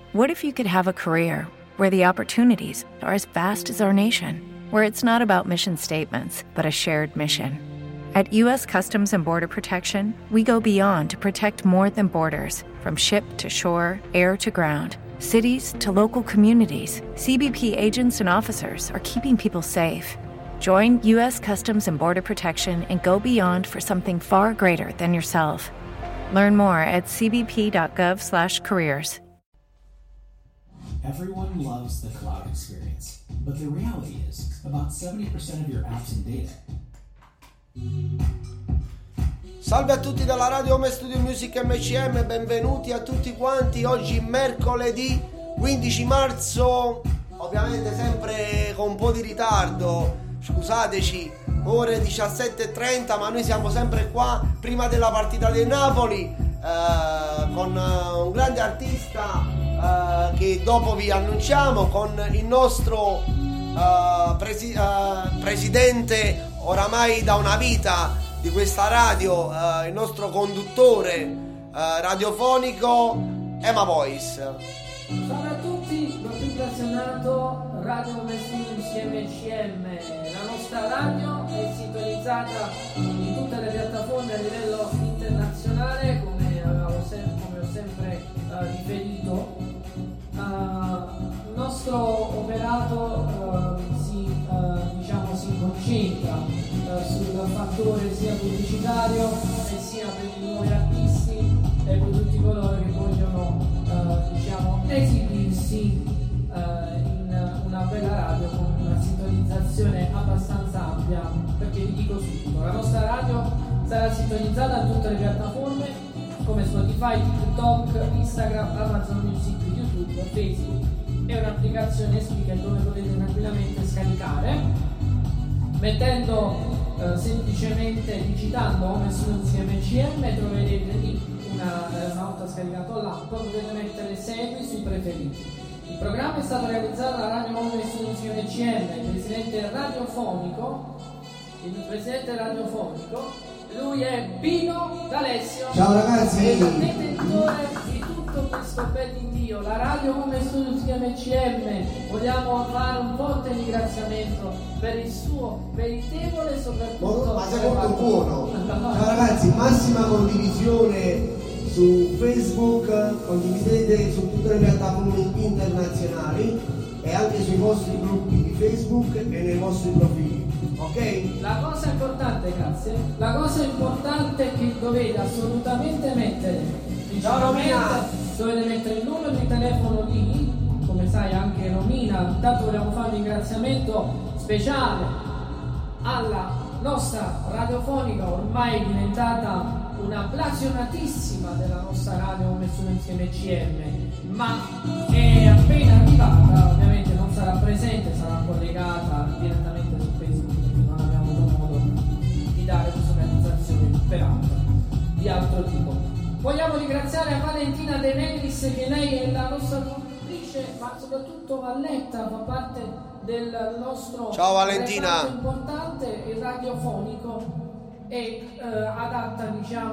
What if you could have a career where the opportunities are as vast as our nation, where it's not about mission statements, but a shared mission? At U.S. Customs and Border Protection, we go beyond to protect more than borders. From ship to shore, air to ground, cities to local communities, CBP agents and officers are keeping people safe. Join U.S. Customs and Border Protection and go beyond for something far greater than yourself. Learn more at cbp.gov/careers. Everyone loves the cloud experience, but the reality is about 70% of your apps and data. Salve a tutti dalla Radio Home Studio Music MCM, benvenuti a tutti quanti. Oggi mercoledì 15 marzo, ovviamente sempre con un po' di ritardo, scusateci, ore 17:30, ma noi siamo sempre qua prima della partita del Napoli con un grande artista che dopo vi annunciamo, con il nostro presidente oramai da una vita di questa radio, il nostro conduttore radiofonico Ema Voice. Ciao a tutti, l'ho più appassionato Radio Home Studio MCM. La nostra radio è sintonizzata in tutte le piattaforme a livello internazionale, come ho sempre riferito. Il nostro operato si concentra sul fattore sia pubblicitario e sia per i nuovi artisti e per tutti coloro che vogliono esibirsi in una bella radio con una sintonizzazione abbastanza ampia, perché vi dico subito, la nostra radio sarà sintonizzata in tutte le piattaforme come Spotify, TikTok, Instagram, Amazon Music, YouTube, Facebook e un'applicazione Speaker dove potete tranquillamente scaricare, mettendo semplicemente, digitando Home Studio MCM, troverete lì una volta scaricato l'app, potete mettere segui sui preferiti. Il programma è stato realizzato da Radio Home Studio MCM, il presidente radiofonico, lui è Pino D'Alessio. Ciao ragazzi! È il detentore di tutto questo bell'indio, la Radio Home Studio MCM. Vogliamo fare un forte ringraziamento per il suo meritevole soprattutto. Ma sei molto buono! Ciao ragazzi, massima condivisione su Facebook, condividete su tutte le piattaforme internazionali e anche sui vostri gruppi di Facebook e nei vostri profili. Ok? La cosa importante, grazie. La cosa importante è che dovete assolutamente mettere. Dovete mettere il numero di telefono lì, come sai anche Romina. Intanto vogliamo fare un ringraziamento speciale alla nostra radiofonica, ormai diventata una blasonatissima della nostra radio Home Studio MCM, ma è appena arrivata, ovviamente non sarà presente, sarà collegata direttamente su Facebook perché non abbiamo avuto modo di dare questa organizzazione peraltro di altro tipo. Vogliamo ringraziare a Valentina De Negris, che lei è la nostra conduttrice, ma soprattutto Valletta fa parte del nostro Ciao Valentina, importante, il radiofonico, e adatta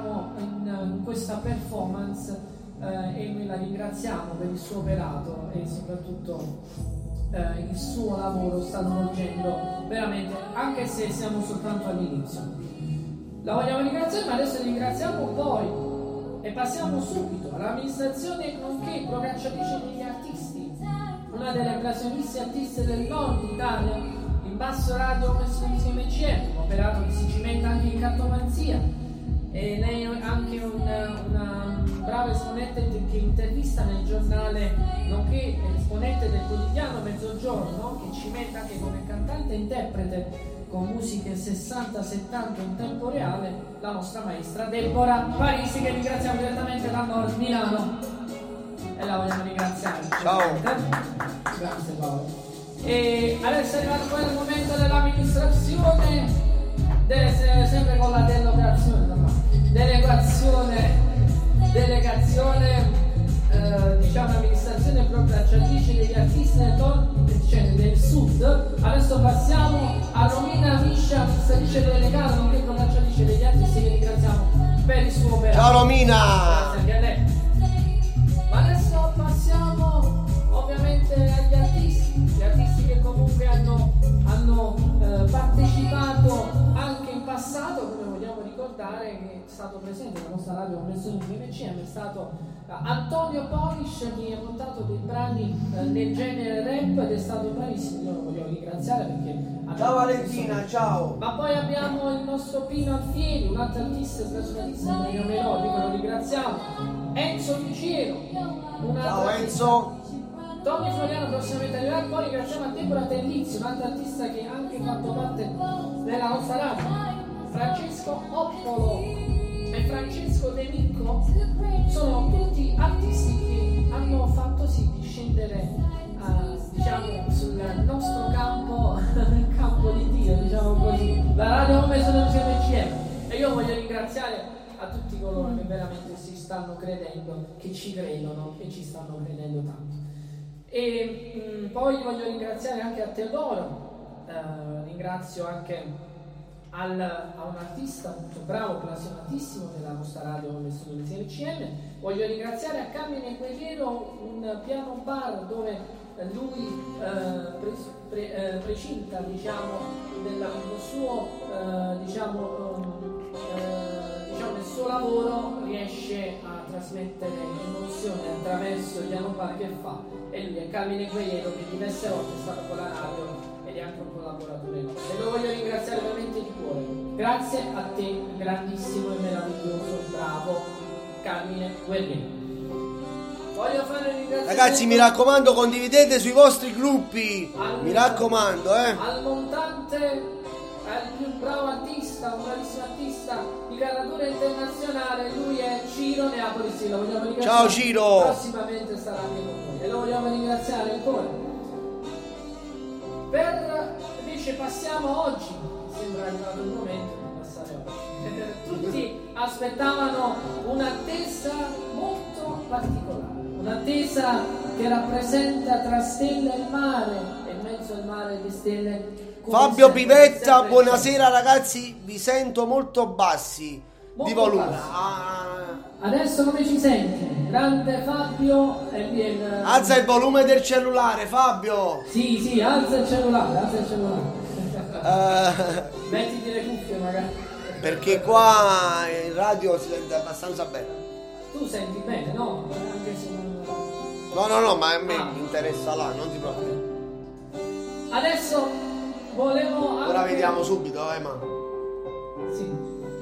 in questa performance, e noi la ringraziamo per il suo operato e soprattutto il suo lavoro sta svolgendo veramente, anche se siamo soltanto all'inizio. La vogliamo ringraziare, ma adesso ringraziamo poi e passiamo subito all'amministrazione nonché procacciatrice degli artisti, una delle blasonissime artiste del nord Italia, in basso radio Home Studio MCM, un operato che si cimenta anche in cartomanzia, e lei è anche una brava esponente che intervista nel giornale, nonché esponente del quotidiano Mezzogiorno, che cimenta anche come cantante e interprete con musiche 60-70 in tempo reale, la nostra maestra Deborah Parisi, che ringraziamo direttamente da Nord Milano e la vogliamo ringraziare. Ciao! Grazie Paolo. E adesso è arrivato poi il momento dell'amministrazione, sempre con la delegazione amministrazione procacciatrice degli artisti del sud. Adesso passiamo a Romina Miscia, amministratrice delegata nonché procacciatrice degli artisti, che ringraziamo per il suo operato. Ciao Romina! Grazie anche a lei. Ma adesso passiamo ricordare che è stato presente nella nostra radio Convenzione MCM, è stato Antonio Polish che ha montato dei brani nel genere rap ed è stato bravissimo. Io lo voglio ringraziare perché ciao Valentina, ciao. Ma poi abbiamo il nostro Pino Alfieri, un altro artista trasferista melodico, lo ringraziamo. Enzo Ficiero, ciao Enzo. Tommy Floriano prossimamente arriverà. Poi ringraziamo a Deborah Tellizio, un altro artista che ha anche fatto parte della nostra radio. Francesco Oppolo e Francesco De Micco sono tutti artisti che hanno fatto sì di scendere diciamo sul nostro campo di Dio, diciamo così, la radio come sono MCM. E io voglio ringraziare a tutti coloro che veramente si stanno credendo, che ci credono e ci stanno credendo tanto. E poi voglio ringraziare anche a Teodoro, ringrazio anche a un artista molto bravo, appassionatissimo della nostra radio come sono le CLCM. Voglio ringraziare a Carmine Guerriero, un piano bar dove lui precinta diciamo del suo lavoro, riesce a trasmettere emozioni attraverso il piano bar che fa, e lui è Carmine Guerriero che diverse volte è stato con la radio ed è anche un collaboratore nostro, e lo voglio ringraziare veramente di cuore. Grazie a te, grandissimo e meraviglioso, bravo Carmine Guerriero. Voglio fare un ringraziamento, ragazzi, mi raccomando, condividete sui vostri gruppi, mi raccomando, al montante, al più bravo artista, un bravissimo artista di caratura internazionale, lui è Ciro Neapoli. Sì, lo vogliamo ringraziare. Ciao Ciro, prossimamente sarà anche con noi e lo vogliamo ringraziare ancora. Invece passiamo oggi, sembra arrivato il momento di passare oggi. Tutti aspettavano un'attesa molto particolare, un'attesa che rappresenta tra stelle e mare, e in mezzo al mare di stelle Fabio Pivetta, buonasera ragazzi, vi sento molto bassi di volume. Adesso come ci senti? Grande Fabio, alza il volume del cellulare, Fabio. Sì, alza il cellulare. Mettiti le cuffie magari. Perché qua in radio si sente abbastanza bene. Tu senti bene, no? Anche se non... No, ma a me mi interessa là, non ti preoccupare. Adesso volevo anche... Ora vediamo subito, ma... Sì.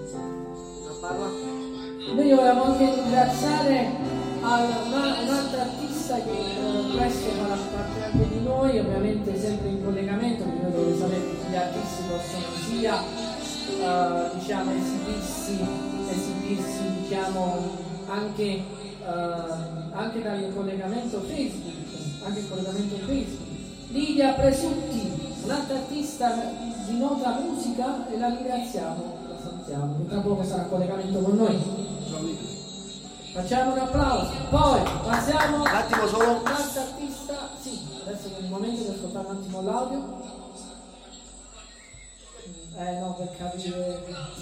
Noi volevamo anche ringraziare un altro artista che presto farà parte anche di noi, ovviamente sempre in collegamento, perché noi dovete sapere che tutti gli artisti possono sia diciamo esibirsi diciamo anche dal collegamento Facebook, Lidia Presutti, un'altra artista di nota musica, e la ringraziamo, la salutiamo, che tra poco sarà a collegamento con noi. Facciamo un applauso. Poi passiamo un attimo solo. Un altro artista. Sì, adesso è il momento di ascoltare un attimo l'audio. No, per capire.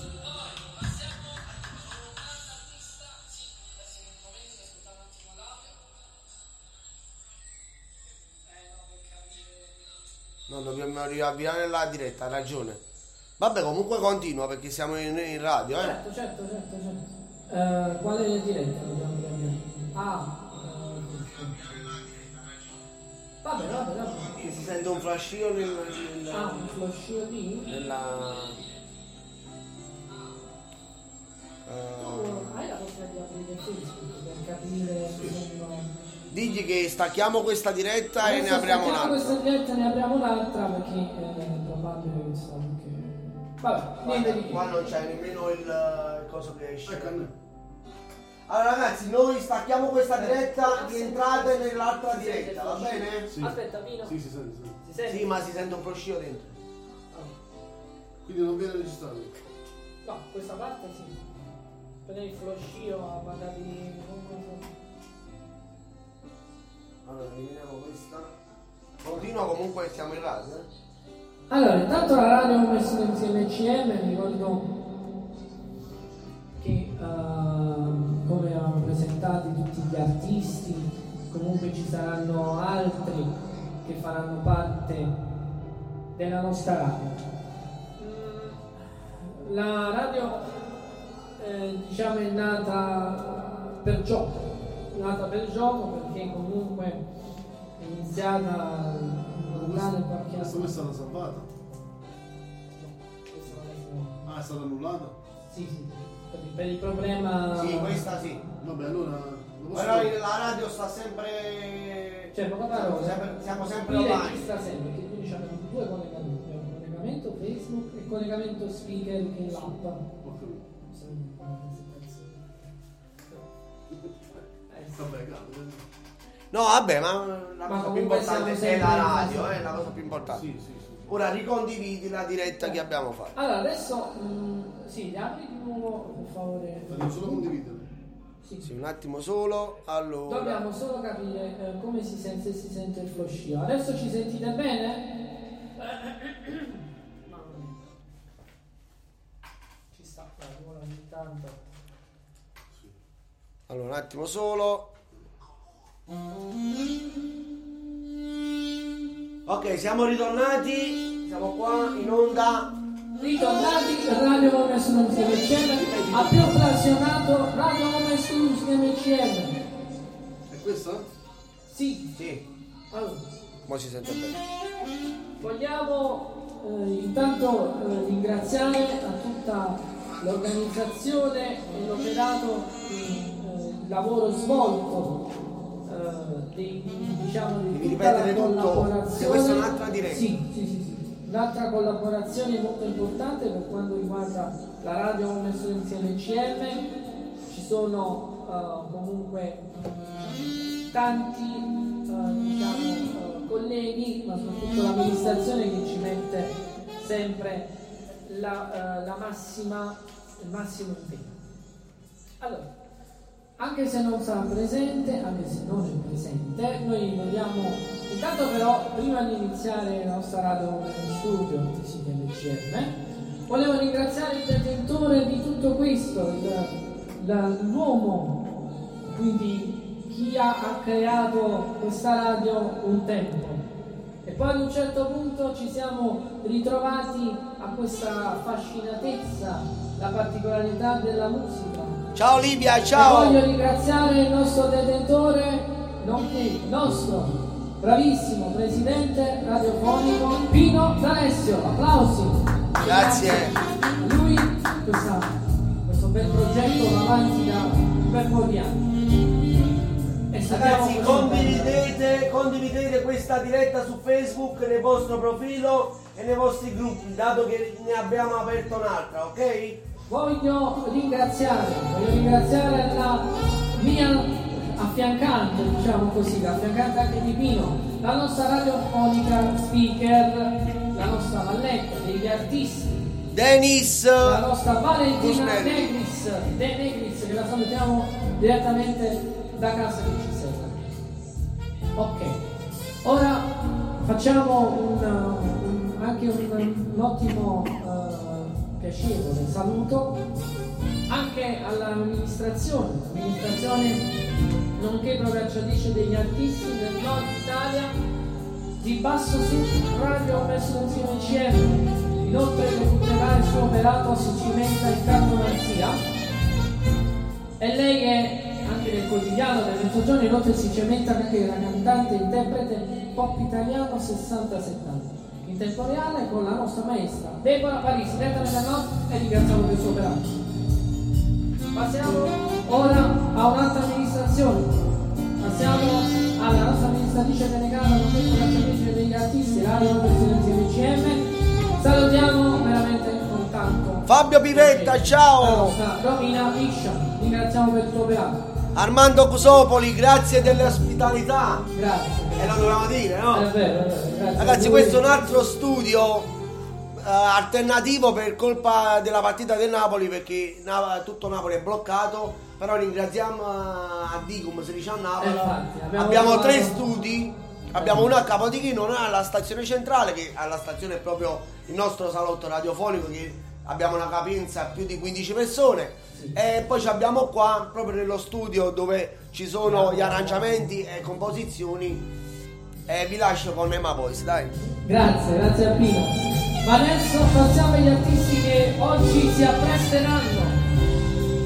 No, dobbiamo riavviare la diretta, ha ragione. Vabbè, comunque continua perché siamo in radio, Certo. Quale diretta dobbiamo riavviare? Vabbè. Che si sente un flashio nel un flashio di? Hai la possibilità di aprire Facebook per capire digli che stacchiamo questa diretta e ne apriamo un'altra. Questa diretta ne apriamo un'altra perché è probabile che sta anche... Vabbè, niente di più. Qua non c'è nemmeno il coso che esce. Allora ragazzi, noi stacchiamo questa diretta, rientrate nell'altra diretta, va bene? Sì. Aspetta, Pino. Sì, si sente. Si sente? Sì, ma si sente un proscio dentro. Quindi non viene registrato? No, questa parte sì. Per il floscio a magari... Allora, eliminiamo questa. Continua, comunque siamo in radio, Allora, intanto la radio ho messo insieme CM, mi ricordo che come erano presentati tutti gli artisti, comunque ci saranno altri che faranno parte della nostra radio. La radio diciamo è nata per gioco perché comunque è iniziata lontano qualche anno. Questa è stata salvata? Ah, è stata annullata? Sì, per il problema. Sì, questa sì. Vabbè, allora. Però la radio sta sempre. Cioè, poca parola. Siamo sempre qui online. registra sempre, perché qui diciamo due collegamenti, un collegamento Facebook e collegamento speaker che è l'app. Vabbè, cavolo. No, vabbè, ma la cosa più comunque importante siamo è la sempre- radio, è la cosa più importante. Sì. Ora ricondividi la diretta che abbiamo fatto. Allora, adesso sì, apri di nuovo, per favore. Ma devo solo condividere. Sì, un attimo solo. Allora. Dobbiamo solo capire come si sente, se si sente il floscio. Adesso ci sentite bene? Mamma mia. Ci sta qua, ogni tanto. Allora, un attimo solo. Ok, siamo ritornati. Siamo qua in onda. Ritornati, Radio Home Studio MCM ha più frazionato Radio Home Studio MCM. È questa? Sì, Sì, allora, mo si sente bene. vogliamo intanto ringraziare a tutta l'organizzazione e l'operato il lavoro svolto diciamo di Devi tutta la ripetere tutto, collaborazione. se questa è un'altra diretta. Sì. Un'altra collaborazione molto importante per quanto riguarda la Radio Home Studio MCM. Ci sono comunque tanti diciamo, colleghi, ma soprattutto l'amministrazione che ci mette sempre il massimo impegno. Allora, anche se non sarà presente, anche se non è presente, noi vogliamo intanto però, prima di iniziare la nostra radio in studio MCM, volevo ringraziare il detentore di tutto questo, l'uomo, quindi chi ha creato questa radio un tempo. E poi ad un certo punto ci siamo ritrovati a questa affascinatezza, la particolarità della musica. Ciao Livia, E ciao! voglio ringraziare il nostro detentore, nonché il nostro bravissimo presidente radiofonico Pino D'Alessio. Applausi! Grazie. Lui questo bel progetto va avanti da un bel po' di anni. E sappiamo Ragazzi, così condividete questa diretta su Facebook, nel vostro profilo e nei vostri gruppi, dato che ne abbiamo aperto un'altra, ok? Voglio ringraziare la mia affiancante, diciamo così, l'affiancante anche di Pino, la nostra radiofonica speaker, la nostra valletta degli artisti, Denis, la nostra Valentina Busnelli. De Negris, che la salutiamo direttamente da casa che ci segue. Ok, ora facciamo anche un ottimo piacevole saluto anche all'amministrazione nonché procacciatrice degli artisti del nord Italia di Basso Sud Radio Home Studio MCM. Inoltre recupererà il suo operato si cimenta il Carlo Marzia e lei è anche nel quotidiano del Mezzogiorno. Inoltre si cimenta anche la cantante e interprete pop italiano 60-70 in tempo reale con la nostra maestra Deborah Parisi, direttamente da nord, e ringraziamo del suo operato. Passiamo ora a un'altra amministrazione. Passiamo alla nostra amministratrice delegata, nonché procacciatrice degli artisti, Radio Home Studio MCM. Salutiamo veramente con tanto Fabio Pivetta, la ciao! nostra Romina Piscia, ringraziamo per il tuo operato. Armando Cusopoli, grazie dell'ospitalità. Grazie. E lo dovevamo dire, no? È vero, grazie. Ragazzi, questo è un altro studio alternativo per colpa della partita del Napoli, perché tutto Napoli è bloccato. Però ringraziamo a Dicum, si dice a Napoli. Infatti, abbiamo 3 studi. Abbiamo uno a Capodichino, uno alla stazione centrale, che alla stazione è proprio il nostro salotto radiofonico, che abbiamo una capienza più di 15 persone. E poi ci abbiamo qua proprio nello studio dove ci sono gli arrangiamenti e composizioni. E vi lascio con Emma Boys, dai. Grazie a Pino. Ma adesso passiamo agli artisti che oggi si appresteranno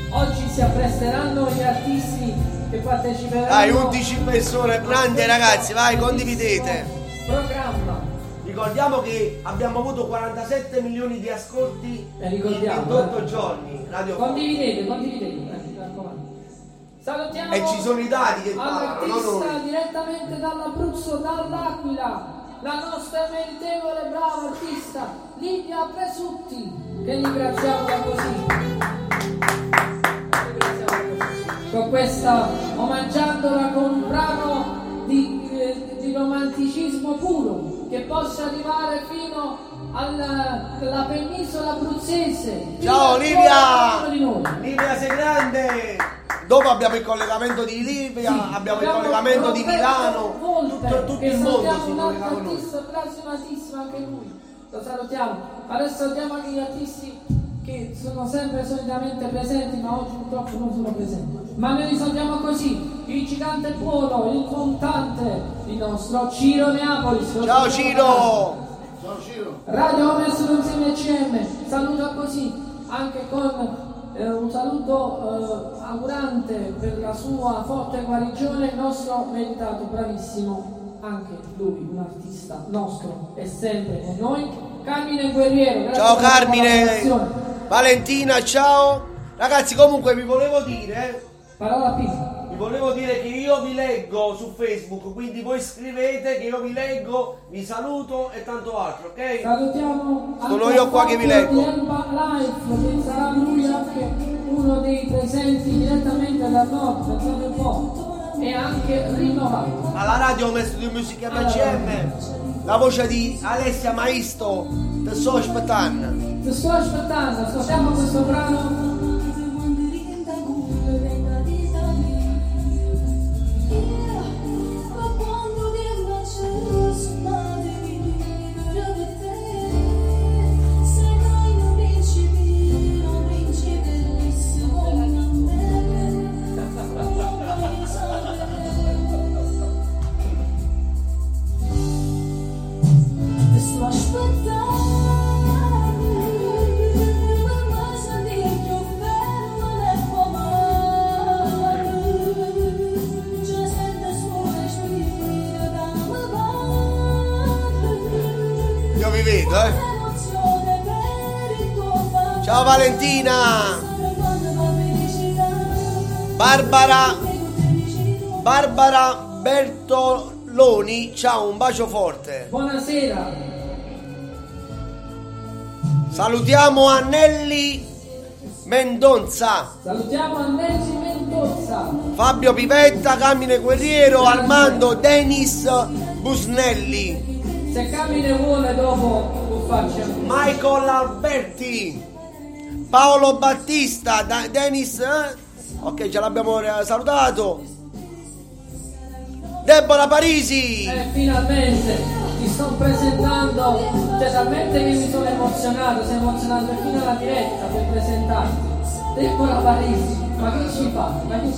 Oggi si appresteranno gli artisti che parteciperanno. Dai, 11 persone, grande ragazzi, vai, condividete. Programma. Ricordiamo che abbiamo avuto 47 milioni di ascolti in 28 giorni. Condividete, mi raccomando. Salutiamo e ci sono i dati che parlano, non l'artista noi. direttamente dall'Abruzzo, dall'Aquila, la nostra meritevole brava artista Livia Presutti, che ringraziamo da così. Con questa, omaggiandola con un brano di romanticismo puro che possa arrivare fino alla penisola abruzzese. Ciao Livia! Livia, Livia sei grande! Dopo abbiamo il collegamento di Livia, sì, abbiamo il collegamento di Milano, tutto il mondo si collega con noi. Plasmatissimo anche lui, lo salutiamo. Adesso salutiamo anche gli artisti che sono sempre solitamente presenti, ma oggi purtroppo non sono presenti. Ma noi li salutiamo così: il gigante buono, il contante, il nostro Ciro Neapoli. Ciao Ciro! Ciao Ciro. Radio Home Studio CM, saluto così anche con un saluto augurante per la sua forte guarigione, il nostro meritato, bravissimo, anche lui, un artista nostro e sempre con noi, Carmine Guerriero. Grazie. Ciao per la Carmine! collaborazione. Valentina, ciao! Ragazzi, comunque vi volevo dire Parola P. che io vi leggo su Facebook, quindi voi scrivete che io vi leggo, vi saluto e tanto altro, ok? Salutiamo Sono anche io qua che vi leggo. di Elba Life, che sarà lui anche uno dei presenti direttamente dal nord, pensate un po', e anche rinnovato. Alla radio Home Studio Music MCM, la voce di Alessia Maisto, te sto aspettando. Ti sto aspettando, ascoltiamo questo brano. Io vi vedo, Ciao Valentina! Barbara Bertoloni, ciao, un bacio forte. Buonasera. Salutiamo Annelli Mendonza, Salutiamo Annelli Mendoza. Fabio Pivetta, Carmine Guerriero, Armando Denis Busnelli, Se Camille vuole dopo lo faccio. Michael Alberti, Paolo Battista, Denis, ok, ce l'abbiamo salutato. Deborah Parisi, Finalmente ti sto presentando, cioè talmente che mi sono emozionato fino alla diretta per presentarti. Deborah Parisi, ma che ci fa?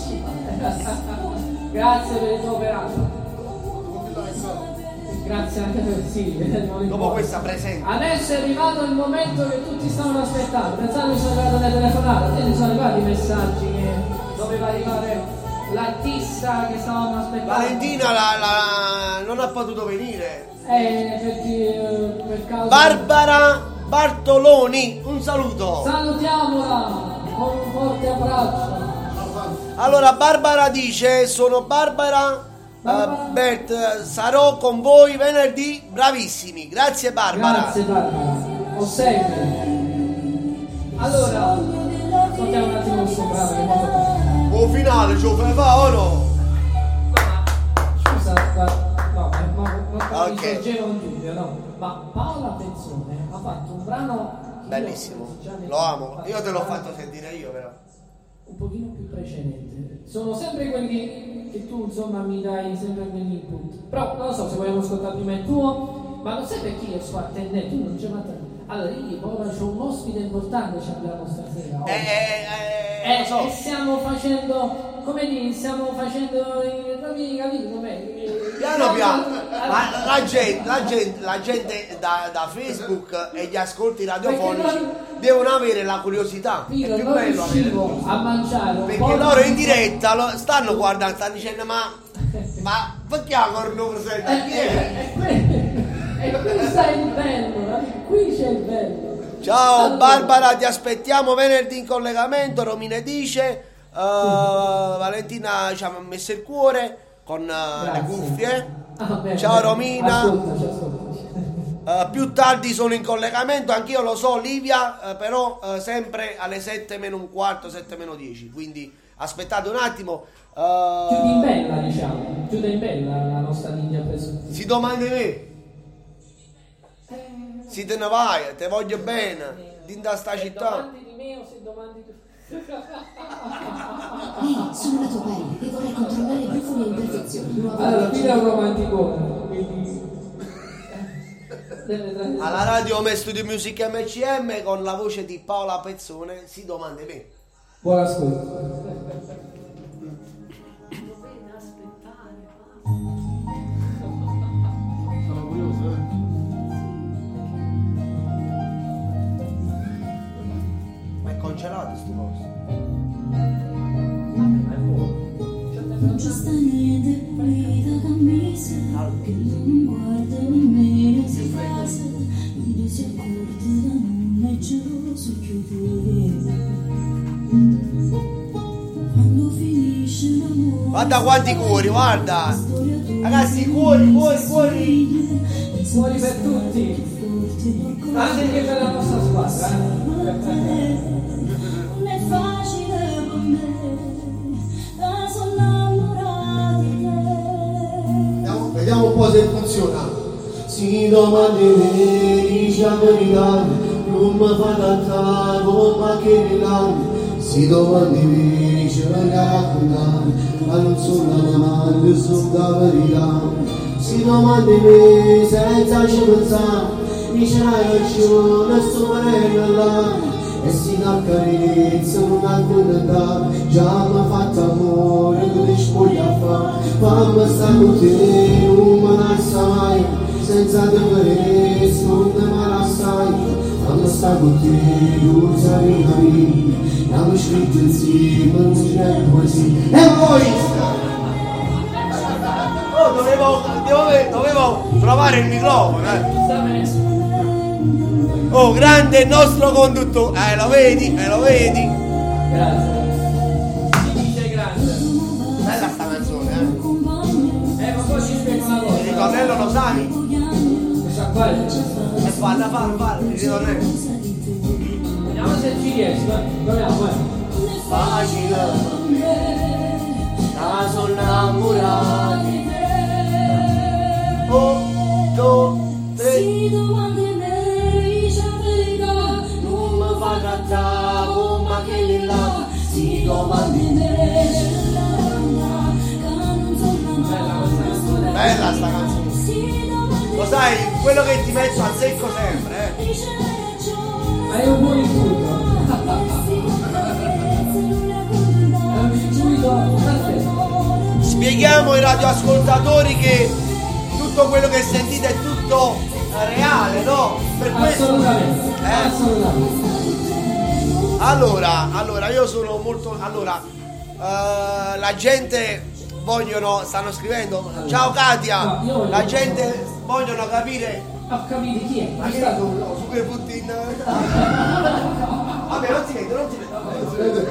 Grazie per il tuo operato. Grazie anche per dopo questa presenza. Adesso è arrivato il momento che tutti stavano aspettando. Pensate che sono arrivate le telefonate, e ne sono arrivati i messaggi che doveva arrivare l'artista che stavamo aspettando. Valentina non ha potuto venire. Per causa. Barbara Bartoloni, un saluto. Salutiamola con un forte abbraccio. Allora Barbara dice: sono Barbara Bert, sarò con voi venerdì, bravissimi. Grazie Barbara. Grazie Barbara, ho sempre. Allora, ascoltiamo un attimo questo brano che è molto bello. O finale, ce lo fai fare o no? Scusa, no, ma Ok. mi sorgeva un dubbio, no? Ma Paola Attenzione ha fatto un brano che Bellissimo, io già ne- lo amo. Io te l'ho fatto sentire io però. un pochino più precedente. Sono sempre quelli che tu insomma mi dai sempre quelli input. Però non lo so se vogliamo ascoltare prima il tuo, ma non sai perché io sto attendendo, tu non c'è mai. Allora io ora c'ho un ospite importante, ci abbiamo stasera. Oggi. Lo so. E stiamo facendo, come dire, capito com'è? Piano piano. Ma la gente da Facebook e gli ascolti radiofonici devono avere la curiosità. È Io più non bello avere riuscivo a mangiare un perché po' loro di- in diretta stanno guardando, stanno dicendo ma perché la cornuto presenta? Chi è? E qui sta il bello, qui c'è il bello. Ciao Allora, Barbara, ti aspettiamo venerdì in collegamento. Romine dice, Valentina ci ha messo il cuore con le grazie. cuffie. Ah, bene, Ciao bene. Romina. Ascoltaci. Più tardi sono in collegamento, anch'io lo so Livia, però sempre alle 7 meno un quarto, 7 meno 10, quindi aspettate un attimo. Chiude in bella, diciamo. Chiude in bella la nostra linea preso. Si domanda me, si te ne vai, te voglio bene, din da sta città. Domandi di me o se domandi tu? Ehi, sono la tua pelle e vorrei controllare i brufoli e imperfezioni. Nuova Allora, qui è legge. un romanticone, quindi... Alla radio Home Studio Music MCM con la voce di Paola Pezzone, si domanda me. Buon ascolto. Sono curioso, Ma è congelato sto coso. Non ci sta niente qui da camisa, che non guarda nemmeno se frase, quando si accorge da non è geloso chiudere. Quando finisce l'amore, Guarda quanti cuori, guarda. Ragazzi, cuori. Fuori per tutti, anche per la nostra squadra. non è facile per me, da sono innamorata di te. Vediamo un po' se funziona. Si domandi dice la verità, non mi fa tanta colpa che mi lanci. Si domandi dice la raccontare, ma non sono l'amante, sono la verità. Si domandi me senza ci pensare, dice la ragione, sto parendo là. E si dà carezza, non accontenta, già mi ha fatto amore, che ti spoglia fa. Fammi stare con te, non me la sai, senza tenerezza, non te me la sai. Fammi stare con te, non sai capire, abbiamo scritto insieme, non c'è così. E voi? Oh, dovevo trovare il microfono, Oh, grande il nostro conduttore. Lo vedi? Grazie. Si dice grande. Bella sta canzone, Ma poi ci spiego una Il cosa. ritornello lo sai? Questa qua è... E falla, il ritornello. Vediamo se ci riesco. Proviamo, Facile per me, da sono innamorato di te. 1, 2, 3. Si domandi me, dice la verità, Non mi fa trattare come che li là. Si domandi me, che non sono Bella questa canzone. Bella sta canzone. si domandi Lo sai, quello che ti metto al secco sempre, dice la ragione. Hai un buon intuito. È un intuito perfetto. Spieghiamo ai radioascoltatori che tutto quello che sentite è tutto reale, no? Per questo. Assolutamente. Assolutamente. Allora, io sono molto. La gente stanno scrivendo. Ciao Katia! No, io voglio- La gente vogliono capire. Ho capito chi è. Ma Chi che sta su quei punti in. Vabbè, non si vede.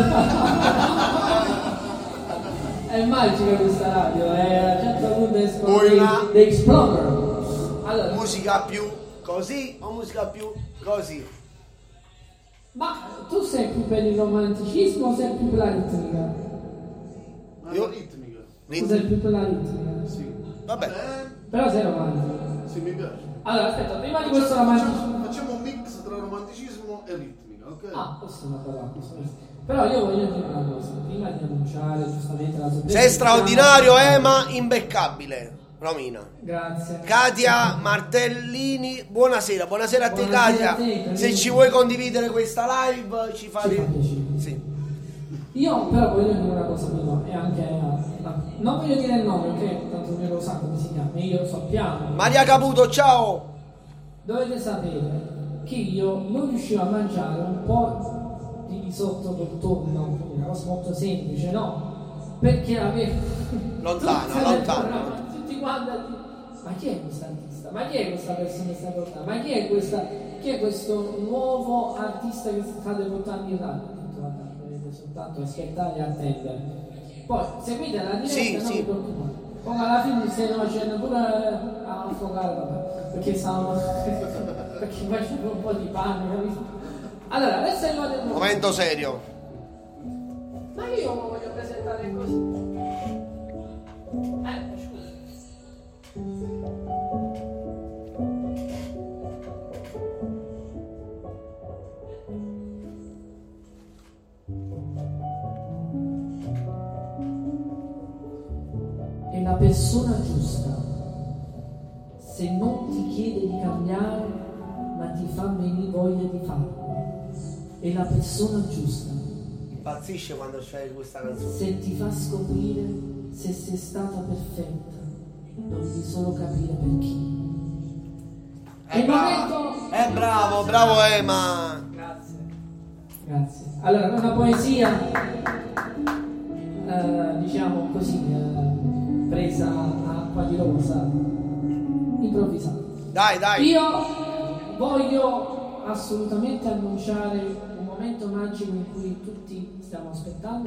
È magica questa radio, è a un certo punto escono Vuoi dei una- dei Explorer. Allora, Musica più così o musica più così? ma tu sei più per il romanticismo o sei più per la ritmica? Ma è Io- ritmica. Tu sei più per la ritmica. Sì. Vabbè. Però sei romantico. Sì, mi piace. Allora, aspetta, prima di questo romanticismo... Facciamo un mix tra romanticismo e ritmica, ok? Ah, questa è una bella cosa. Però io voglio dire una cosa, prima di annunciare giustamente la sorpresa... Sei straordinario, Ema, imbeccabile. Romina. Grazie. Katia Martellini, buonasera a te Buonasera Katia. a te, Se ci vuoi condividere questa live ci fa Ci fa piacere. Sì. Io però voglio dire una cosa prima, e anche non voglio dire il nome, ok? Tanto io lo sa come si chiama. musica e io sappiamo. Maria Caputo, ciao! Dovete sapere che io non riuscivo a mangiare un po' di risotto col tonno, una cosa molto semplice, no? Perché avevo lontano tutti quanti a dire, ma chi è questa artista? Ma chi è questa persona che sta portando? Ma chi è questo nuovo artista che state portando in radio? Ho detto, guarda, dovete soltanto aspettare e attendere. Poi seguite la diretta, non vi preoccupate. Poi alla fine stiamo facendo pure a affogare, perché stavamo perché facciamo un po' di pane, capito? Allora, adesso è arrivato il momento serio. Ma io lo voglio presentare così. Scusa. È la persona giusta. Se non ti chiede di cambiare, ma ti fa venire voglia di farlo. È la persona giusta. Impazzisce quando c'è questa canzone. Se ti fa scoprire se sei stata perfetta, devi solo capire per chi. Bravo Ema. Grazie. Allora, una poesia, diciamo così, presa a acqua di rosa, improvvisata. Dai. Io voglio assolutamente annunciare un momento magico in cui tutti stavamo aspettando.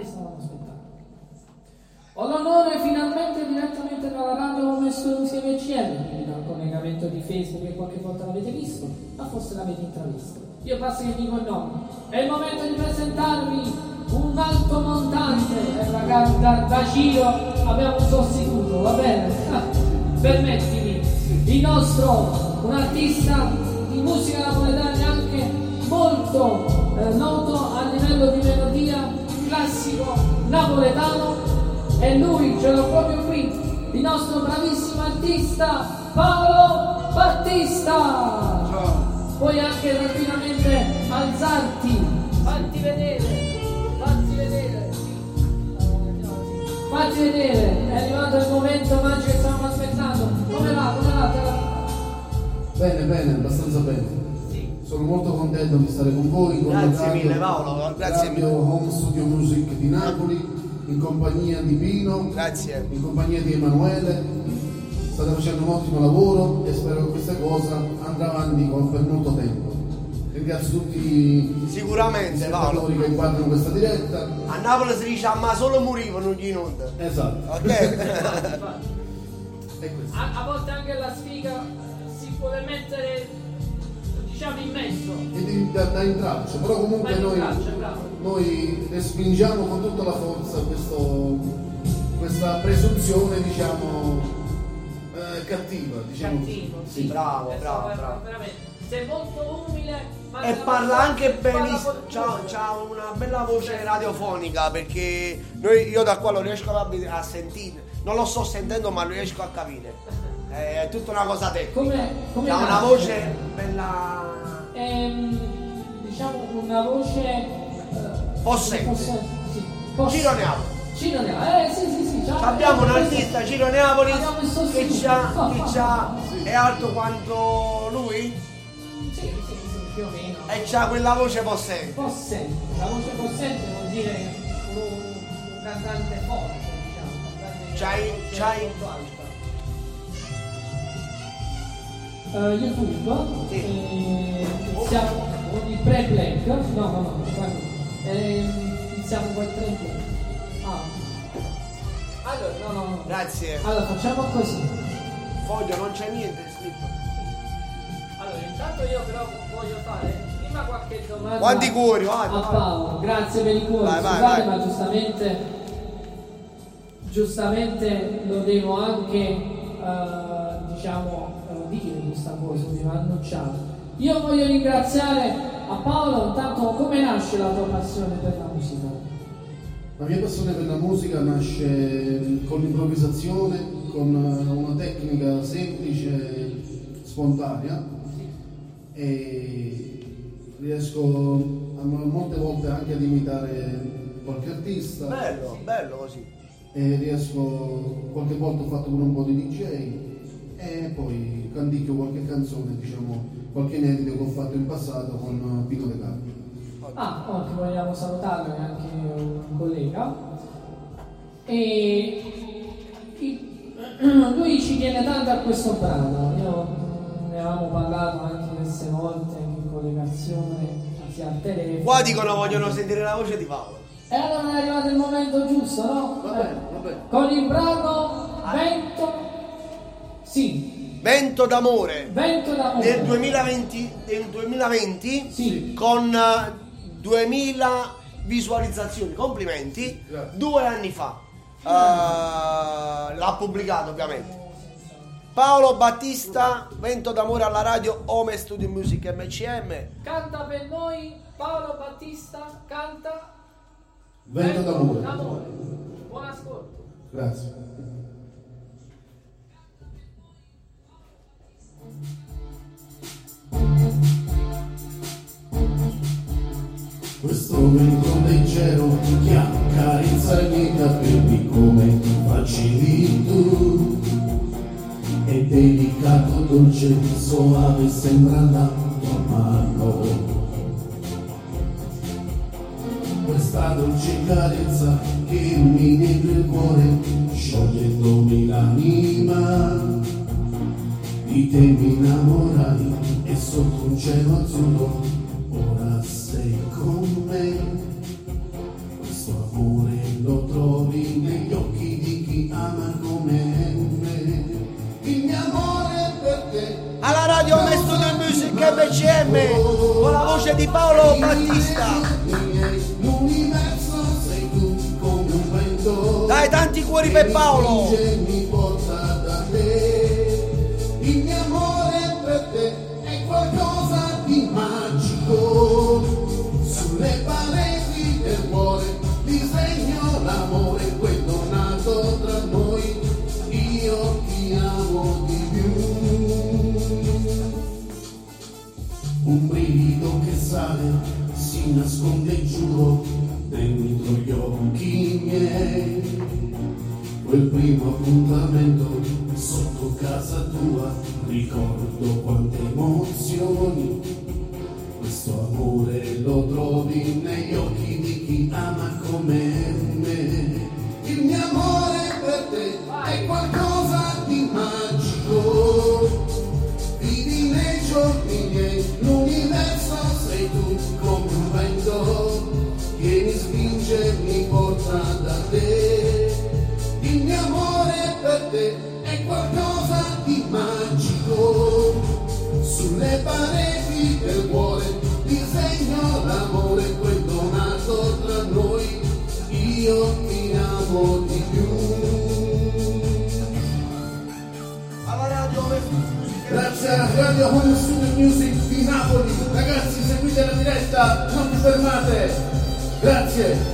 Ho l'onore finalmente direttamente dalla radio messo insieme MCM, quindi dal collegamento di Facebook che qualche volta l'avete visto, ma forse l'avete intravisto. Io passo che dico il nome. È il momento di presentarvi un alto montante, da Ciro abbiamo un sostituto, va bene? Permettimi, un artista di musica napoletana anche molto noto a livello di melodia classico napoletano, e lui ce l'ho proprio qui, il nostro bravissimo artista Paolo Battista. Ciao. Puoi anche tranquillamente alzarti, fatti vedere, è arrivato il momento magico che stavamo aspettando. Come va? Bene, abbastanza bene. Sì. Sono molto contento di stare con voi, con grazie mille Paolo, grazie mille. Home Studio Music di Napoli, in compagnia di Pino, grazie, in compagnia di Emanuele. State facendo un ottimo lavoro e spero che questa cosa andrà avanti per molto tempo. Ringrazio tutti gli spettatori che guardano questa diretta. A Napoli si dice ma solo morivo, non gli inonda. Esatto. Ok. A volte anche la sfiga si può mettere, diciamo, in mezzo. E da intralcio, però comunque noi respingiamo con tutta la forza questa presunzione, diciamo, cattiva, diciamo. Cattivo, sì. Bravo. Veramente. Sei molto umile. E parla anche benissimo, c'ha una bella voce radiofonica, perché io da qua lo riesco a sentire, non lo sto sentendo ma lo riesco a capire, è tutta una cosa tecnica, come ha una voce bella, diciamo una voce possente. Ciro Neapoli. Sì. Abbiamo un artista Ciro Neapoli che c'ha è alto quanto lui? Sì, più o meno. E c'ha quella voce possente. La voce possente vuol dire un cantante forte, diciamo. C'hai molto alta. YouTube, siamo con il pre-black. No, iniziamo con il pre-black. Allora, no. Grazie. Allora, facciamo così. Foglio, non c'è niente scritto. Allora, intanto io però voglio fare prima qualche domanda. Quanti cuori, vai. Paolo, grazie per i cuori. Vai. Ma giustamente lo devo anche dire questa cosa, mi ha annunciato. Io voglio ringraziare a Paolo. Intanto, come nasce la tua passione per la musica? La mia passione per la musica nasce con l'improvvisazione, con una tecnica semplice, spontanea, e riesco molte volte anche ad imitare qualche artista. Bello così. E riesco, qualche volta ho fatto pure un po' di DJ, e poi canticchio qualche canzone, diciamo, qualche inedito che ho fatto in passato con Pino De Carlo. Oggi vogliamo salutarlo, è anche un collega. E lui ci tiene tanto a questo brano. Ne avevamo parlato anche diverse volte, anche in collegazione, sia al telefono. Qua dicono vogliono sentire la voce di Paolo. E allora è arrivato il momento giusto, no? Va bene. Con il brano Vento. Sì. Vento d'amore. Vento d'amore. Del 2020 Sì. con 2000 visualizzazioni. Complimenti. Grazie. 2 anni fa. L'ha pubblicato ovviamente. Paolo Battista, Vento d'amore alla radio Home Studio Music MCM. Canta per noi Paolo Battista, canta Vento d'amore. Buon ascolto. Grazie. Questo vento leggero che accarezza i miei capelli come facevi tu, è delicato, dolce, soave, sembra la tua mano. Questa dolce carezza che mi nega il cuore, sciogliendomi l'anima. Di te mi innamorai e sotto un cielo azzurro ora sei con me. Questo amore lo trovi negli occhi di chi ama come me. Il mio amore per te. Alla radio Home Studio Music MCM con la voce di Paolo Battista. L'universo sei tu come un vento. Dai, tanti cuori per Paolo. Mi porta da te. Il mio amore per te è qualcosa di magico. Sulle pareti del cuore disegno l'amore, quello nato tra noi. Io ti amo di più. Un brivido che sale, si nasconde, giuro, dentro gli occhi miei. Quel primo appuntamento sotto casa tua, ricordo quante emozioni. Questo amore lo trovi negli occhi di chi ama come me. Il mio amore per te è qualcosa di magico. Vivi nei giorni miei, l'universo sei tu come un vento che mi spinge, mi porta da te. Il mio amore per te è qualcosa di magico. Sulle pareti del cuore disegno l'amore, quello nato tra noi. Io ti amo di più. Alla radio Home Studio Music. Grazie alla Radio Home Studio Music di Napoli. Ragazzi, seguite la diretta, non vi fermate. Grazie.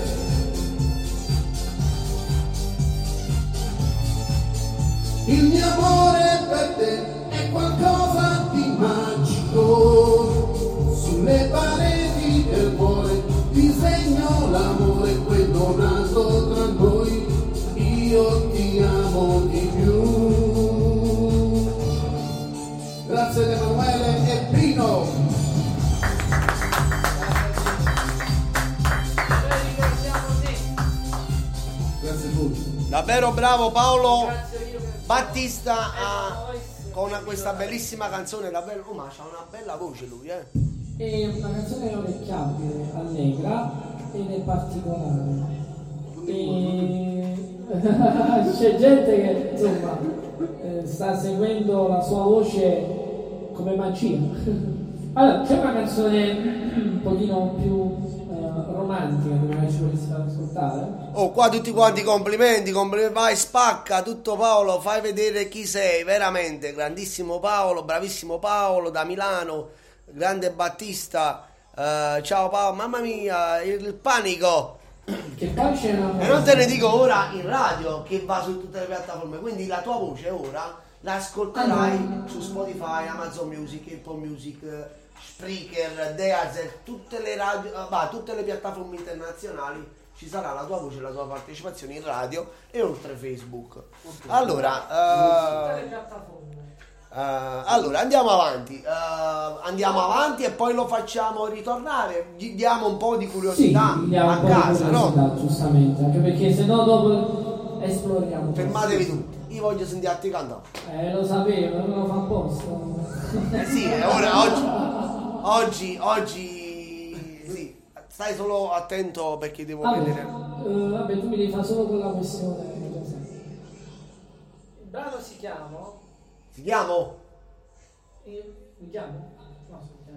Il mio amore per te è qualcosa di magico. Sulle pareti del cuore disegno l'amore, quello nato tra noi. Io ti amo di più. Grazie ad Emanuele e Pino. Grazie a tutti. Davvero bravo Paolo Battista con questa bellissima canzone. Davvero, ma c'ha una bella voce lui, È una canzone orecchiabile, allegra ed è particolare. C'è gente che insomma sta seguendo la sua voce come magia. Allora, c'è una canzone un pochino più romantica che magari ci volessi far ascoltare. Oh, qua tutti quanti complimenti, vai, spacca tutto Paolo, fai vedere chi sei, veramente, grandissimo Paolo, bravissimo Paolo da Milano, grande Battista, ciao Paolo, mamma mia, il panico. Che poi c'è una E non te ne dico ora in radio che va su tutte le piattaforme, quindi la tua voce ora la ascolterai su Spotify, Amazon Music, Apple Music, Spreaker, Deezer, tutte le radio, tutte le piattaforme internazionali. Ci sarà la tua voce, la tua partecipazione in radio e oltre Facebook. Allora, tutte le piattaforme. Allora andiamo avanti e poi lo facciamo ritornare, gli diamo un po' di curiosità a casa, no? Giustamente, anche perché sennò dopo esploriamo. Fermatevi tutti, io voglio sentirti cantare. Lo sapevo, non lo fa apposta. Sì, ora oggi sì, stai solo attento perché devo vedere. Vabbè, tu mi devi fare solo quella questione. Il brano si chiama? Ti chiamo? Mi chiamo? No,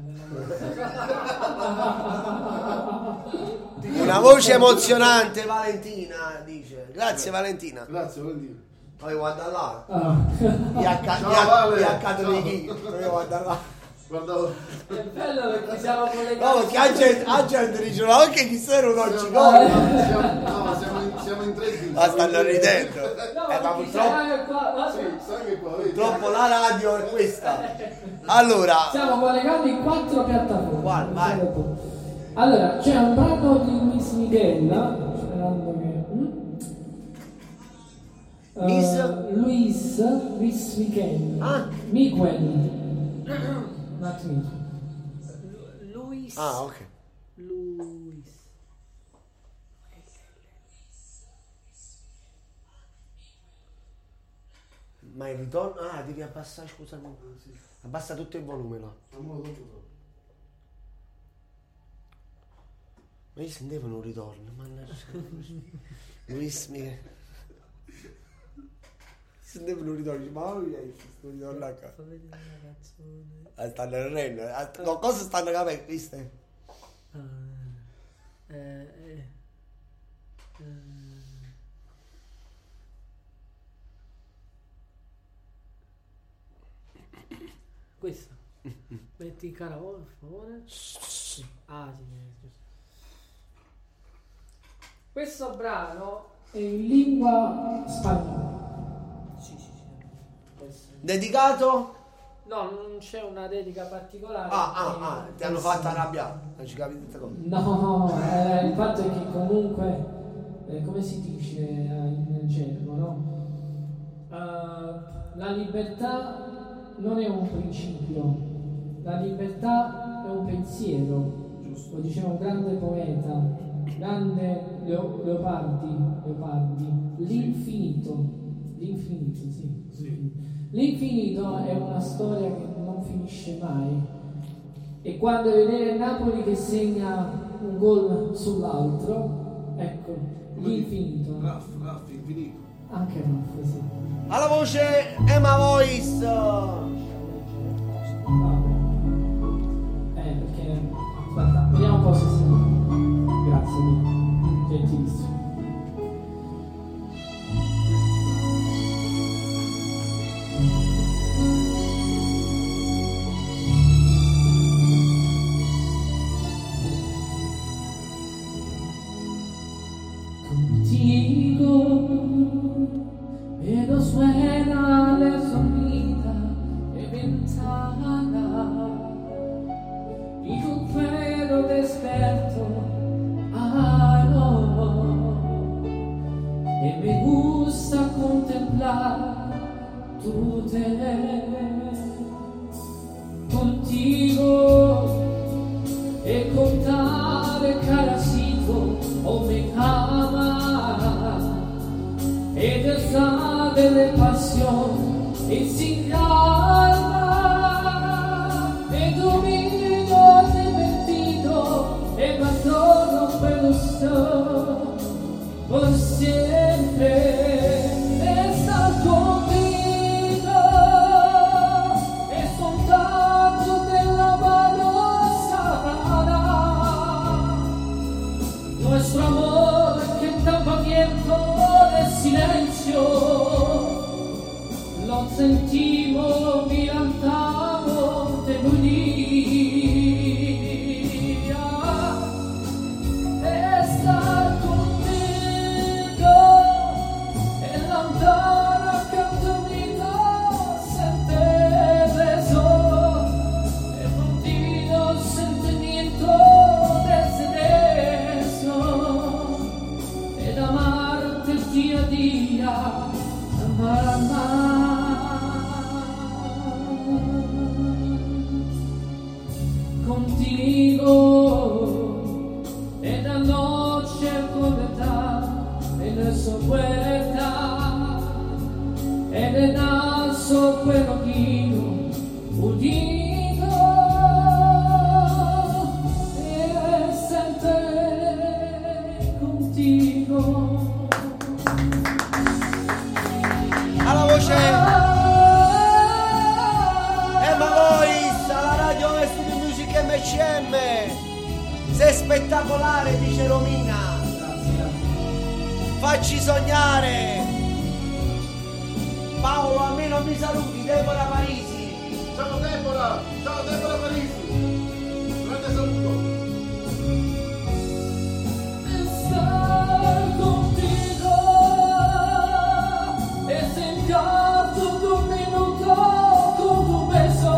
Una voce emozionante, Valentina dice. Grazie Valentina. Grazie Valentina. Poi guarda là. Ciao, Gli accado di chi? Poi guarda là. Guardavo. È bello perché siamo collegati. No, perché la gente dice ma anche chi sei un oggi Siamo in tre. Ma stanno ridendo. Ma purtroppo purtroppo la radio è questa. Allora siamo collegati in 4 piattaforme. Guarda, vai. Allora, c'è un brano di Luis Miguel, sperando che Luis Miguel. Miguel. Un attimo. Luis. Ah, ok. Luis. Ma il ritorno. Ah, devi abbassare, scusami. Abbassa tutto il volume là. Ma io sentivo un ritorno, mannaggia. Luis Miguel. Sentivo un ritorno, ma questo ritorno a casa. Stanno ridendo. No, cosa stanno capendo, viste? Questa. Metti in karaoke, per favore. Ah, sì. Questo brano è in lingua spagnola. Sì. Dedicato? No, non c'è una dedica particolare. Ti hanno fatto arrabbiare. Non ci capi queste cose. No, il fatto è che comunque, come si dice in gergo, no? La libertà non è un principio, la libertà è un pensiero. Giusto. Lo diceva un grande poeta, grande Leopardi, l'infinito, sì. L'infinito è una storia che non finisce mai, e quando vedere il Napoli che segna un gol sull'altro, ecco, l'infinito. Raff, infinito. Anche Raff, sì. Alla voce Emma Voice. Perché aspetta, vediamo un po' se si. Grazie, gentilissimo. Contigo vedo suena la sonrisa e ventana y tu pelo desperto, y me gusta contemplar tu contigo e contare caracito o me ama ed esa delle passioni e si calma e domino divertito e abbandono quello sto por siempre estar contigo es soltanto della mano sagrada nuestro amor que tapamiento de silencio lo sentimos mirantamos de muy día estar contigo en la ventana que dormido sente beso el contigo sentimiento desde eso el amarte día a día amar. quello chino udito e sempre contigo. Alla voce Emma Lois, alla radio Studio Music MCM. Sei spettacolare, dice Romina. Facci sognare. Paolo, almeno mi saluti. Deborah Parisi. Ciao Deborah Parisi. Grande saluto. Estar contigo es encanto de un minuto con tu beso.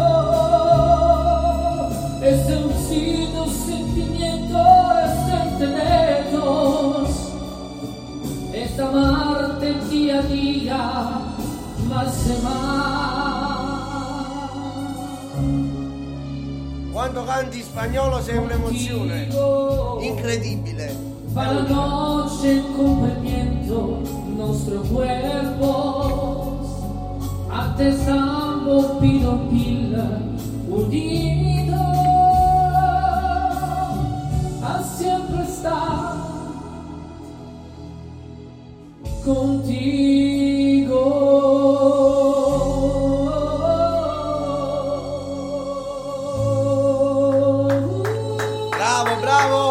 Es un sentimiento, es sentimientos. Es amarte día a día, más y más. Quando canti in spagnolo sei un'emozione incredibile. Va la noche encubrimiento nuestro cuerpo, atesando pilo pila unido, a siempre estar contigo. Bravo, bravo.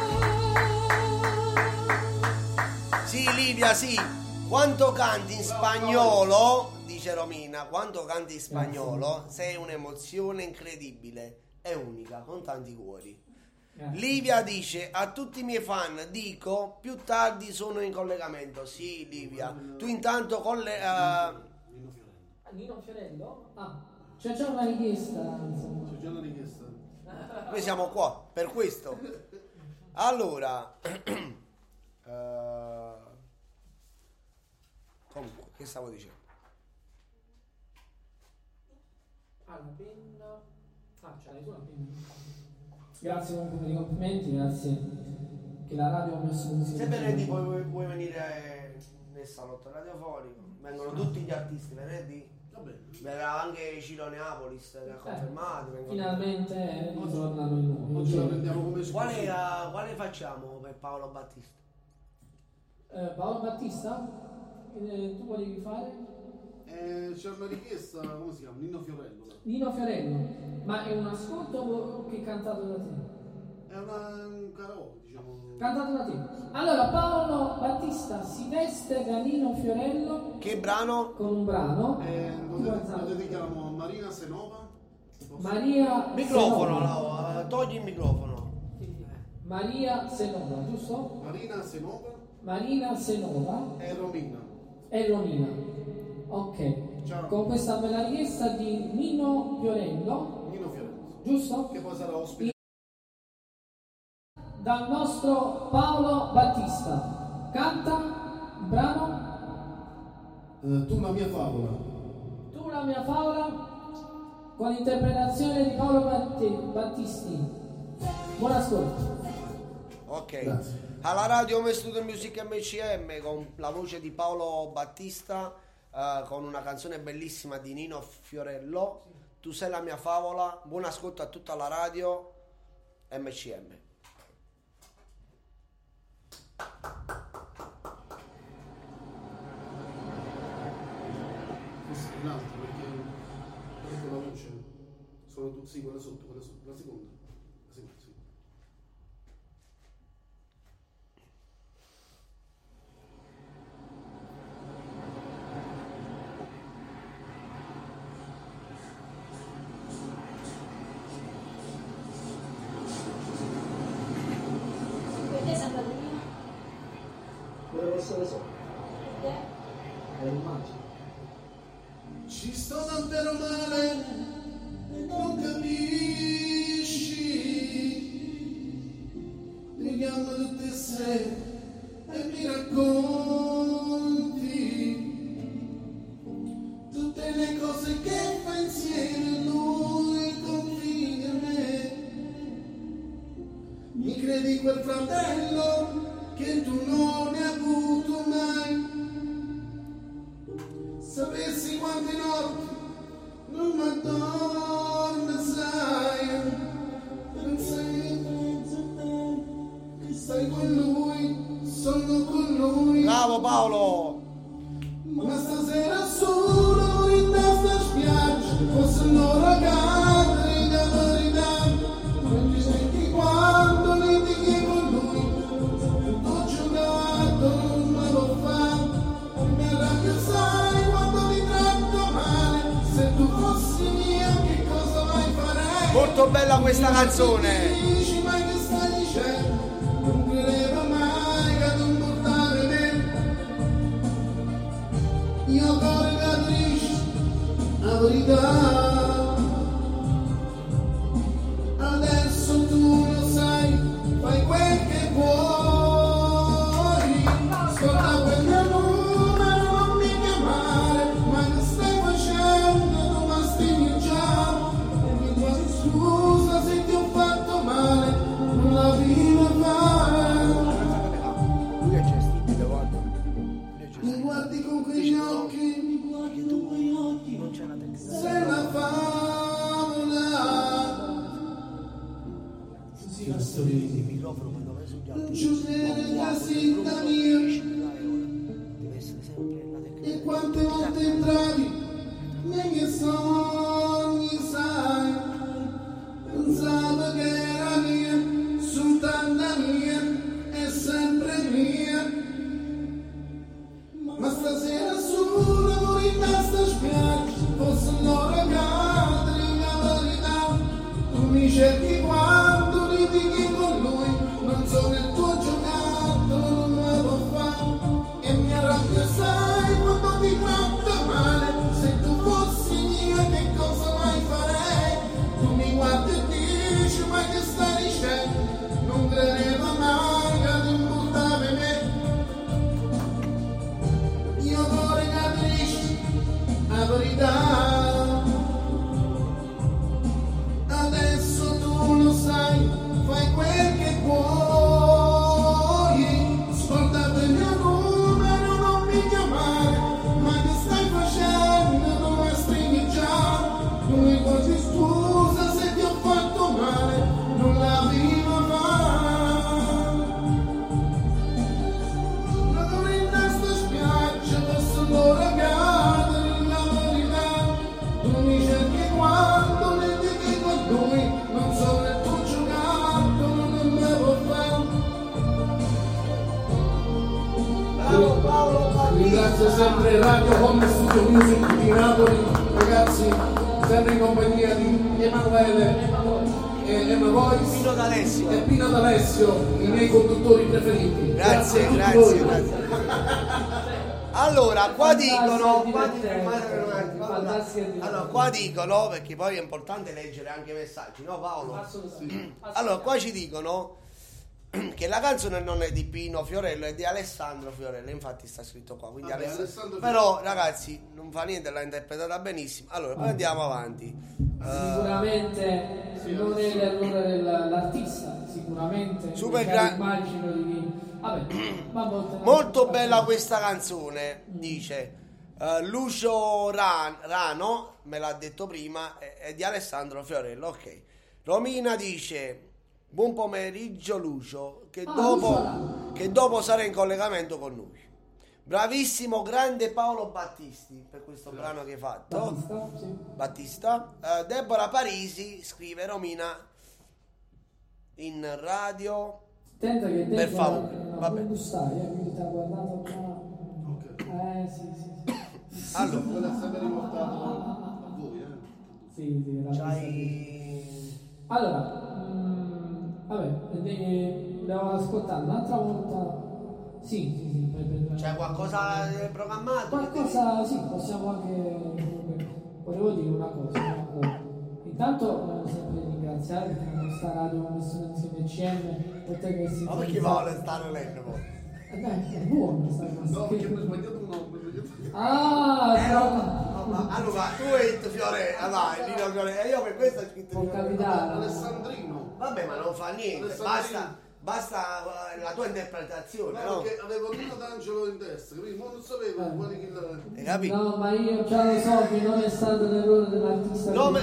Sì, Livia, sì. Quanto canti in spagnolo, dice Romina, quanto canti in spagnolo, sei un'emozione incredibile e unica, con tanti cuori. Livia dice, a tutti i miei fan dico, più tardi sono in collegamento. Sì, Livia. Tu intanto Nino Fiorello? Ah, c'è già una richiesta. C'è già una richiesta. noi siamo qua, per questo. Allora, comunque, che stavo dicendo? Ah, la penna. Ah, ce l'hai tu la penna. Grazie comunque per i complimenti, grazie che la radio ha messo così. Se venerdì vuoi venire nel salotto radiofonico, vengono tutti gli artisti venerdì. Va bene. Verrà anche Ciro Neapolis che ha confermato. Finalmente ritornano in noi. Oggi la prendiamo come scusa. Quale facciamo per Paolo Battista? Paolo Battista? Tu volevi fare? C'è una richiesta, come si chiama? Nino Fiorello. Nino Fiorello. Ma è un ascolto che è cantato da te? È un karaoke, diciamo. Cantato da te. Allora Paolo Battista si veste da Nino Fiorello. Che brano? Con un brano. Lo dedichiamo a Marina Senova. Maria Microfono, Senova. no, togli il microfono. Maria Senova, giusto? Marina Senova Marina Senova e Romina. e Romina. Ok. Ciao. Con questa bella richiesta di Nino Fiorello, Nino Fiorello. giusto? Che poi sarà ospite. Dal nostro Paolo Battista. Canta il brano Tu la mia favola. Tu la mia favola con interpretazione di Paolo Battisti. Buon ascolto. Ok. Grazie. Alla radio Home Studio Music MCM con la voce di Paolo Battista, con una canzone bellissima di Nino Fiorello. Tu sei la mia favola. Buon ascolto a tutta la radio MCM. Questo è un altro perché ecco la voce. Sono tutti, sì, quella sotto, la seconda. La seconda, sì. Perché sei andato via? Volevo essere solo. Perché? È l'immagine. Ci sto davvero male e non capisci. Preghiamo tutte e sei e mi racconti tutte le cose che fa insieme lui confidi a me. Mi credi quel fratello che tu non hai avuto mai. Sapessi quante notti torna sai, che stai con lui, sono con lui. Bravo Paolo. Ma stasera solo in testa spiaggia, possono ragazzi da verità, non ti senti quando litighi con lui, ho giocato, non me lo fa, mi arrabbio sai quando ti tratto male, se tu fossi mia che cosa mai farei? Molto bella questa canzone. Dici ma che stai dicendo, non credevo mai che non portare me. Io cuore capisci la verità, adesso tu lo sai, fai quel che vuoi, ascolta quel mio numero, non mi chiamare, ma che stai facendo, tu mi stimi già, e mi quasi scusa se ti ho fatto male, non la vivo Lui è gestibile, guarda. mi guardi con quegli occhi, mi guardi con quegli occhi, Non c'è la testa. sei una favola. Il microfono quando vai sugli altri. Non chiudere la sintonia. Deve essere sempre la tecnica. E quante volte entravi nei miei sogni, sai, pensavo che era mia, soltanto mia, e sempre mia. Ma stasera solo con in testa spiaggia, possono ragazzi la verità. Tu mi cerchi quando litighi con lui, non sono il tuo giocattolo, non me lo fa. E mi arrabbio sai quando ti tratto male, se tu fossi mia che cosa mai farei? Tu mi guardi e dici ma che stai dicendo, non credevo mai che tu buttavi me. Io cuore capisci la verità, adesso tu lo sai, fai quel che vuoi, ascolta il mio numero, non mi chiamare, ma che stai facendo, dove stringi già, non mi quasi scusa se ti ho fatto male, non la vivo mai. Ma come in testa spiaggia possono ragazzi la verità, tu mi cerchi quando litighi con lui, non sono il tuo giocattolo, non me lo fa. Bravo Paolo. Ringrazio sempre Radio Home Studio Music di Napoli, ragazzi, sempre in compagnia di Emanuele e Emma Voice Pino D'Alessio. e Pino D'Alessio, i miei conduttori preferiti. Grazie, a tutti grazie, voi. grazie. Allora, qua dicono, Fantastico. allora, qua dicono, perché poi è importante leggere anche i messaggi, no Paolo? Assolutamente. Allora, qua ci dicono che la canzone non è di Pino Fiorello, è di Alessandro Fiorello, infatti sta scritto qua, quindi Vabbè, Alessandro. Alessandro Fiorello. Però ragazzi, non fa niente, l'ha interpretata benissimo. Allora, poi andiamo avanti. Sicuramente non è l'errore dell'artista, sicuramente. Super Perché gran- immagino di. Vabbè, ma Molto bella questa canzone, dice Lucio Rano, me l'ha detto prima, è di Alessandro Fiorello, ok. Romina dice buon pomeriggio Lucio, che dopo sarà in collegamento con noi. Bravissimo, grande Paolo Battisti per questo brano che hai fatto. Battista. Deborah Parisi scrive Romina in radio. Tenta che Per favore, vabbè. quindi ti ha guardato qua. Sì. Allora, quello è sempre riportato a voi, Sì, C'hai... Allora, vabbè, devo ascoltare un'altra volta. Sì. C'è qualcosa programmato? Qualcosa, sì, possiamo anche. Volevo dire una cosa. Intanto volevo sempre ringraziare perché non sta radio Messo insieme CM, per te che si. Ma perché vuole stare lento poi? È buono sta cosa. No, perché mi ho sbagliato un nome. Allora, tu hai detto Fiore, dai, Lino Fiore, e io per questo ho scritto Può Fiore. capitare. Alessandrino. Vabbè, ma non fa niente, Alessandrino. basta la tua interpretazione, no? Perché avevo Rino D'Angelo in testa, quindi non sapevo quali che Hai capito? No, ma io già lo so che non è stato l'errore dell'artista. Nome,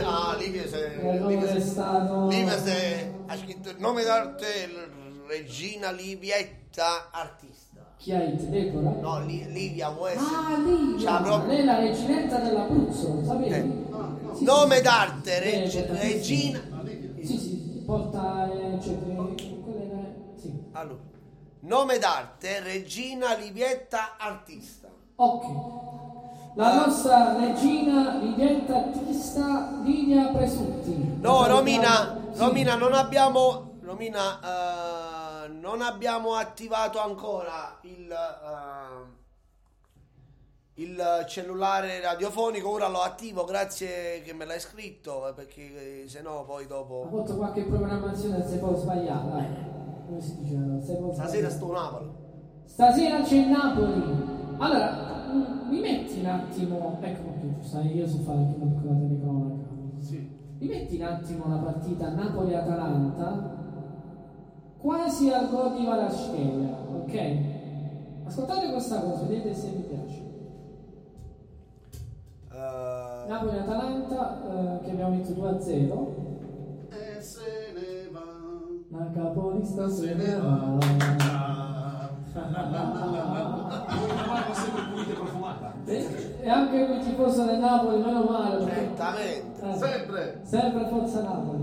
Livia ha scritto il nome d'arte Regina Livietta artista. Chi ha il Deborah? No, Livia può essere. Ah, Livia! Lei è la reginetta dell'Abruzzo, sapevi? Sì, nome sì. d'arte Regina. Sì, porta sì. Allora, nome d'arte Regina Livietta artista. Ok. La nostra regina Livietta artista Livia Presutti. No, Romina, non abbiamo attivato ancora il cellulare radiofonico. Ora lo attivo, grazie che me l'hai scritto, perché se no poi Ha dopo fatto qualche programmazione se può sbagliare, dai. Come si dice? stasera sto Napoli. Stasera c'è Napoli. Allora, mi metti un attimo, ecco qui, io so fare anche una piccola telecronaca. Sì. Mi metti un attimo la partita Napoli-Atalanta, quasi al gol di Kvaratskhelia, ok? Ascoltate questa cosa, vedete se mi piace. Napoli-Atalanta, che abbiamo vinto 2-0. E se ne va. La capolista se ne va. E anche il tifoso del Napoli, meno male. Certamente. Sempre forza Napoli.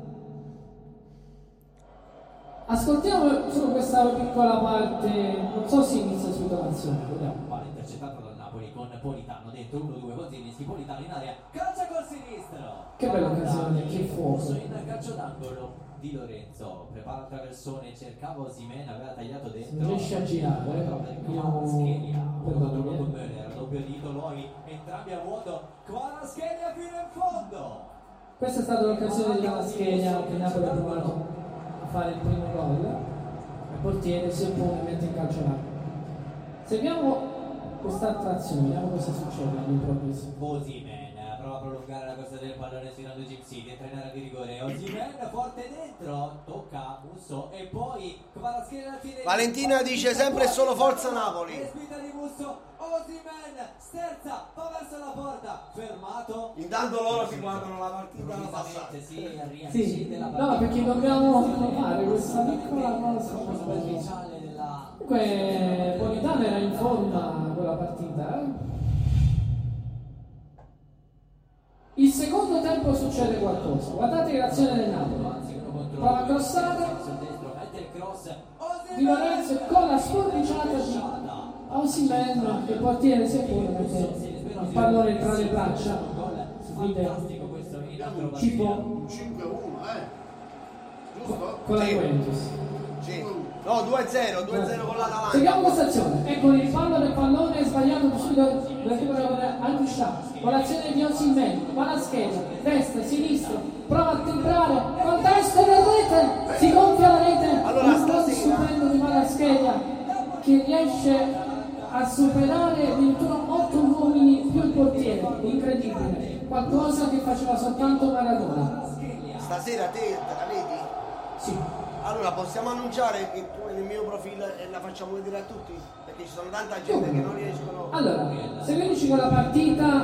Ascoltiamo solo questa piccola parte, non so se inizia subito l'azione. Palla intercettata dal Napoli con Politano dentro 1-2 con Zielinski, Politano in area, calcia col sinistro. Che bella occasione, che fuoco. In calcio d'angolo di Lorenzo, prepara il traversone, cercava Osimhen, aveva tagliato dentro. Non riesce a girare, Kvaratskhelia, con Möller, doppio dito, Loi, entrambi a vuoto, Kvaratskhelia fino in fondo. Questa è stata l'occasione di Kvaratskhelia che Napoli ha provato a fare il primo gol. Il portiere si oppone e mette in calcio l'angolo. Seguiamo quest'altra azione, vediamo cosa succede all'improvviso. Osimhen prova a prolungare la corsa del pallone sfidando Gipsy, entra in area di rigore. Osimhen forte dentro, tocca Musso e poi Kvaratskhelia la tiene. Valentina dice sempre e solo forza Napoli. E spinta di Musso, Osimhen sterza, va verso la porta, fermato. Intanto loro si guardano la partita alla passata. Sì, no, perché dobbiamo fare questa piccola cosa. Comunque Politano era in forma quella partita, Il secondo tempo succede qualcosa. Guardate l'azione del Napoli. Prova a crossare Di Lorenzo con la sforbiciata di Osimhen, che il portiere si oppone perché il pallone tra le braccia. Si vede tipo 5-1, giusto? con la Juventus. Sì. No, 2-0 con l'Atalanta. Seguiamo questa azione. Ecco il fallo del pallone sbagliato subito Al-Dushah. Con l'azione di Osimhen, Kvaratskhelia, destra, sinistra, prova a timbrare, con destra la rete, si gonfia la rete. Allora, un gol stupendo di Kvaratskhelia che riesce a superare addirittura 8 uomini più il portiere. Incredibile, qualcosa che faceva soltanto Maradona. Stasera te la vedi? Sì. Allora possiamo annunciare che tu hai il mio profilo e la facciamo vedere a tutti? Perché ci sono tanta gente che non riescono. Allora, seguiteci con la partita.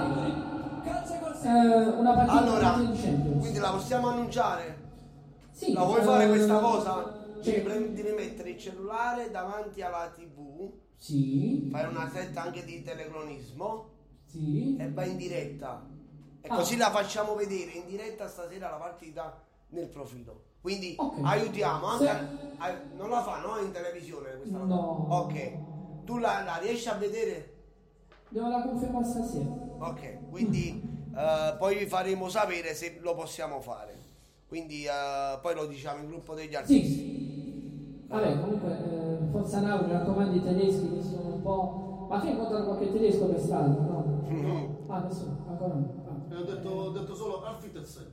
Una partita Allora, di Champions. quindi la possiamo annunciare? Sì, La vuoi fare questa cosa? Sì. Devi mettere il cellulare davanti alla TV, Sì. fare una setta anche di telecronismo Sì. e vai in diretta. E così la facciamo vedere in diretta stasera la partita nel profilo. Quindi aiutiamo anche non la fa, no? In televisione questa cosa. No. Ok. Tu la riesci a vedere? Devo la confermare stasera. Ok, quindi poi vi faremo sapere se lo possiamo fare. Quindi poi lo diciamo in gruppo degli artisti. Sì. Vabbè, comunque, Forza Napoli, mi raccomando, i tedeschi che sono un po'. Ma tu hai incontrato qualche tedesco per strada, no? Ah, nessuno, ancora no. Ho detto solo Alfitez.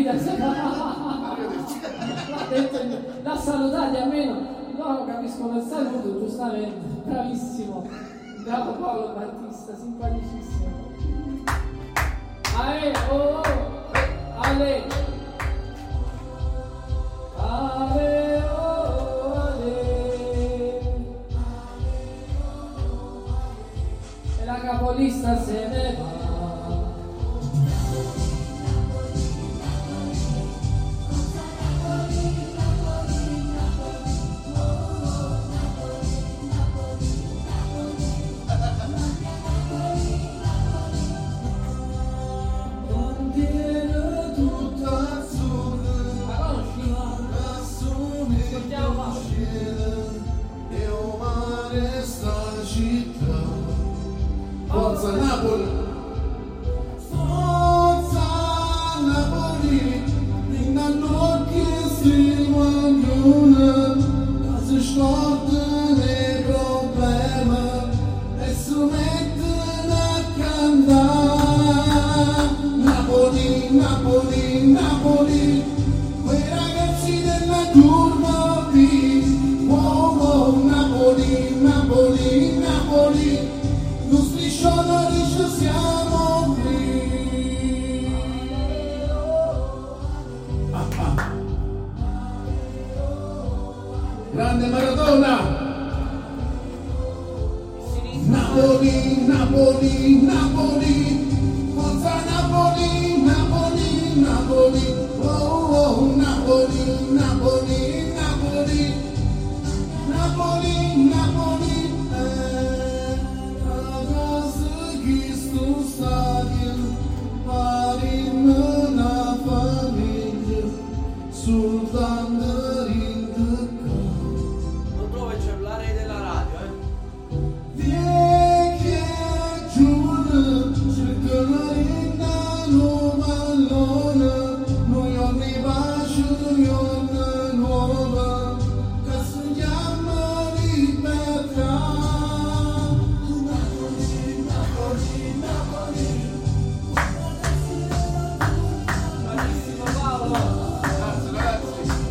L'ha salutati almeno. No, capisco il saluto, giustamente. Bravissimo. Bravo Paolo Battista, simpaticissimo. Ale, oh, Ale. Ale, oh, Forza Napoli! Forza Napoli! In all'occhio si vogliono, si storcono i problemi e si mettono a cantare. Napoli, Napoli, Napoli, quei ragazzi della curva B. Oh, oh, Napoli, Napoli, Napoli, non striscione dice siamo qui. Grande Maradona! Napoli, Napoli, Napoli, forza Napoli, Napoli, Napoli, oh, oh, Napoli, Napoli, Napoli, Napoli, Napoli, ragazzi che sto stadio, pari una famiglia, sul tanderin de Non trovo il cellulare della radio, Vecchia giù, cercano rinda nuova, noi arrivaci, noi nuova, che si chiama libertà. Napoli, Napoli, Napoli. Bravissimo Paolo! Grazie, grazie.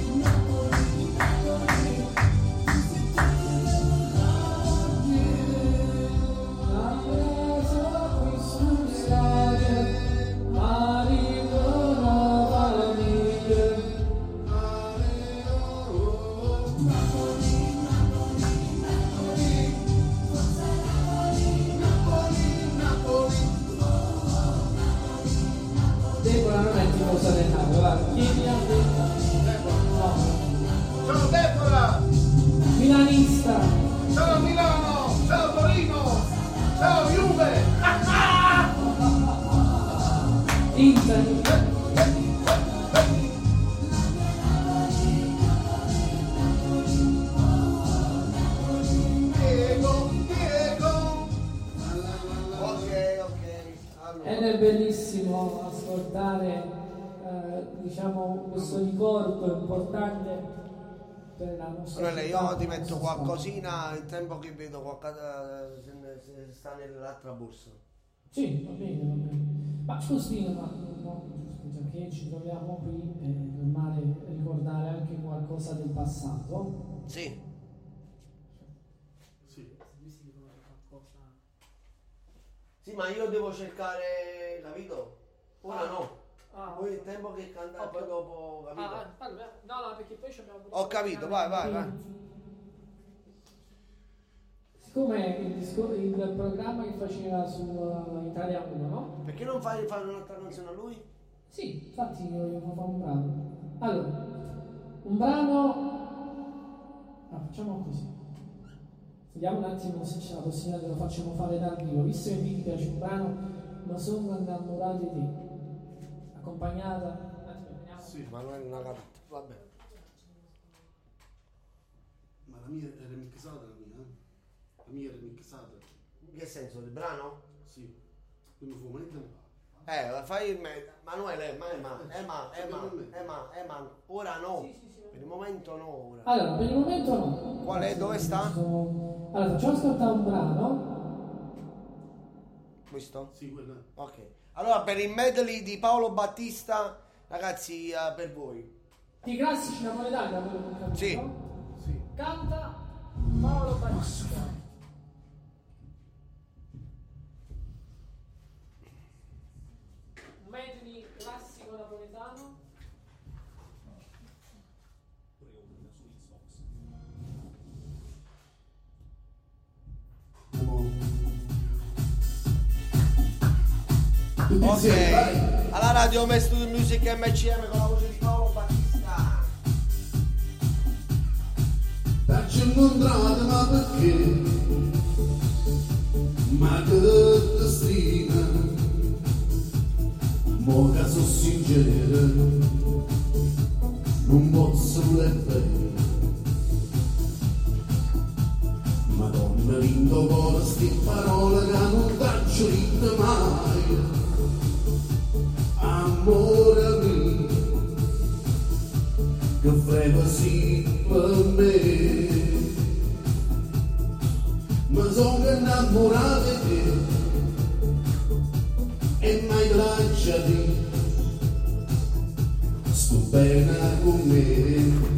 Deborah non è tifosa del Napoli, guarda. Chiedi a Deborah. No. Ciao Deborah! Milanista. Ciao Milano! Ciao Torino! Ciao Juve! Inter. Diego, Diego! Ok. Allora. Ed è bellissimo ascoltare diciamo questo ricordo importante per la nostra Sorella, città, io ti per la metto nostra qualcosina il tempo che vedo qualcosa se sta nell'altra borsa. squadra. Sì, va bene. Ma scusi, ma no, scusa, che ci troviamo qui, è normale ricordare anche qualcosa del passato. Sì. Sì, ma io devo cercare, capito? Ora no. Poi il tempo che canta e poi dopo, capito? No, perché poi abbiamo Ho capito, vai. Siccome il programma che faceva su Italia 1, no? Perché non fai fare un'altra canzone a lui? Sì, infatti io voglio fare un brano. Allora, un brano. Facciamo così. Vediamo un attimo se c'è la possibilità che lo facciamo fare dal vivo. Visto che mi piace un brano, ma sono innamorato di te. Accompagnata. Sì, ma non è una capita. Vabbè. Ma la mia è remixata, la mia, eh? La mia è remixata. In che senso? Il brano? Sì. Quindi fu moneta. Fai il Manuele, ora no. Sì. Per il momento no, ora. Allora, per il momento no. Qual è? Dove sta? Allora, facciamo ascoltare un brano. Questo? Sì, quello è. Ok. Allora, per il medley di Paolo Battista, ragazzi, per voi. I classici napoletani, da quello che ho capito. Sì. Sì. Canta Paolo Battista. Un medley classico napoletano. Ok. Alla radio Home Studio Music MCM con la voce di Paolo Battista. Faccio incontrate ma perché? Ma che destina? Mo che sono sincero, non posso voler bene. Madonna mi vinto con queste parole che non t'accio detto mai. Amore mio, che frega sì per me. Mi sono innamorato di te e mai te lascia di sto bene con me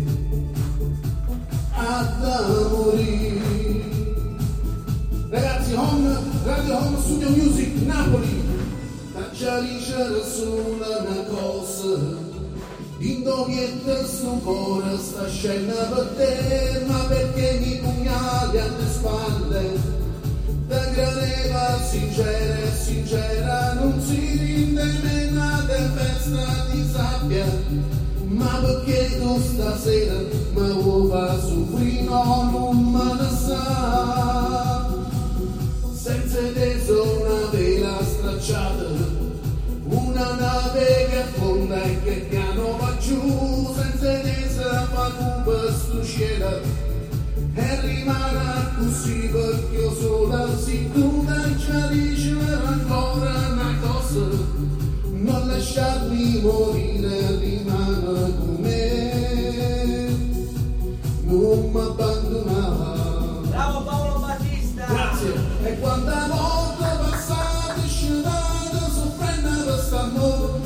a morire. Ragazzi, Radio Home Studio Music Napoli, da chiarisce solo una cosa. Indovietta sto cuore sta scena per te, ma perché mi pugnali alle spalle? Da graneva sincera, sincera, non si rinde nemmeno tempesta di sabbia. Ma perché tu stasera mi vuoi far soffrire, no, non me ne sa. Senza te sono una vela stracciata, una nave che affonda e che piano va giù, senza te si fa cupa sto cielo e rimane così perché io sola si tu ci dici ancora una cosa, non lasciarmi morire, rimane con me, non mi abbandonare. Bravo Paolo Battista! Grazie. E quanta volta passate scenate soffrendo per st'amore,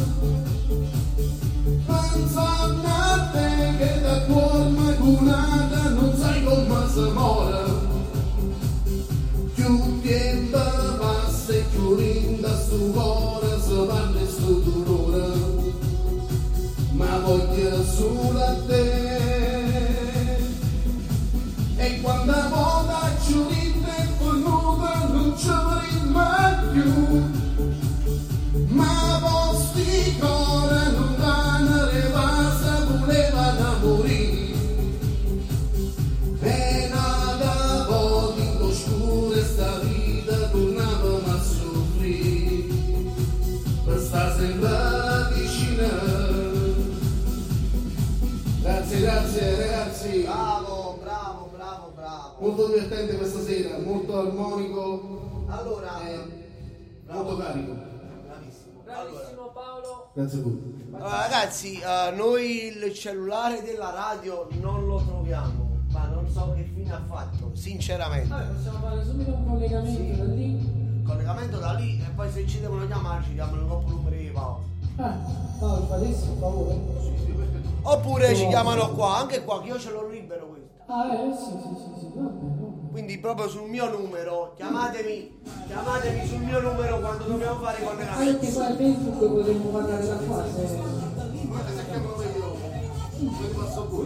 pensando a te che da cuore maculata non sai come si muore. Più tempo passa e più rinda sto cuore, si parla sto dolore, ma voglio solo a te. E quando volta ci rinde e fornuta non ci vorrei mai più, ma vostri cuore non danno revasa, volevano morire. E nada volta in oscura sta vita tornavamo a soffrire, per sta sempre vicina. Grazie ragazzi. Bravo, bravo, bravo, bravo. Molto divertente questa sera, molto armonico, Allora, molto carico. bravissimo. Bravissimo Paolo. Grazie a voi. Allora, ragazzi, noi il cellulare della radio non lo troviamo, ma non so che fine ha fatto, sinceramente. Vabbè, possiamo fare subito un collegamento da lì. Collegamento da lì e poi se ci devono chiamare ci chiamano il coppo numero di Paolo. Paolo, faresti un favore? Oppure ci chiamano qua, anche qua, che io ce l'ho libero questo. Sì, va bene. Quindi proprio sul mio numero, chiamatemi sul mio numero quando dobbiamo fare i collegamenti. Anche qua a Facebook potremmo parlare da qua. Guarda se chiamano meglio, ve li passo a voi.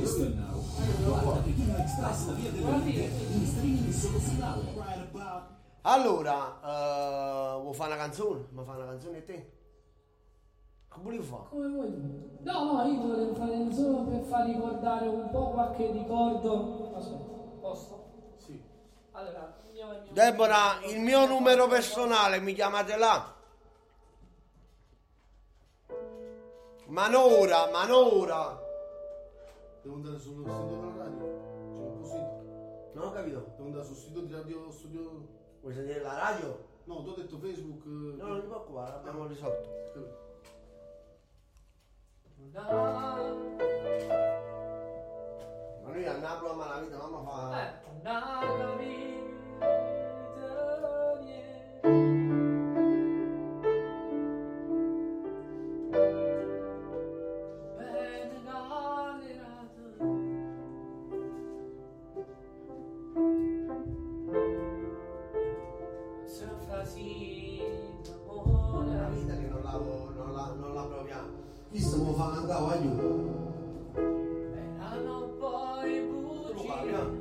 Allora, vuoi fare una canzone? Ma fa una canzone a te? Che volevi fare? Come vuoi tu? No, io volevo fare solo per far ricordare un po' qualche ricordo. Aspetta, posto? Sì. Allora, il mio Deborah, il mio numero personale, mi chiamate là. Ma non ora. Devo andare sul sito della radio. C'è un po' sito. Non ho capito. Devo andare sul sito di Radio Studio. Vuoi sentire la radio? No, tu hai detto Facebook. No, non ti preoccupare, abbiamo risolto. Ma noi a Napoli ma la vita mamma fa. La vita che non la proviamo. Chi stiamo facendo andare a aiuto? Erano poi bugie.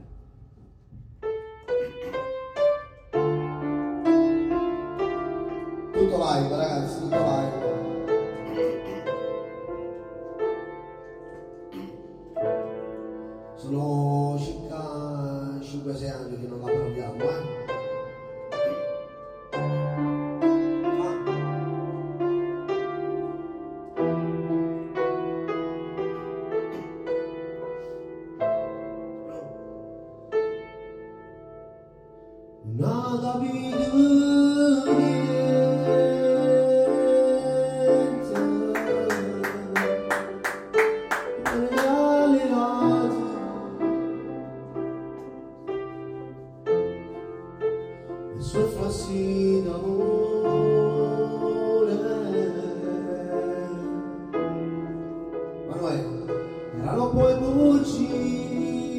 Tutto live, ragazzi, tutto live. Sono circa 5-6 anni che non la proviamo, poi bugie.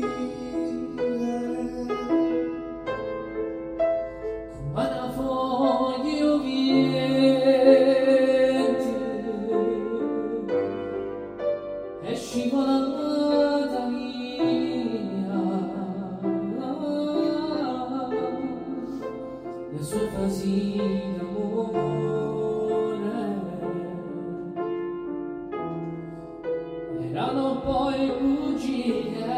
Come una foglia viente è scivolata via le sue frasi d'amore erano poi bugie.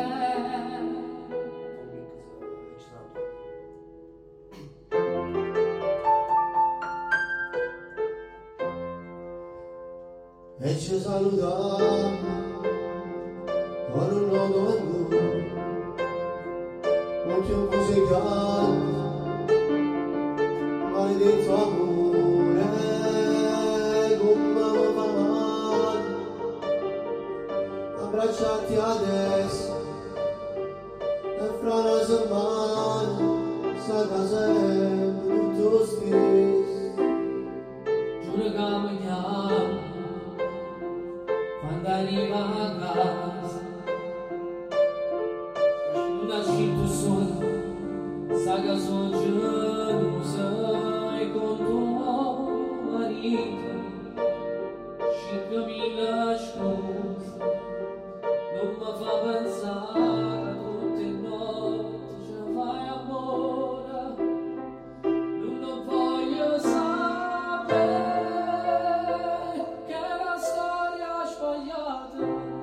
E ci salutiamo con un nodo ancora, non più musicato, maledetto amore, come mi fa male, abbracciarti adesso, e fra una settimana sarà sempre tutto stesso. Giuro che mi chiamo quando arriva a casa, non ha scritto solo, sa che sono gelosa e con tuo marito 5.000 scuse, non mi fa pensare a tutte le notti ce fai amore, non voglio sapere che la storia è sbagliata,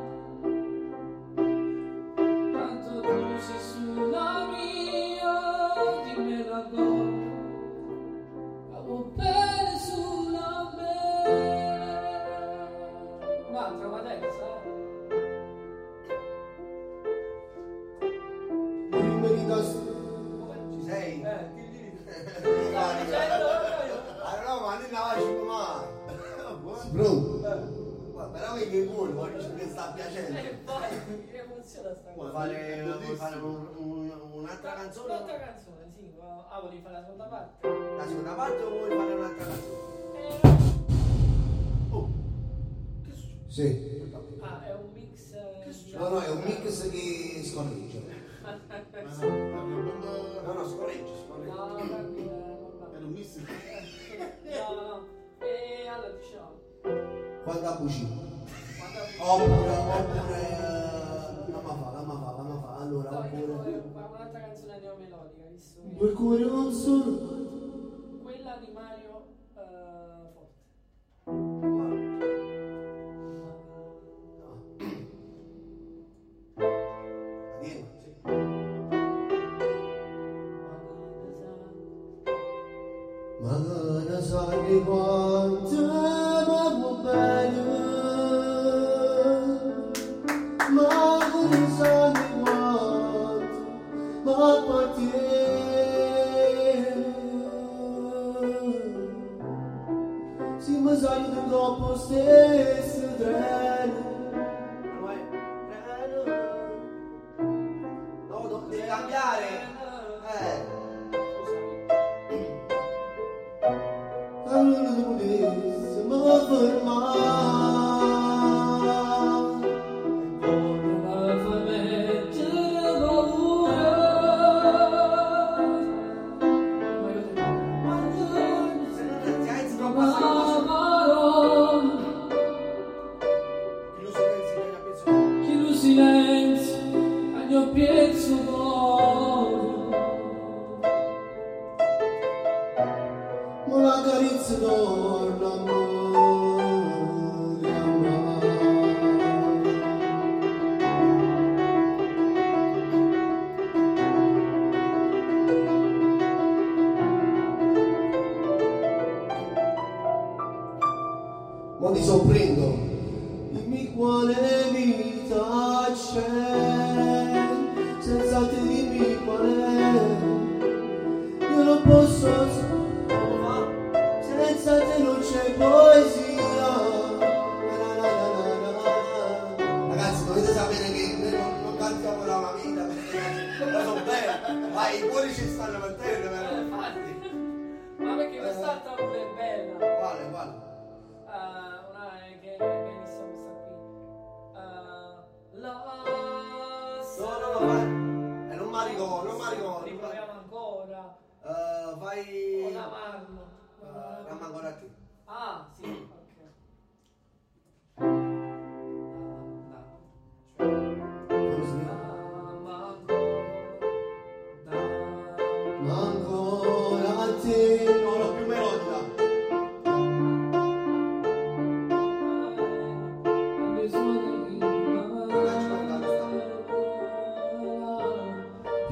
tanto tu sei sulla mia, dimmi la cosa, avevo bene sulla me. Un'altra Madenza, Dimmi di gas- Ci sei? Allora, ma non la faccio mai. Pronto? Ma veramente che buono, ma mi sta piacendo. poi che emoziona sta Vuoi cosa. fare un'altra canzone? Un'altra canzone, sì, volevi fare la seconda parte? La seconda parte o vuoi fare un'altra canzone? Oh, che succede? Sì. Ah, è un mix di... No, è un mix che scorreggia. No, scorreggia. No, È un mix. no. E allora diciamo, Quando ha bucino. quando... Oppure, la ma fa, allora, No, io oppure... fare un'altra canzone neomelodica, visto che... Due cuori un solo. Quella di Mario Forte. Ma non sai quanto mi vuoi bene, ma non sai quanto mi appartiene. Se mi sai di troppo stesso treno. No, devi cambiare. Allora non potessi mi fermare. Ma fa mettere paura. Se non ti alzi troppo Ma parola, che lo silenzio al mio pezzo cuore. ma la carezza torna amore, amore. Ma ti sorprendo, dimmi quale vita c'è, senza te dimmi qual è, io non posso, senza te non c'è poesia. Ragazzi, dovete sapere che noi non cantiamo da una vita, perché lo so bene, ma i cuori ci stanno per te, Infatti, ma perché quest'altra pure è bella. Quale? Una che è bellissima questa qui. La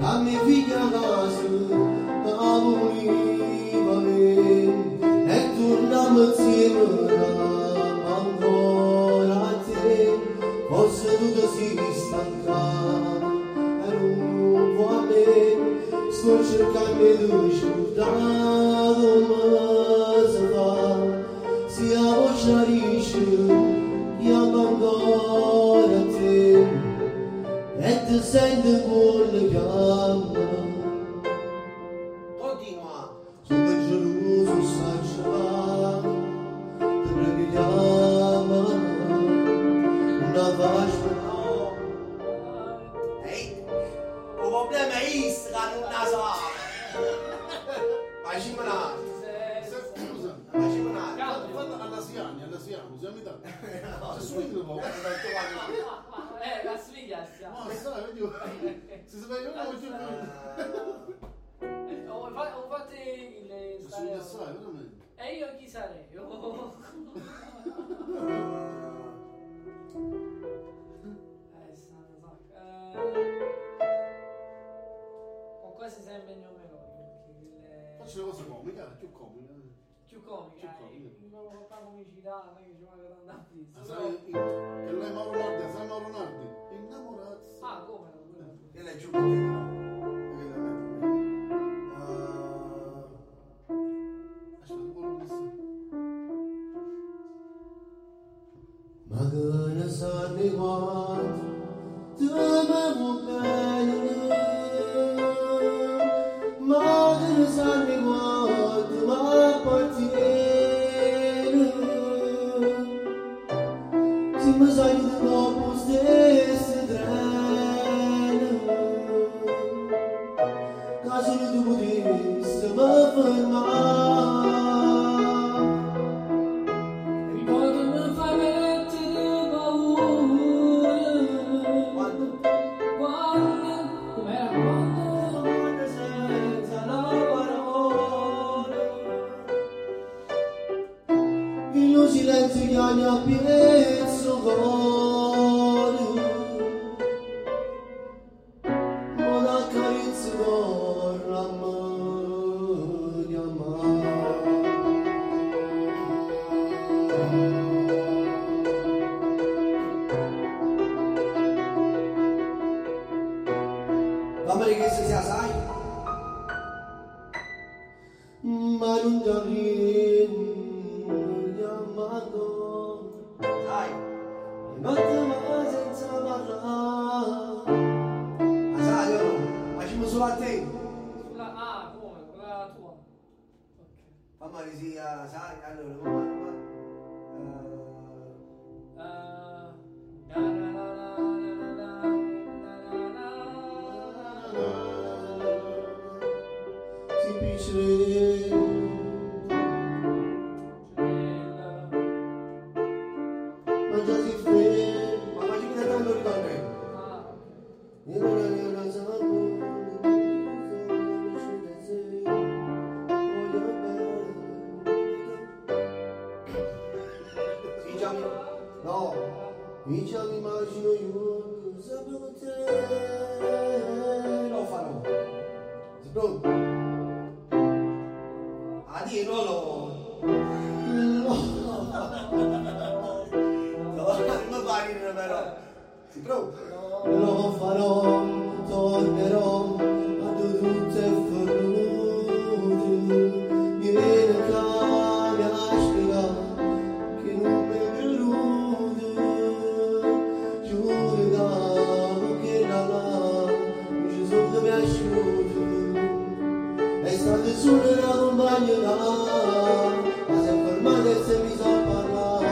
a mia figlia a casa, a voleva e torniamo insieme ancora a te, forse tu ti sei stancato e non vuoi a me, sto cercando di scordare come si fa, se la voce riesce, chiamo ancora a te. E ti senti con le gambe. Continua. Sono geloso, s'acciava, ti preghiamo, una vasca. Ehi, il problema è questo, che non la so. Facciamo un altro. Scusa, Facciamo un altro. fanno all'asiano, siamo in Italia. C'è subito dopo. La sveglia stiamo. No, sai, vedi, si sveglia una voce Ho fatto il Nessuno che sai, veramente. E io chi sarei? Ho quasi sempre il nome loro. Faccio le cose comiche, più comiche. Più comiche, non ho fatto comicità, non è che ci vuole andare a pizza. Sai che lei Mauro Nardi, sai Mauro Nardi? Innamorati. Ah, come? Che lei giù con te, no? Aspetta, un po' lo messo. Ma che ne sanno quanto ti amo bene, ma che ne sanno quanto mi appartiene, se mi sai di dopo stesse treno, caso che tu potessi mi fermare. Ricordo fa mettere paura. Quando? Com'era? Quando senza la parola, il silenzio che ha a pezzo cuore, ma la carezza torna a me di amare. Fammi che si sia, sai? Ma non ti arrivo chiamando, Sai? notte ma senza parlare. Ma sai o no? Facciamo solo a te. Ah, come? Quella tua. Fammi che sia, sai? Allora, Si piacere, ma già si ferma. ma facciamo da tanto ritorno. E non era sangue, Sì, già mi... No. mi già mi immagino io, sapevo te. Lo farò. Sei pronto? Addio, Rolo. Non mi fai ridere però. Sei pronto? Lo farò, tornerò a tutte fornute. Mi viene a spiegare che non mi è venuto. Giuro che là mi ci sono piaciuto. È stato solo una compagna là, ma si è fermata e si è messa a parlare.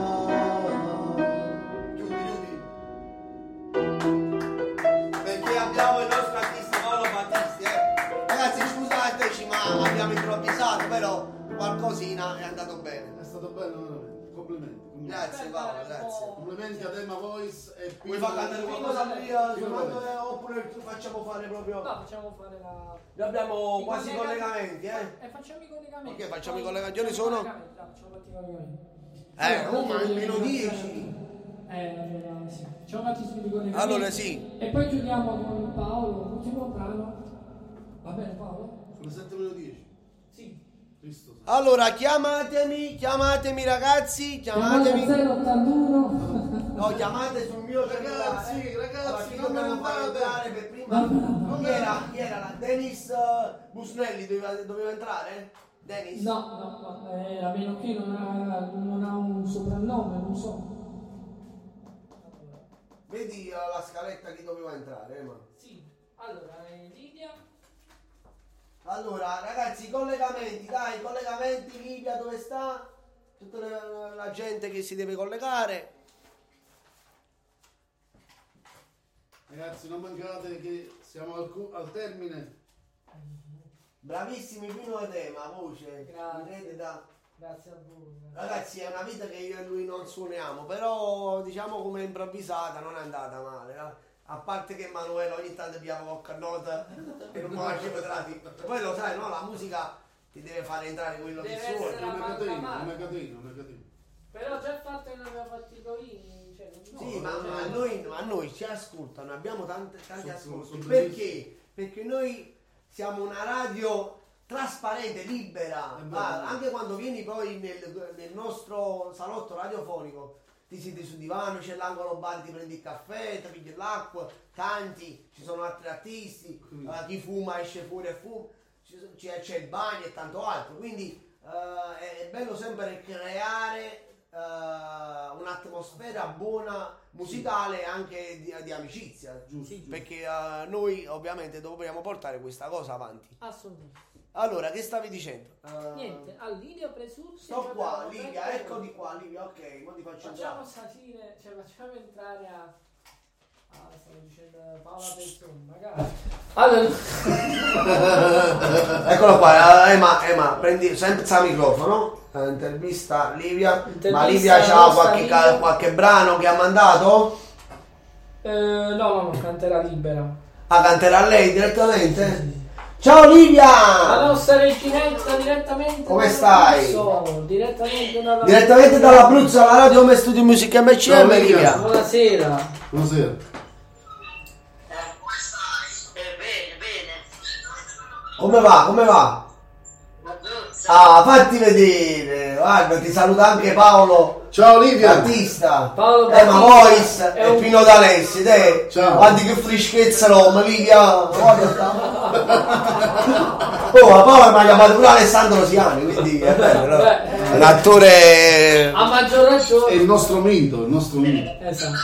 Perché abbiamo il nostro artista Paolo Battisti, Ragazzi, scusateci, ma abbiamo improvvisato, però qualcosina è andato bene. È stato bello, veramente. Complimenti. Grazie Paolo, grazie. Complimenti a Dema Voice e Vuoi far cantare qualcosa prima? Oppure facciamo fare proprio... No, facciamo fare la... Noi abbiamo I quasi collegamenti, facciamo i collegamenti. Ok, facciamo i collegamenti. Io ne sono? Facciamo i collegamenti. Ma almeno 10. Allora sì. Ci ho fatto subito con le Allora sì. E poi chiudiamo con Paolo, l'ultimo brano. Va bene Paolo? Sono 7:10. Sì. Cristo. Allora chiamatemi ragazzi, chiamatemi. 081. No, chiamate sul mio Ragazzi, Allora, chi non me ne dobbiamo fare andate. entrare per prima? Chi era la Dennis Busnelli doveva entrare? Dennis? No, a meno che non ha un soprannome, non so. Vedi la scaletta chi doveva entrare, ma. Sì, allora Lidia. Allora, ragazzi, collegamenti, Livia dove sta? Tutta la gente che si deve collegare. Ragazzi, non mancate che siamo al termine. Bravissimi fino a tema, voce. Grazie. Da... Grazie a voi. Ragazzi, è una vita che io e lui non suoniamo, però diciamo come improvvisata non è andata male. A parte che Emanuele ogni tanto piava qualche nota e non mi faceva traffico. Poi lo sai, no? La musica ti deve fare entrare quello che Deve suona. essere Non è la catino, banda non è catino. Però già il fatto che non abbiamo fatto i covini, cioè, Sì, ma a noi ci ascoltano, abbiamo tanti ascolti. sono Perché? Perché noi siamo una radio trasparente, libera. Anche quando vieni poi nel nostro salotto radiofonico, ti siedi sul divano, c'è l'angolo bar, ti prendi il caffè, ti pigli l'acqua, canti, ci sono altri artisti, chi fuma esce fuori e fuma, c'è il bagno e tanto altro. Quindi è bello sempre creare un'atmosfera buona musicale anche di amicizia, Giusto. perché noi ovviamente dobbiamo portare questa cosa avanti. assolutamente. Allora, che stavi dicendo? Niente, a Lidia Presursi. Sto qua, Livia, ecco di qua, Livia, ok, ora ti faccio Facciamo entrare. stasera, cioè facciamo entrare a stavo dicendo Paola Persone, magari. Allora, Eccolo qua, Ema, prendi senza microfono. Intervista Livia. Ma Livia c'ha qualche brano che ha mandato? no, canterà libera. Ah, canterà lei direttamente? Ciao Livia! La nostra reginetta direttamente. Come stai? Direttamente dall'Abruzzo, alla Radio Home Studio Music MCM, Ciao, Livia. Livia. Buonasera. Buonasera. Come stai? Bene. Come va? Ah, fatti vedere. Guarda, ti saluta anche Paolo. Ciao Livia. Artista. Paolo Ma Battista Voice è e un- Pino D'Alessi, te. Ciao. Guardi che freschezza Roma, Livia. Guarda. Oh, ma Paolo mi ha chiamato pure Alessandro Siani, quindi è bello, no? È un attore. A maggior È ragione. il nostro mito, Esatto.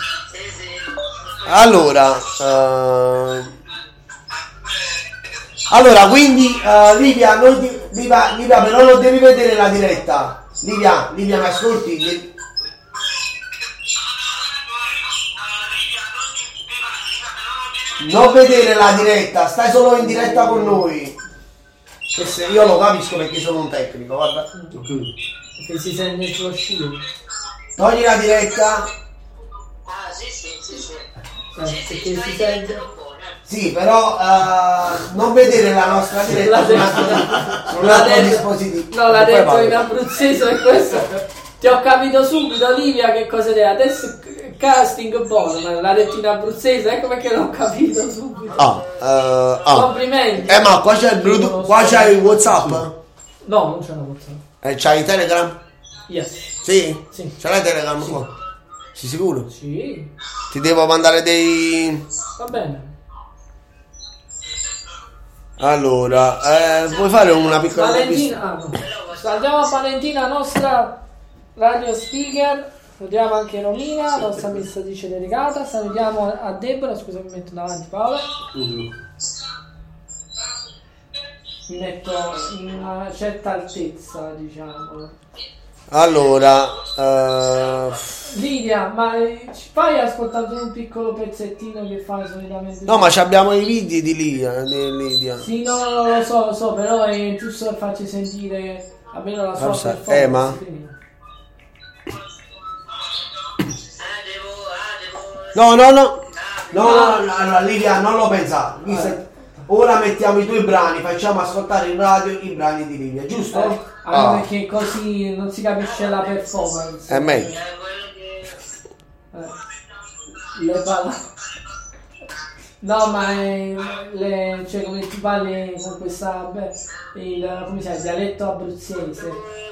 Allora, quindi Livia, Livia, però non devi vedere la diretta. Livia, mi ascolti? Non vedere la diretta, stai solo in diretta con noi. E se io lo capisco perché sono un tecnico, guarda. Che si sente il tuo scio. Togli la diretta. Sì. Perché si sente. Sì, però non vedere la nostra diretta su un altro dispositivo. No, l'ha Poi detto parlo. in abruzzese e questo. Ti ho capito subito, Livia, che cosa è. Adesso casting buono, ma l'ha detto in abruzzese, ecco perché l'ho capito subito. Complimenti. Ma qua c'è il Bluetooth, qua c'è il WhatsApp? No, non c'è una WhatsApp. C'hai il Telegram? Yes. Sì? Sì. Ce l'hai Telegram qua? Sei sicuro? Sì. Ti devo mandare dei... Va bene. Allora, vuoi fare una piccola intervista? Valentina, salutiamo a Valentina, nostra radio speaker. Salutiamo anche Romina, la nostra messaggio delegata. Salutiamo a Deborah, scusa mi metto davanti Paola. Mi metto in una certa altezza, diciamo. Allora, Lidia, ma ci fai ascoltare un piccolo pezzettino che fai solitamente? no, ma ci abbiamo i video di Lidia. Sì, no, lo so, però è giusto per farci sentire almeno la sua Forse, performance. ma- quindi- No, allora Lidia, non lo pensare. Ora mettiamo i tuoi brani, facciamo ascoltare in radio i brani di Livia, giusto? Anche perché così non si capisce la performance. È meglio. le parla. No, ma cioè come ti parli con questa come si chiama, dialetto abruzzese.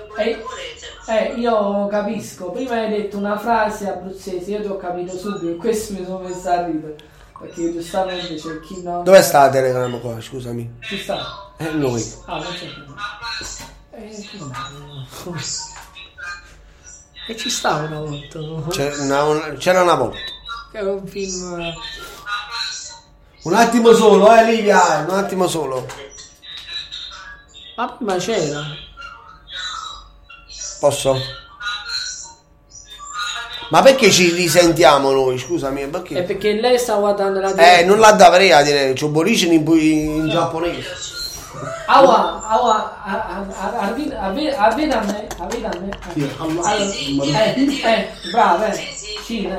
Io capisco, prima hai detto una frase abruzzese, io ti ho capito subito, e questo mi sono messo a ridere. Perché giustamente c'è chi no. Dove sta la telecamera qua? Scusami. Ci sta? Noi. Ah, non c'è più. E ci stava una volta. C'era una volta. Che era un film. Un attimo solo, Livia, un attimo solo. Ma prima c'era. Posso? Ma perché ci risentiamo noi? Scusami, perché? È perché lei sta guardando la diretta. Non la dovrei a dire, c'ho Borisci in giapponese. Avveda a me. Brava, Cina.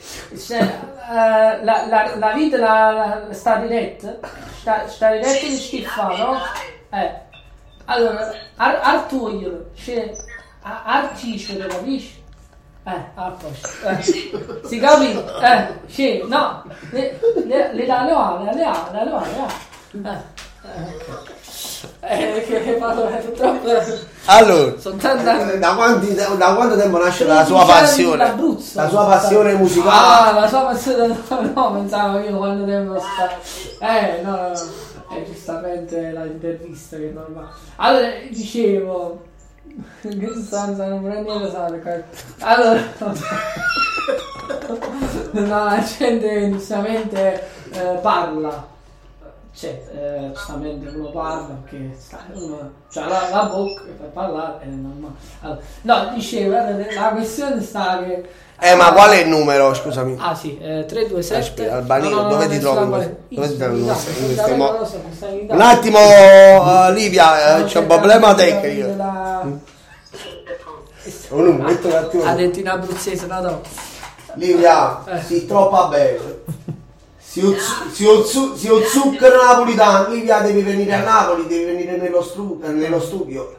La vita sta diretta di Stefano. Allora, Arturo, c'è Articcio, capisci? A posto. Si capisce? Sì, no. Le che purtroppo. Allora, sono tanti anni. Da quanto tempo nasce la sua passione? La sua passione musicale? Ah, la sua passione, no, pensavo io quanto tempo sta. No. Giustamente l'intervista che è normale. Allora, dicevo. Che sostanza non prendete sale. Allora. No, la gente giustamente parla. Cioè, giustamente uno parla perché uno c'ha la bocca per parlare, è normale. Allora, no, dicevo, la questione sta che. Ma qual è il numero? Scusami. Ah sì, 327. Albanino, dove ti trovi? Dove ti trovi? Un Un attimo, Livia, c'è un problema tecnico. Ha detto in abruzzese, no? Livia, si troppa bene. Si ho zucchero napolitano, Livia, devi venire a Napoli, devi venire nello studio.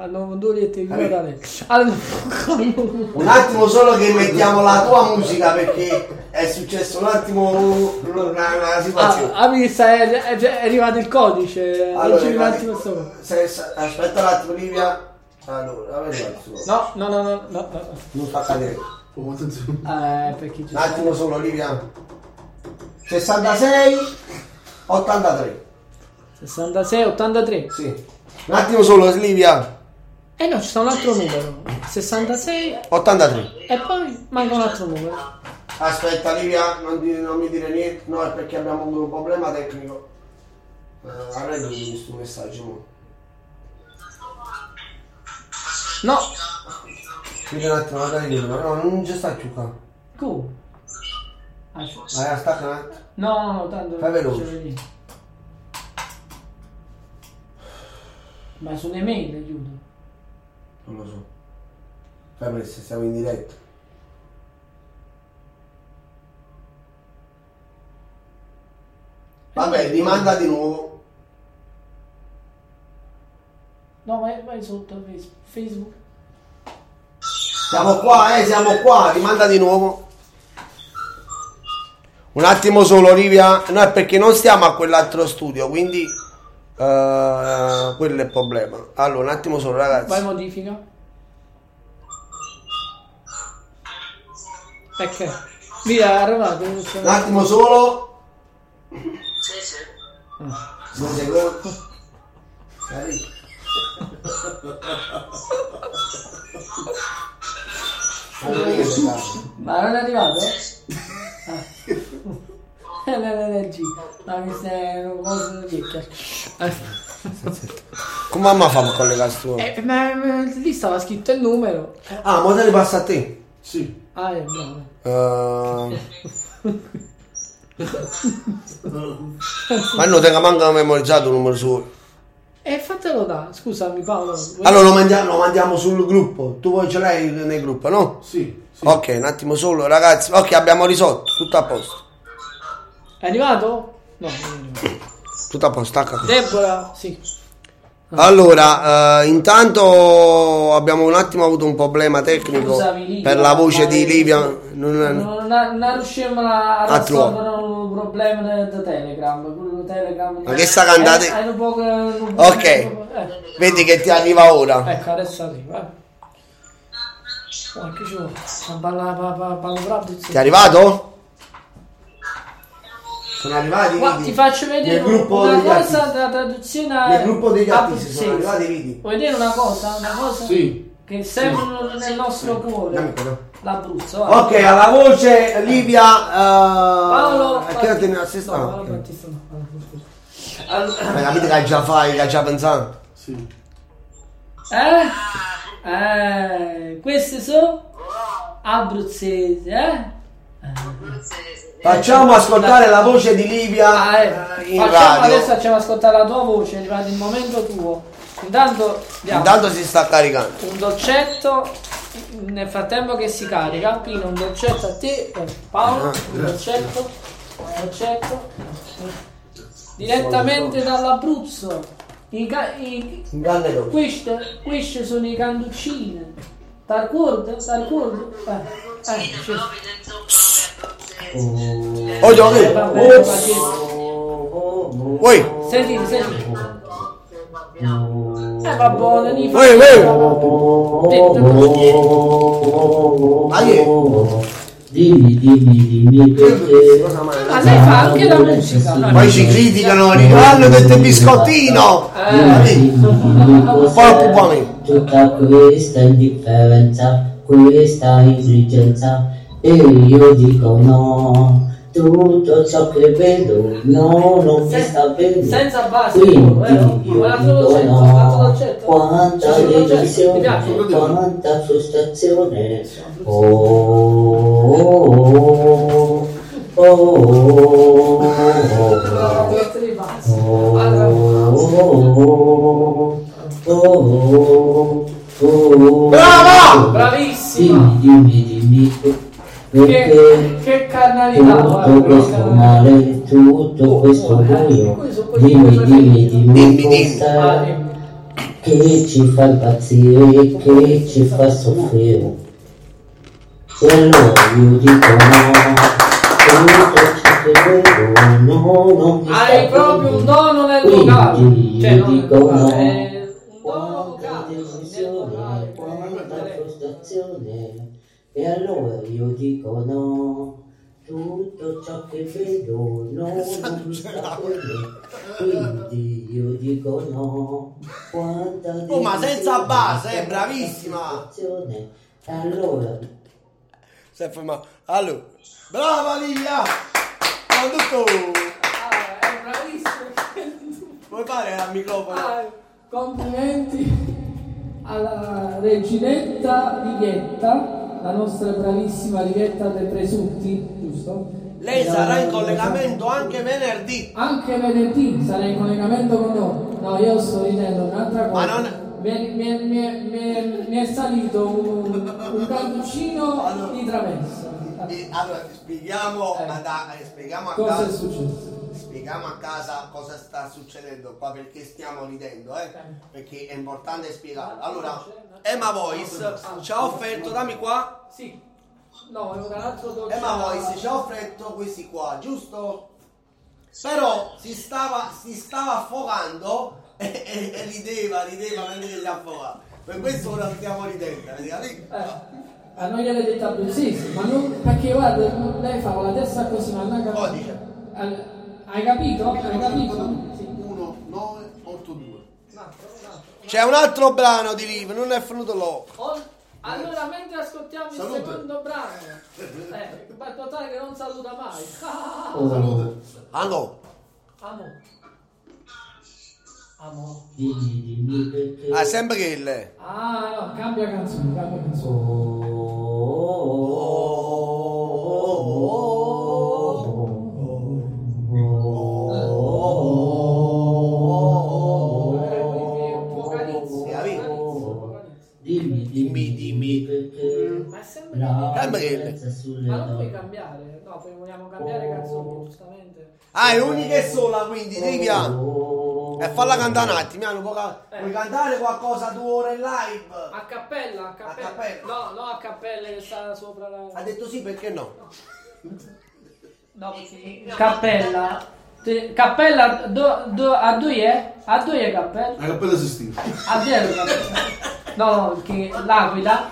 Un attimo solo che mettiamo la tua musica perché è successo un attimo una situazione. È arrivato il codice. Allora, un attimo solo. Aspetta un attimo, Livia. Allora, no. Non sta cadendo. Perché un attimo solo, Livia. 66 83. 66 83. Sì. Un attimo solo, Livia. No, ci sta un altro numero. 66 83. E poi manca un altro numero. Aspetta, Livia, non mi dire niente. No, è perché abbiamo avuto un problema tecnico. Arredo di questo messaggio. No. Chiudi un attimo, no, non ci sta più qua. Come? Stacca un attimo. No, tanto. Fai veloce. Ma sulle mail aiuto. Non lo so. Fai presto, siamo in diretta. Vabbè, rimanda di nuovo. No, vai sotto Facebook. Siamo qua, rimanda di nuovo. Un attimo solo, Livia. No, è perché non stiamo a quell'altro studio, quindi quello è il problema. Allora, un attimo solo, ragazzi. Vai modifica. Perché? Via, è arrivato. Un attimo solo. Non secondo. Ma non è arrivato? No, mi stai un po' di come mamma fa a collegare sto? Ma lì stava scritto il numero. Ah, ma te ne passa a te? Sì. Ah, è buono. Ma non tenga manco memorizzato il numero suo. Fatelo da, scusami Paolo. Allora lo mandiamo sul gruppo. Tu ce l'hai nel gruppo, no? Sì. Ok, un attimo solo, ragazzi. Ok, abbiamo risolto, tutto a posto. È arrivato? No, non è arrivato. Tutto a posto, stacca. Deborah, sì. Allora, intanto abbiamo un attimo avuto un problema tecnico per la voce di Livia. Non riusciamo a risolvere un problema di Telegram. Ma che sta cantando? Ok, vedi che ti arriva ora. Ecco, adesso arriva. Che ci vuole? Ti è arrivato? Sono arrivati? Guarda, ti faccio vedere una cosa della traduzione nel gruppo degli artisti sono arrivati i video. Vuoi vedere una cosa? Sì. Che sembrano nel nostro cuore. L'Abruzzo. Ok, alla voce Livia Paolo Battista. Capite che hai già pensato? Sì. Questi sono abruzzesi, Facciamo ascoltare la voce di Livia in radio. Adesso facciamo ascoltare la tua voce, è arrivato il momento tuo. Intanto si sta caricando un dolcetto nel frattempo che si carica. Pino, un dolcetto a te, Paolo, un dolcetto direttamente dall'Abruzzo. Queste sono i cantuccine. T'arcordi? Senti. Va buono, Dimmi perché. Ma lei fa anche la musica. Poi ci criticano, hanno detto il biscottino. Un po' più buoni. Tutta questa indifferenza, questa intelligenza, e io dico no. Tutto ciò che vedo non mi sta bene. Senza base, quindi io dico no. Quanta delusione, quanta frustrazione. Brava! Bravissima! Dimmi che carnalità, tutto questo male, tutto questo buio, dimmi cos'è che ci fa impazzire, che ci fa soffrire. E allora io dico no, tutto ciò che vedo non mi sta hai proprio un dono nel quindi vocale, io dico no. Quanta delusione, quanta frustrazione. E allora io dico no, tutto ciò che vedo non mi sta bene, quindi io dico no, quanta ma senza base, bravissima! E allora allora, brava Livia! è bravissimo! Vuoi fare al microfono? Complimenti alla reginetta Livietta, la nostra bravissima Livietta dei Presutti, giusto? Lei sarà in collegamento anche venerdì. Anche venerdì sarà in collegamento con noi. No, io sto ridendo un'altra cosa. Ma non... mi è salito un cantuccino di traverso. Allora, spieghiamo a cosa casa. È successo? Spieghiamo a casa cosa sta succedendo qua, perché stiamo ridendo, perché è importante spiegarlo. Allora, Emma Voice ci ha offerto, dammi qua. Sì. No, è un altro dolce. Emma Voice ci ha offerto questi qua, giusto? Però si stava affogando e rideva mentre si affogava. Per questo ora stiamo ridendo, a noi gliel'ha detto abruzzese, ma non perché guarda, lei fa con la testa così, ma non codice. Hai capito? Hai capito? 1 9 8 2. C'è un altro brano di Liv, non è venuto l'occhio. Allora, mentre ascoltiamo il secondo brano, per notare che non saluta mai. Salute. Amo. dimmi perché. Sempre che lei. No, cambia canzone. Dimmi perché. Ma è sempre sulle ma non puoi cambiare? No, poi vogliamo cambiare canzone, giustamente. È unica e sola, quindi Livia. tipo... falla cantare un attimo, puoi cantare qualcosa tu ora in live? A cappella? No, a cappella che sta sopra la... Ha detto sì, perché no? No, perché... Cappella... Cappella a due è? A due è cappella? La cappella Sistina. A due è cappella. No, perché l'Aquila...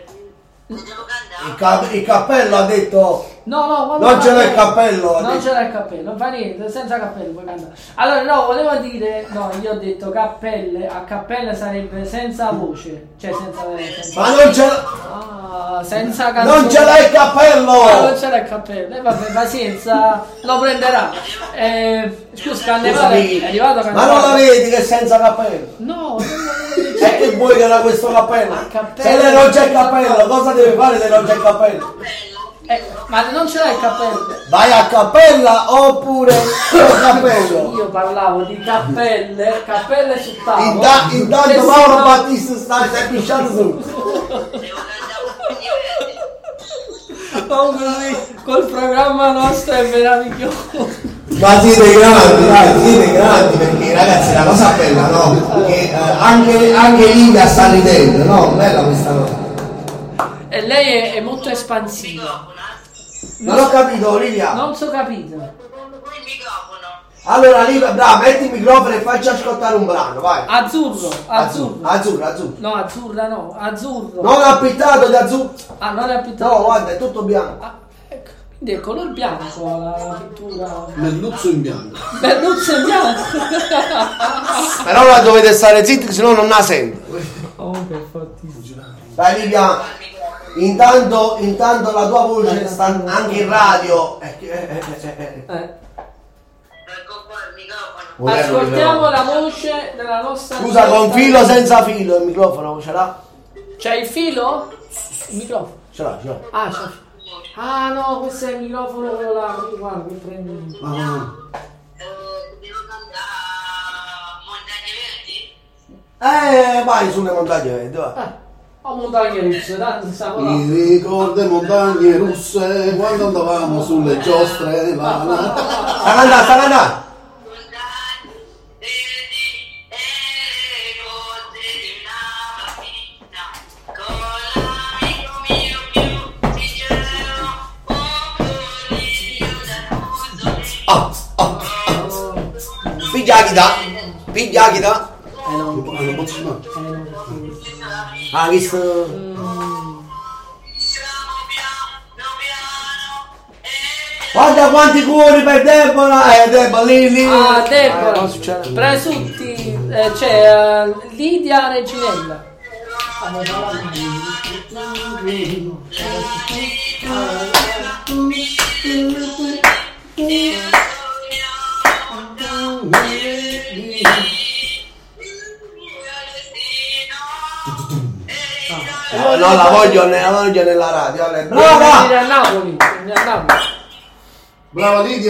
Il cappello ha detto... No, non ce l'ha il cappello. Non ce l'ha il cappello, non fa niente, senza cappello puoi cantare. Allora no, volevo dire, no, io ho detto cappelle, a cappella sarebbe senza voce, cioè senza ma non ce l'ha... senza canzone. Non ce l'ha il cappello! Non ce l'ha il cappello, vabbè, pazienza, lo prenderà. Scusa, Cannevale è arrivato Cannevale. Ma non la vedi che è senza cappello? No, e che vuoi che era questo cappello? Se lei non c'è il cappello, cosa deve fare se non c'è il cappello? Ma non ce l'hai il cappello? Vai a cappella oppure il cappello? Io parlavo di cappelle sul tavolo. Intanto Paolo Battista sta pisciando su. Col programma nostro è meraviglioso. Ma siete grandi, dai, siete grandi, perché ragazzi la cosa bella, no? Che anche Livia sta ridendo, no? Bella questa cosa. E lei è molto espansiva. Non ho capito, Livia. Non so capito. Allora Livia, brava, metti il microfono e facci ascoltare un brano, vai. Azzurro. No, azzurra no, azzurro. Non appittato di azzurro. Ah, non è appittato. No, guarda, è tutto bianco. Ecco. Quindi è color bianco la pittura. Merluzzo in bianco. Merluzzo in bianco. Però la dovete stare zitti, se no non la sento. Che fattissimo. Dai Livia, intanto la tua voce sta anche in radio. Ascoltiamo la voce della nostra... Scusa, con filo o senza filo il microfono ce l'ha? C'è il filo? Il microfono? Ce l'ha. Ah, c'è. Ah no, questo è il microfono quello là, guarda, che prendi. Vai sulle montagne verdi, vai. Montagne russe, tanto stiamo là. Mi ricordo le montagne russe quando andavamo sulle giostre. Sta andando. Pigliachita. Non posso fare. Ah, visto? Guarda quanti cuori per Debora. Debora, lì. Ah, Debora. Presutti, c'è Lidia Reginella. No, la voglio nella radio. Brava! Vieni a Napoli. Brava Lidia.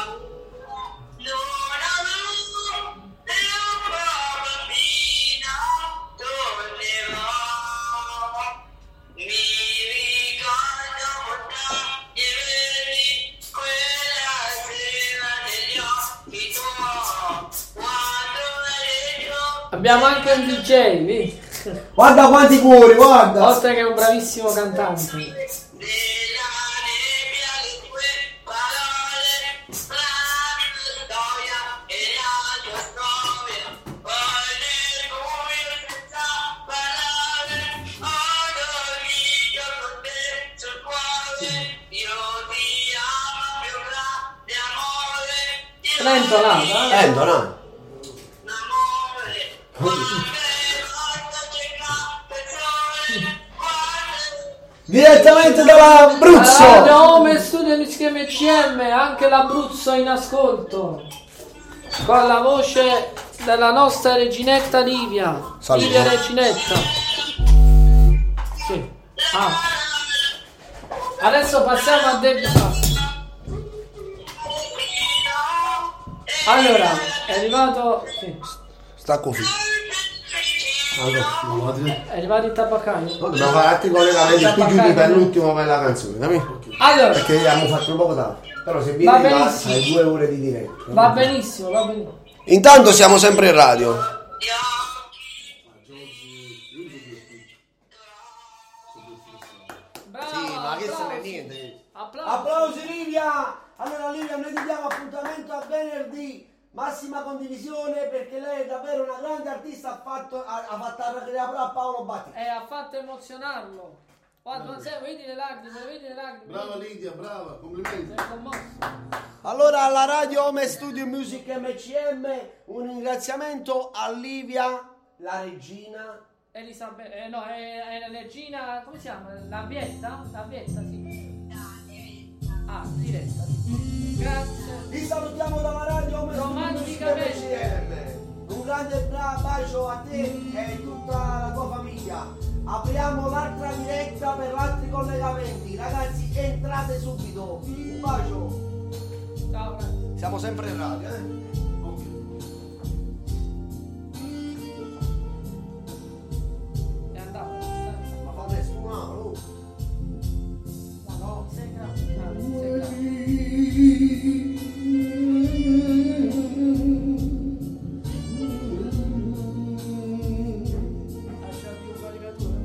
Abbiamo anche un DJ, vedi? Guarda quanti cuori, guarda! Oltre che un bravissimo cantante. Entonata. Direttamente dall'Abruzzo. Abbiamo studio Musica MCM, anche l'Abruzzo in ascolto. Con la voce della nostra reginetta Livia. Salve. Livia Reginetta. Sì. Adesso passiamo a Debora. Allora, è arrivato... Sì. Sta così. È arrivato il tabaccaio. Dobbiamo fare altri collegamenti più giù per l'ultimo per la canzone, capito? Allora, perché abbiamo fatto poco tempo. Però se vieni là hai 2 ore di diretta. Va benissimo. Intanto siamo sempre in radio. Brava, Sì, ma che se ne applausi. niente. Applausi. Applausi Livia! Allora Livia, noi ti diamo appuntamento a venerdì, massima condivisione, perché lei è davvero una grande artista, ha fatto arrabbiare a Paolo Batti. Ha fatto emozionarlo. Guarda, ma sai, vedi le lacrime, vedi le lacrime. Brava Lidia, brava, complimenti. Sei commosso. Allora alla Radio Home Studio Music MCM un ringraziamento a Livia, la regina. Elisabetta, no, è la regina, come si chiama? La Vietta? La Vietta, sì. Ah, diretta. Grazie. Vi salutiamo dalla Radio Home Studio Music Romanticamente. MCM. Un grande bacio a te e tutta la tua famiglia. Apriamo l'altra diretta per altri collegamenti. Ragazzi, entrate subito. Un bacio. Ciao. Siamo sempre in radio, eh? È andato. Ma fate suonare, Ma no, sei grande. Sei grande. Lascia più caricatura.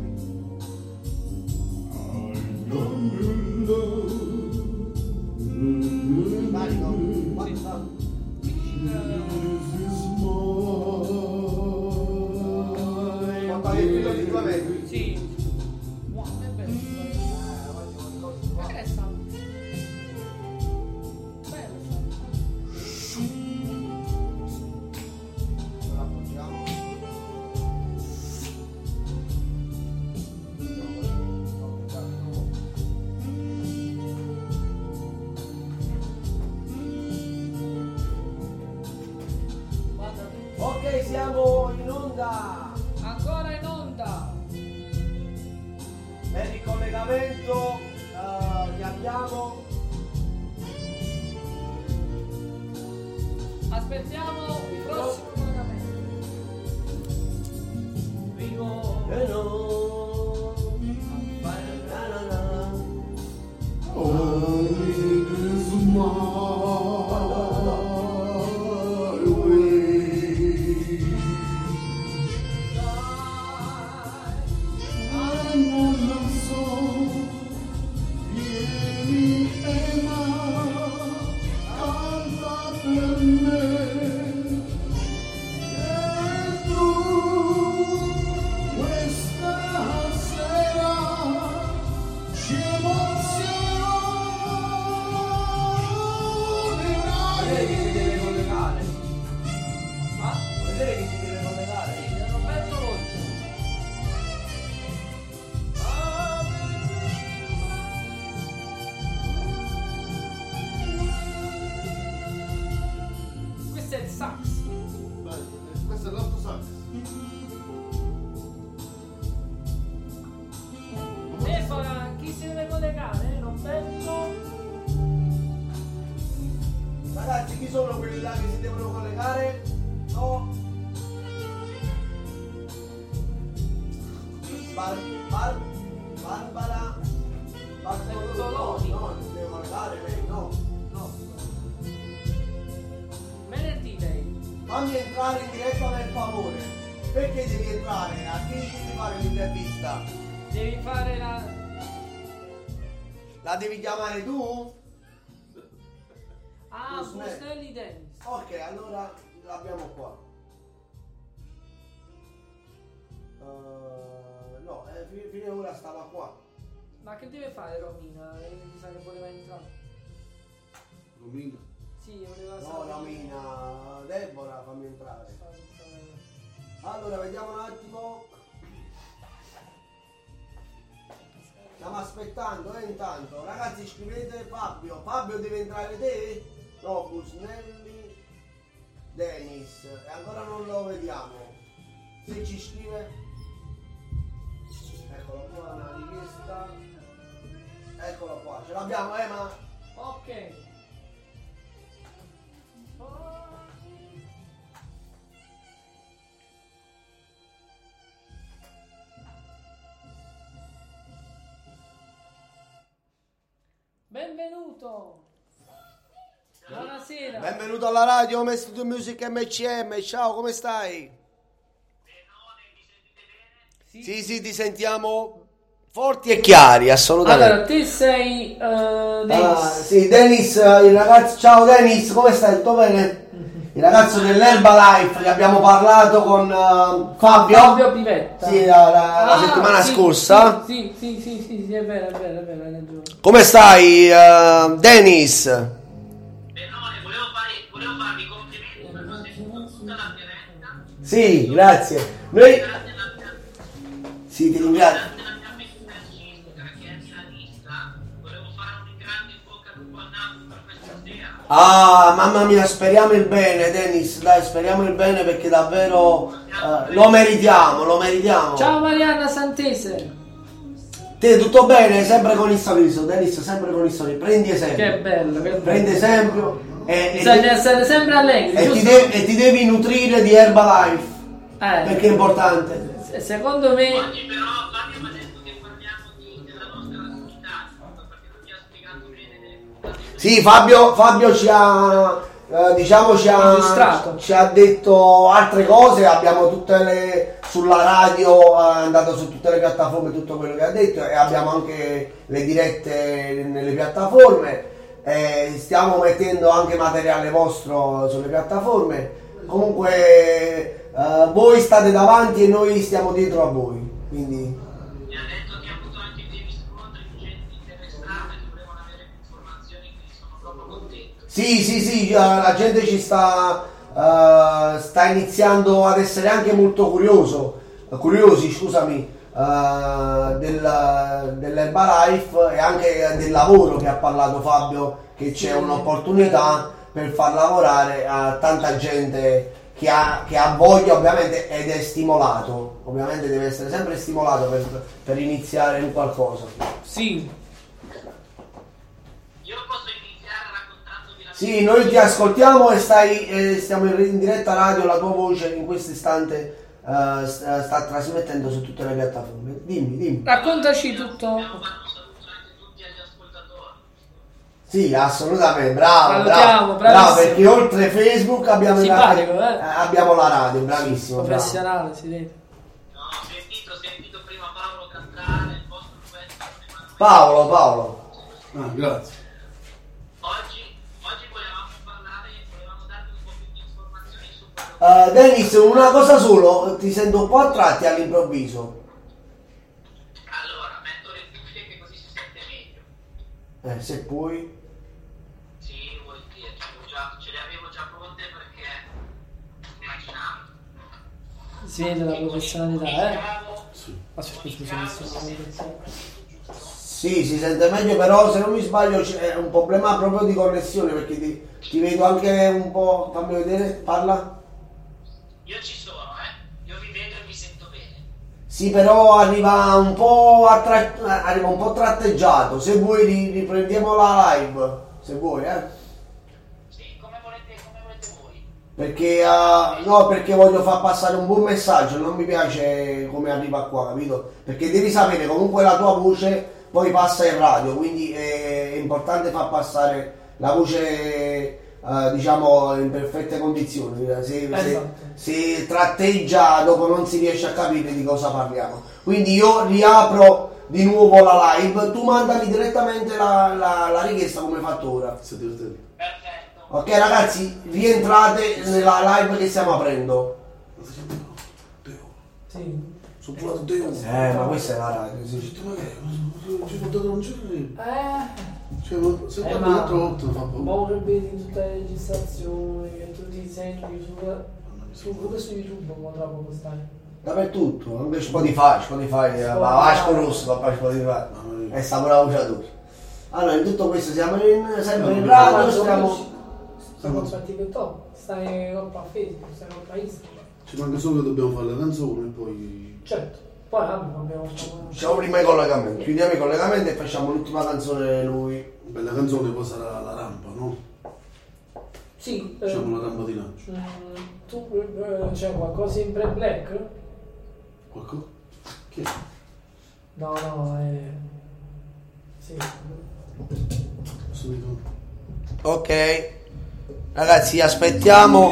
Sì. Wow, è bello. Ma che è stato? Bello stato. Ok, siamo in onda. Ancora in onda. Per il collegamento che abbiamo. Aspettiamo il prossimo collegamento. Vivo. E no. Questo è il sax. Questo è l'altro sax. Adesso chi si deve collegare? Roberto. Ragazzi, chi sono quelli là che si devono collegare? No. Barbara Bartoloni. No, non si deve collegare lei, no. No. Venerdì lei. Fammi entrare in diretta per favore. Perché devi entrare? A chi devi fare l'intervista? Devi fare la. La devi chiamare tu? Ah, Busnelli. Busnelli Dennis. Ok, allora l'abbiamo qua. No, fine ora stava qua. Ma che deve fare Romina? Mi sa che voleva entrare. Romina. Sì, voleva No, sapere. Romina, Deborah, fammi entrare. Allora, vediamo un attimo. Stiamo aspettando, intanto. Ragazzi, scrivete Fabio. Fabio deve entrare te? No, Busnelli, Dennis. E ancora non lo vediamo. Se ci scrive. Eccolo qua, una richiesta. Eccolo qua, ce l'abbiamo, ma. Ok. Benvenuto. Buonasera. Benvenuto alla radio Home Studio Music MCM. Ciao, come stai? Sì, ti sentiamo forti e chiari, assolutamente. Allora, te sei Dennis. Sì, Dennis, il ragazzo. Ciao Dennis, come stai? Tutto bene? Il ragazzo dell'Herbalife, che abbiamo parlato con Fabio Pivetta. Sì, la settimana scorsa. Sì, è vero, hai ragione. Come stai, Dennis? Volevo farvi complimenti per questa tutta la diretta. Sì, grazie. Noi... Sì, ti ringrazio. Ah, mamma mia, speriamo il bene, Dennis, dai, speriamo il bene perché davvero lo meritiamo. Ciao Marianna Santese. Te tutto bene? Sempre con il sorriso, Dennis, sempre con il sorriso. Prendi esempio. Che bello. Prendi esempio. Bisogna essere sempre allegri. E ti devi nutrire di Herbalife. Perché è importante. Secondo me. Oggi però Fabio mi ha detto che parliamo della nostra attività, perché non mi ha spiegato bene. Sì, Fabio ci ha detto altre cose, abbiamo tutte sulla radio, è andato su tutte le piattaforme tutto quello che ha detto e abbiamo anche le dirette nelle piattaforme, stiamo mettendo anche materiale vostro sulle piattaforme, comunque voi state davanti e noi stiamo dietro a voi, quindi... Mi ha detto che ha avuto anche dei riscontri di gente interessata che volevano avere più informazioni, quindi sono proprio contento. Sì, la gente ci sta iniziando ad essere anche molto curiosi, scusami, dell'Herbalife e anche del lavoro che ha parlato Fabio, che c'è un'opportunità per far lavorare a tanta gente che ha voglia, ovviamente, ed è stimolato, ovviamente deve essere sempre stimolato per iniziare in qualcosa. Sì. Sì, noi ti ascoltiamo e stiamo in diretta radio, la tua voce in questo istante sta trasmettendo su tutte le piattaforme. Dimmi. Raccontaci tutto. Sì, assolutamente, bravo, perché oltre Facebook abbiamo la radio, bravissimo. Professionale, si vede. No, ho sentito prima Paolo cantare, il vostro duetto. Paolo. Ah, grazie. Oggi volevamo darvi un po' più di informazioni su Dennis, una cosa solo, ti sento un po' a tratti all'improvviso. Allora, metto le cuffie che così si sente meglio. Se puoi. Sì, vuol dire, ce le avevo già pronte perché immaginavo. Si vede la professionalità, Sì, si sente meglio, però se non mi sbaglio c'è un problema proprio di connessione perché ti vedo anche un po', fammi vedere, parla. Io ci sono, io vi vedo e vi sento bene. Sì, però arriva un po' tratteggiato, se vuoi riprendiamo la live, se vuoi, Sì, come volete voi. Perché, perché voglio far passare un buon messaggio, non mi piace come arriva qua, capito? Perché devi sapere comunque la tua voce poi passa in radio, quindi è importante far passare la voce diciamo in perfette condizioni. Se tratteggia dopo non si riesce a capire di cosa parliamo. Quindi io riapro di nuovo la live, tu mandami direttamente la richiesta come hai fatto ora. Perfetto. Ok ragazzi, rientrate nella live che stiamo aprendo. Sì. Sono pure Deo. Ma questa è la radio, sì. Ma vorrebbe di tutte le registrazioni che tu ti senti su YouTube come trovo postare. Dappertutto, anche Spotify, Vasco Russo, papà Spotify. E sta pure la voce. Allora, in tutto questo siamo sempre in radio, stiamo fatti per top, stai colpa a Facebook, stai colpa a Instagram. Ci manca solo che dobbiamo fare le canzoni e poi... Certo, poi abbiamo facciamo prima i collegamenti, chiudiamo i collegamenti e facciamo l'ultima canzone lui. Bella canzone poi sarà la rampa, no? Sì. Facciamo la rampa di lancio. Tu c'è qualcosa in black? Qualcosa? Che? No, sì. Ok. Ragazzi, aspettiamo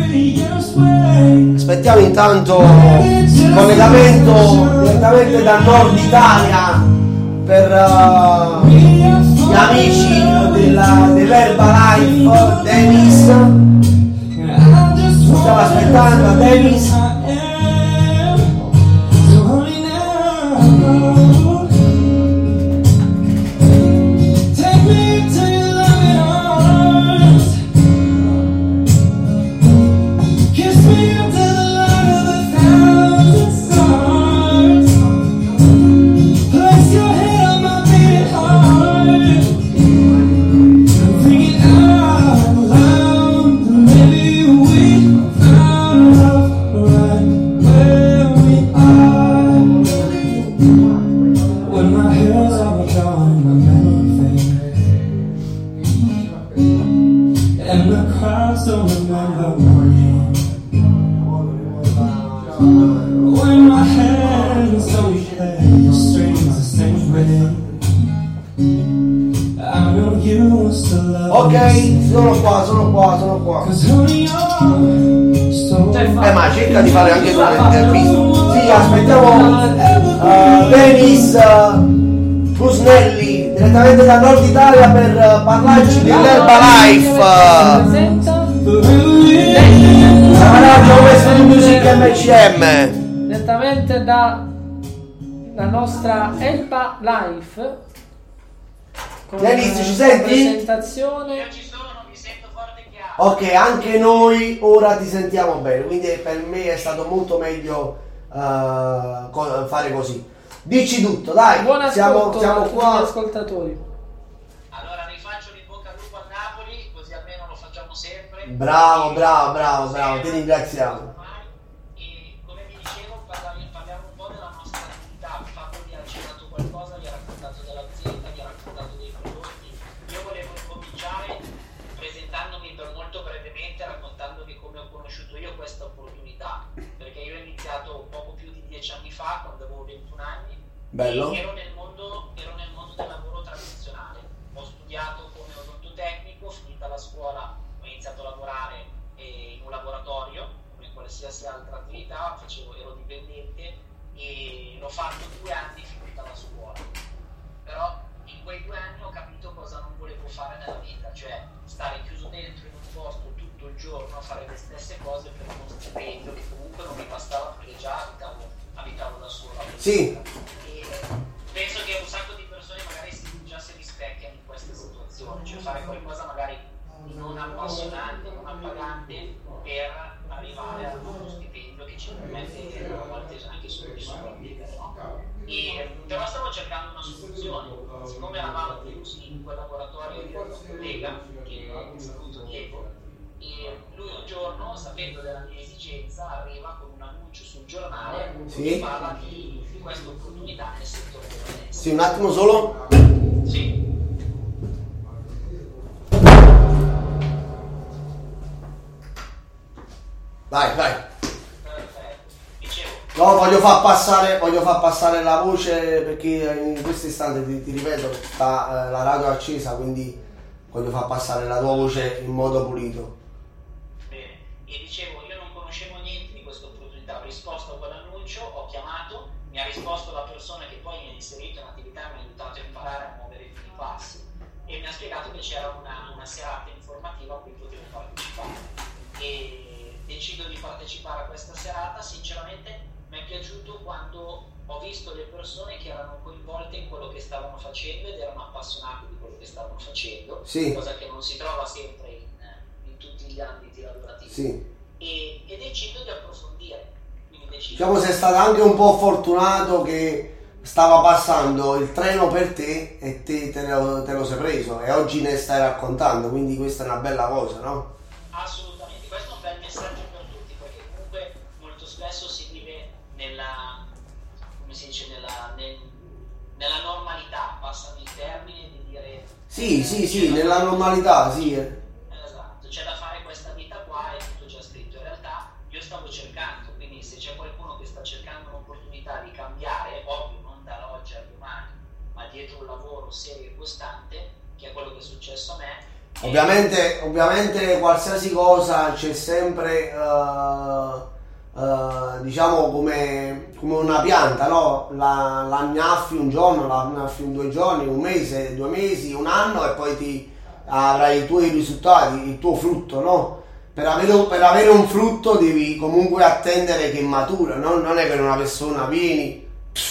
intanto il collegamento direttamente dal nord Italia per gli amici dell'Herbalife, Dennis. Stiamo aspettando Dennis. Ok, sono qua. Ma cerca di fare anche tu l'intervista. Sì, aspettiamo Dennis Busnelli direttamente dal nord Italia per parlarci dell'Herbalife. La radio Studio Music MCM. Direttamente da la nostra Herbalife. Dennis, ci senti? Presentazione. Io ci sono, mi sento forte e chiaro. Ok, anche noi ora ti sentiamo bene, quindi per me è stato molto meglio fare così. Dici tutto, dai. Buon ascolto siamo qua. Gli ascoltatori. Allora rifaccio in bocca al lupo al Napoli, così almeno lo facciamo sempre. Bravo, ti ringraziamo. E come vi dicevo, parliamo un po' della nostra attività. Fabio vi ha accennato qualcosa, vi ha raccontato dell'azienda, vi ha raccontato dei prodotti. Io volevo cominciare presentandomi per molto brevemente, raccontandovi come ho conosciuto io questa opportunità, perché io ho iniziato poco più di 10 anni fa, quando avevo 21 anni. Bello. Ero nel mondo del lavoro tradizionale. Ho studiato come odontotecnico, finita la scuola ho iniziato a lavorare in un laboratorio come qualsiasi altra attività, ero dipendente e l'ho fatto 2 anni finita la scuola. Però in quei 2 anni ho capito cosa non volevo fare nella vita, cioè stare chiuso dentro in un posto tutto il giorno a fare le stesse cose per uno stipendio che comunque non mi bastava perché già abitavo da sola. Sì. Penso che un sacco di persone magari già si rispecchiano in queste situazioni, cioè fare qualcosa magari non appassionante, non appagante per arrivare a uno stipendio che ci permette a volte anche solo di sopravvivere, no? Però stavo cercando una soluzione, siccome eravamo chiusi in quel laboratorio di un collega che è saluto Diego, e lui un giorno, sapendo della mia esigenza, arriva con un annuncio sul giornale che parla di questa opportunità nel settore del benessere. Sì, un attimo solo. Sì. Vai. Perfetto. Dicevo. No, voglio far passare la voce perché in questo istante ti ripeto sta la radio accesa, quindi voglio far passare la tua voce in modo pulito. Bene, e dicevo, io non conoscevo niente di questa opportunità, ho risposto a quell'annuncio, ho chiamato, mi ha risposto la persona che poi mi ha inserito in attività e mi ha aiutato a imparare a muovere i primi passi e mi ha spiegato che c'era una serata informativa a cui potevo partecipare e decido di partecipare a questa serata. Sinceramente mi è piaciuto quando ho visto le persone che erano coinvolte in quello che stavano facendo ed erano appassionati di quello che stavano facendo, cosa che non si trova sempre in tutti gli ambiti lavorativi, e decido di approfondire. Diciamo sei stato anche un po' fortunato che stava passando il treno per te e te lo sei preso e oggi ne stai raccontando, quindi questa è una bella cosa, no? Assolutamente, questo è un bel messaggio per tutti, perché comunque molto spesso si vive nella normalità, passano il termine di dire nella normalità, esatto, c'è da fare questa vita qua, è tutto già scritto. In realtà io stavo cercando, quindi se c'è qualcuno che sta cercando un'opportunità di cambiare, ovvio non dall'oggi al domani, ma dietro un lavoro serio e costante, che è quello che è successo a me, Ovviamente qualsiasi cosa c'è sempre, diciamo, come una pianta, no? La annaffi un giorno, la annaffi in 2 giorni, 1 mese, 2 mesi, 1 anno e poi avrai i tuoi risultati, il tuo frutto, no? Per avere un frutto devi comunque attendere che matura, no? Non è per una persona vieni,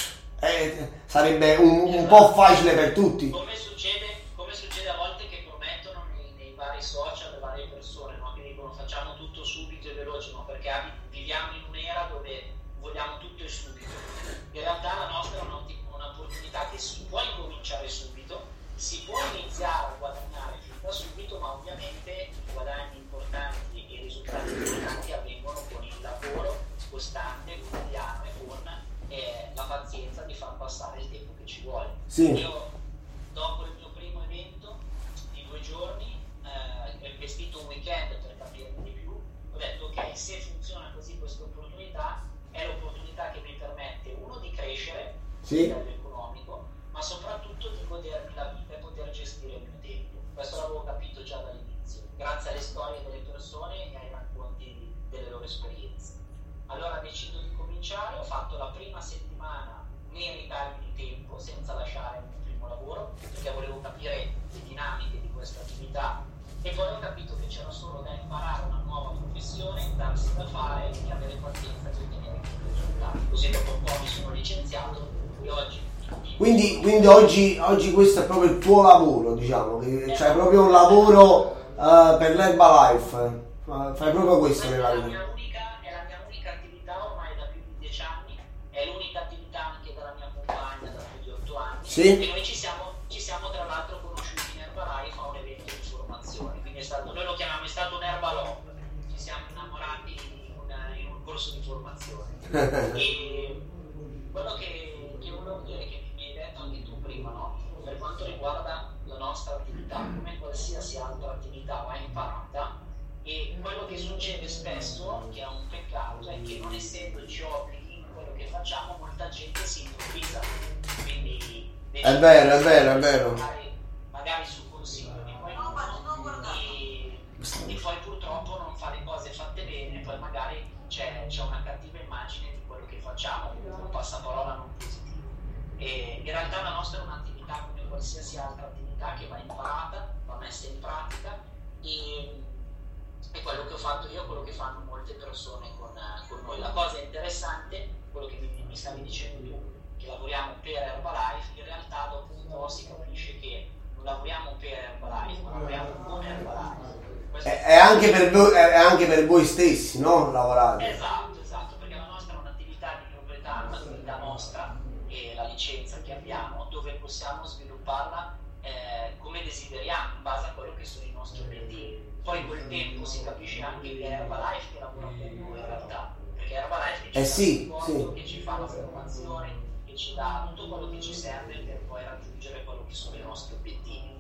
sarebbe un po' facile per tutti. Come succede a volte che promettono nei vari social, le varie persone, no? Che dicono facciamo tutto subito e veloce, no? Perché viviamo in un'era dove vogliamo tutto e subito. In realtà la nostra è un'opportunità che si può incominciare subito, si può iniziare a guadagnare fin da subito, ma ovviamente i guadagni importanti e i risultati importanti avvengono con il lavoro costante, quotidiano e con la pazienza di far passare il tempo che ci vuole. Sì. Io dopo il mio primo evento di 2 giorni ho investito un weekend per capirne di più, ho detto ok, se funziona così questa opportunità è l'opportunità che mi permette di crescere a livello economico, ma soprattutto di godermi la vita e poter gestire il mio tempo. Questo l'avevo capito già dall'inizio, grazie alle storie delle persone e ai racconti delle loro esperienze. Allora decido di cominciare, ho fatto la prima settimana nei ricarichi di tempo senza lasciare il mio primo lavoro, perché volevo capire le dinamiche di questa attività, e poi ho capito che c'era solo da imparare una nuova professione, darsi da fare e avere pazienza per ottenere i risultati. Così dopo un po' mi sono licenziato e oggi... Quindi oggi questo è proprio il tuo lavoro, diciamo, che c'hai proprio un lavoro per l'Herbalife, fai proprio questo nella vita. È la mia unica attività ormai da più di 10 anni, è l'unica attività anche della mia compagna da più di 8 anni, e noi ci siamo tra l'altro conosciuti in Herbalife a un evento di formazione, quindi noi lo chiamiamo, è stato un Herbalove, ci siamo innamorati in un corso di formazione. E quello che volevo dire, che mi hai detto anche tu prima, no? Per quanto riguarda la nostra attività, come qualsiasi altra attività va imparata, e quello che succede spesso, che è un peccato, è che non essendoci obblighi in quello che facciamo, molta gente si improvvisa, quindi è vero. magari su consiglio di qualcuno, e poi purtroppo non fa le cose fatte bene, poi magari c'è una cattiva immagine di quello che facciamo, un passaparola non positivo. E in realtà la nostra è un'attività come qualsiasi altra attività che va imparata, va messa in pratica, e quello che ho fatto io, quello che fanno molte persone con noi. La cosa interessante, quello che mi stavi dicendo tu, che lavoriamo per Herbalife, in realtà dopo un po' si capisce che non lavoriamo per Herbalife, ma lavoriamo con Herbalife. È anche per voi stessi, no? Lavorare. Esatto, perché la nostra è un'attività di proprietà, un'attività nostra, e la licenza che abbiamo, dove possiamo svilupparla come desideriamo, in base a quello che sono i nostri obiettivi. Poi col tempo si capisce anche che è Herbalife che lavora con noi in realtà, perché Herbalife che ci dà supporto, che ci fa la formazione, che ci dà tutto quello che ci serve per poi raggiungere quello che sono i nostri obiettivi.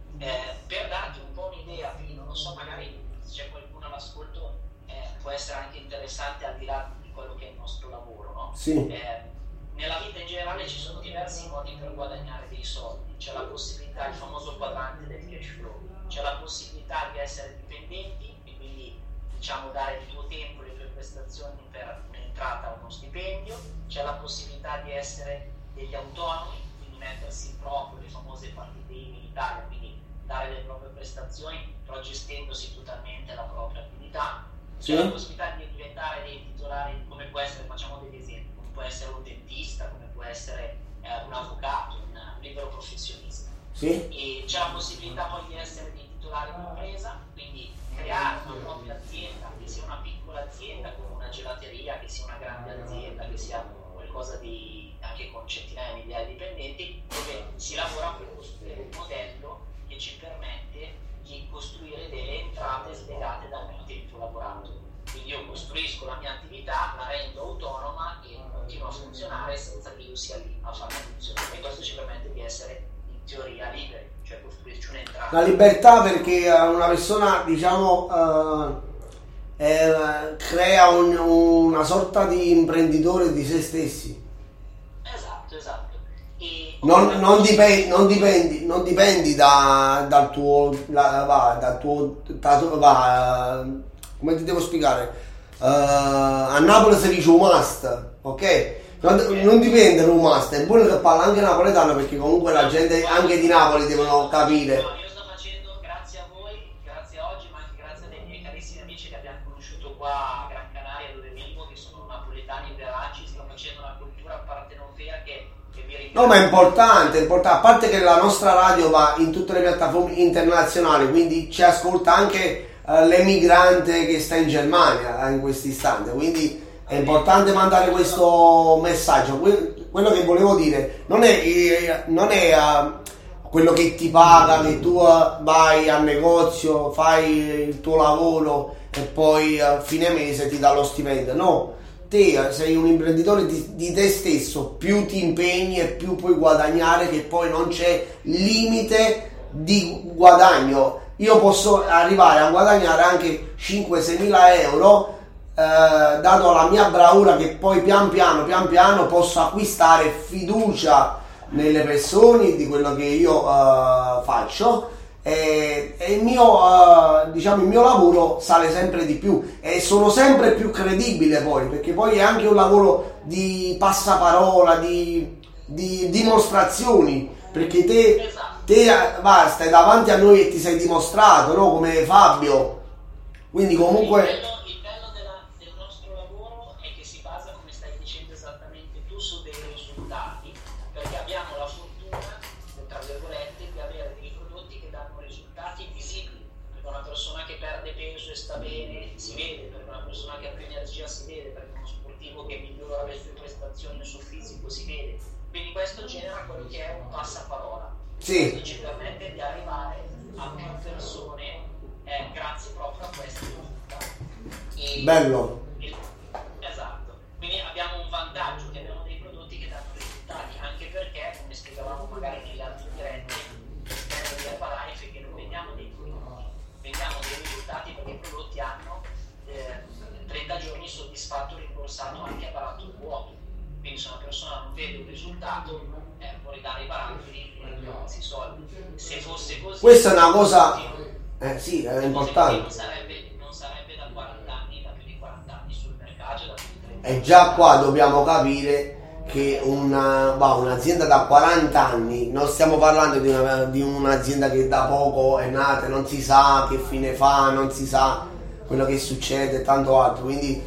Per darti un po' un'idea, quindi non lo so, magari se c'è qualcuno all'ascolto, può essere anche interessante al di là di quello che è il nostro lavoro, no? Nella vita in generale ci sono diversi modi per guadagnare dei soldi, c'è la possibilità, il famoso quadrante del cash flow, c'è la possibilità di essere dipendenti e quindi diciamo dare il tuo tempo, le tue prestazioni per un'entrata o uno stipendio, c'è la possibilità di essere degli autonomi, quindi mettersi in proprio le famose partite IVA in Italia, quindi dare le proprie prestazioni però gestendosi totalmente la propria attività, c'è la possibilità di diventare dei titolari, come può essere, facciamo degli esempi, come può essere un dentista, come può essere un avvocato, un libero professionista. E c'è la possibilità poi di essere dei titolari di un'impresa, quindi creare una propria azienda, che sia una piccola azienda come una gelateria, che sia una grande azienda, che sia qualcosa di anche con centinaia di migliaia di dipendenti, dove si lavora per costruire un modello che ci permette di costruire delle entrate slegate dal mio tempo lavorato. Quindi io costruisco la mia attività, la rendo autonoma e continua a funzionare senza che io sia lì a farla funzionare, e questo ci permette di essere in teoria liberi, cioè costruirci un'entrata. La libertà, perché una persona, diciamo, crea una sorta di imprenditore di se stessi. Esatto. E non dipendi dal tuo come ti devo spiegare, a Napoli si dice un must, ok? Non dipende da un must, è buono che parla anche napoletano, perché comunque la gente anche di Napoli devono capire. Io sto facendo, grazie a voi, grazie a oggi, ma anche grazie a dei miei carissimi amici che abbiamo conosciuto qua a Gran Canaria, dove vivo, che sono napoletani veraci, sto facendo una cultura partenopea che vi ringrazio. No, ma è importante, a parte che la nostra radio va in tutte le piattaforme internazionali, quindi ci ascolta anche l'emigrante che sta in Germania in questo istante, quindi è importante mandare questo messaggio. Quello che volevo dire non è quello che ti paga, che tu vai al negozio, fai il tuo lavoro e poi a fine mese ti dà lo stipendio. No, te sei un imprenditore di te stesso, più ti impegni e più puoi guadagnare, che poi non c'è limite di guadagno. Io posso arrivare a guadagnare anche 5-6 mila euro, dato la mia bravura, che poi pian piano posso acquistare fiducia nelle persone di quello che io faccio, e il mio lavoro sale sempre di più e sono sempre più credibile, poi perché poi è anche un lavoro di passaparola, di dimostrazioni, perché te stai davanti a noi e ti sei dimostrato, no? Come Fabio, quindi comunque Il bello del nostro lavoro è che si basa, come stai dicendo esattamente tu, su dei risultati, perché abbiamo la fortuna, tra virgolette, di avere dei prodotti che danno risultati visibili, perché una persona che perde peso e sta bene si vede, perché una persona che ha più energia si vede, perché uno sportivo che migliora le sue prestazioni, il suo fisico si vede, quindi questo genera quello che è un passaparola. sì. Questo ci permette di arrivare a più persone grazie proprio a questi risultati. Bello. Esatto, quindi abbiamo un vantaggio, che abbiamo dei prodotti che danno risultati, anche perché, come spiegavamo magari negli altri diretti, all'interno di Herbalife, che non vendiamo dei prodotti, vendiamo dei risultati, perché i prodotti hanno 30 giorni soddisfatto, rimborsato anche a barattolo vuoto. Quindi se una persona non vede un risultato, può ridare i barattoli e si soldi. Se fosse così, Questa è una cosa, sì, è importante. Non sarebbe da 40 anni, da più di 40 anni sul mercato, da più di 30 E già qua dobbiamo capire che un'azienda da 40 anni, non stiamo parlando di un'azienda che da poco è nata, non si sa che fine fa, non si sa quello che succede e tanto altro, quindi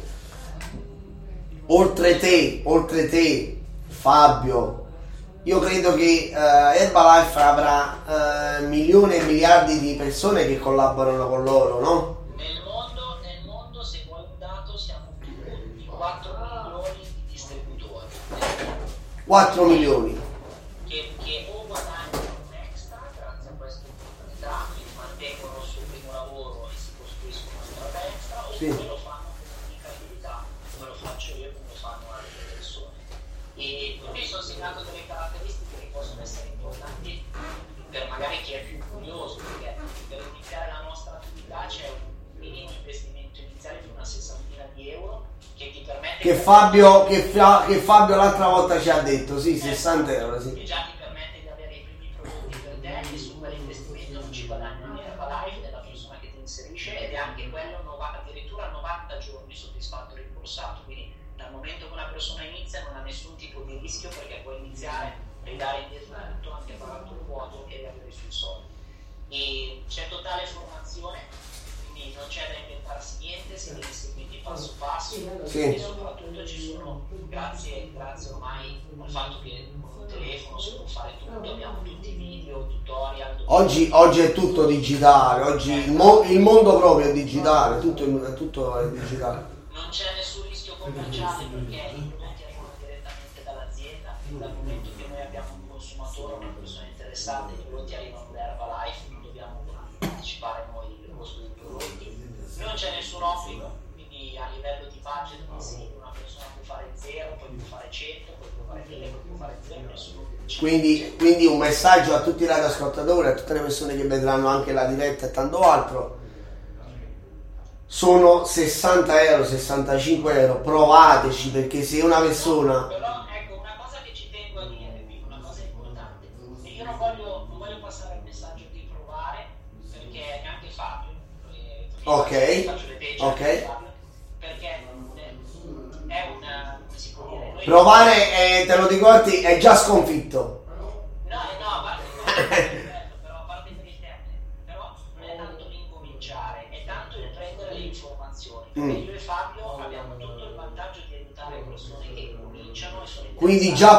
oltre te Fabio, io credo che Herbalife avrà milioni e miliardi di persone che collaborano con loro, no? Nel mondo, se vuoi un dato, siamo più di 4 milioni di distributori. 4 milioni. Che o guadagnano un extra grazie a queste opportunità, quindi mantengono il suo primo lavoro e si costruiscono una strada extra, oppure lo fanno con un'indicabilità, come lo faccio io e come lo fanno altre persone. E mi sono segnato delle caratteristiche che possono essere importanti per magari chi è più curioso, perché per iniziare la nostra attività c'è un minimo investimento iniziale di una 60.000 di euro che ti permette Che Fabio l'altra volta ci ha detto, sì, 60 euro, sì. che già ti permette di avere i primi prodotti per te, e su quell'investimento non ci guadagna né Herbalife né la persona che ti inserisce, ed è anche quello addirittura 90 giorni soddisfatto rimborsato, quindi dal momento che una persona inizia non ha nessun tipo di rischio, perché può iniziare, ridare indietro tutto, anche pagato il vuoto, e riavere i suoi soldi. E c'è totale formazione, quindi non c'è da inventarsi niente, si deve seguire passo passo, e soprattutto ci sono, grazie ormai al fatto che con un telefono si può fare tutto, abbiamo tutti i video, tutorial. Oggi è tutto digitale, oggi il mondo proprio è digitale, tutto è digitale. Non c'è nessun rischio commerciale, perché i prodotti arrivano direttamente dall'azienda, dal momento che noi abbiamo un consumatore, una persona interessata, i prodotti arrivano da Herbalife, non dobbiamo partecipare noi al costo dei prodotti. Non c'è nessun obbligo, quindi a livello di budget una persona può fare 0, poi può fare 100, poi può fare 1000, poi può fare 0, nessuno. Quindi un messaggio a tutti i radioascoltatori, a tutte le persone che vedranno anche la diretta e tanto altro: sono 60 euro, 65 euro, provateci, perché se una persona... Però ecco, una cosa che ci tengo a dire, una cosa importante, Ok. Faccio le page, Ok. perché è una, come si può dire, noi Provare, te lo dico a te, è già sconfitto. no, a parte per il termine, però non è tanto l'incominciare, è tanto il prendere le informazioni, perché io e Fabio abbiamo tutto il vantaggio di aiutare persone che cominciano e sono Quindi già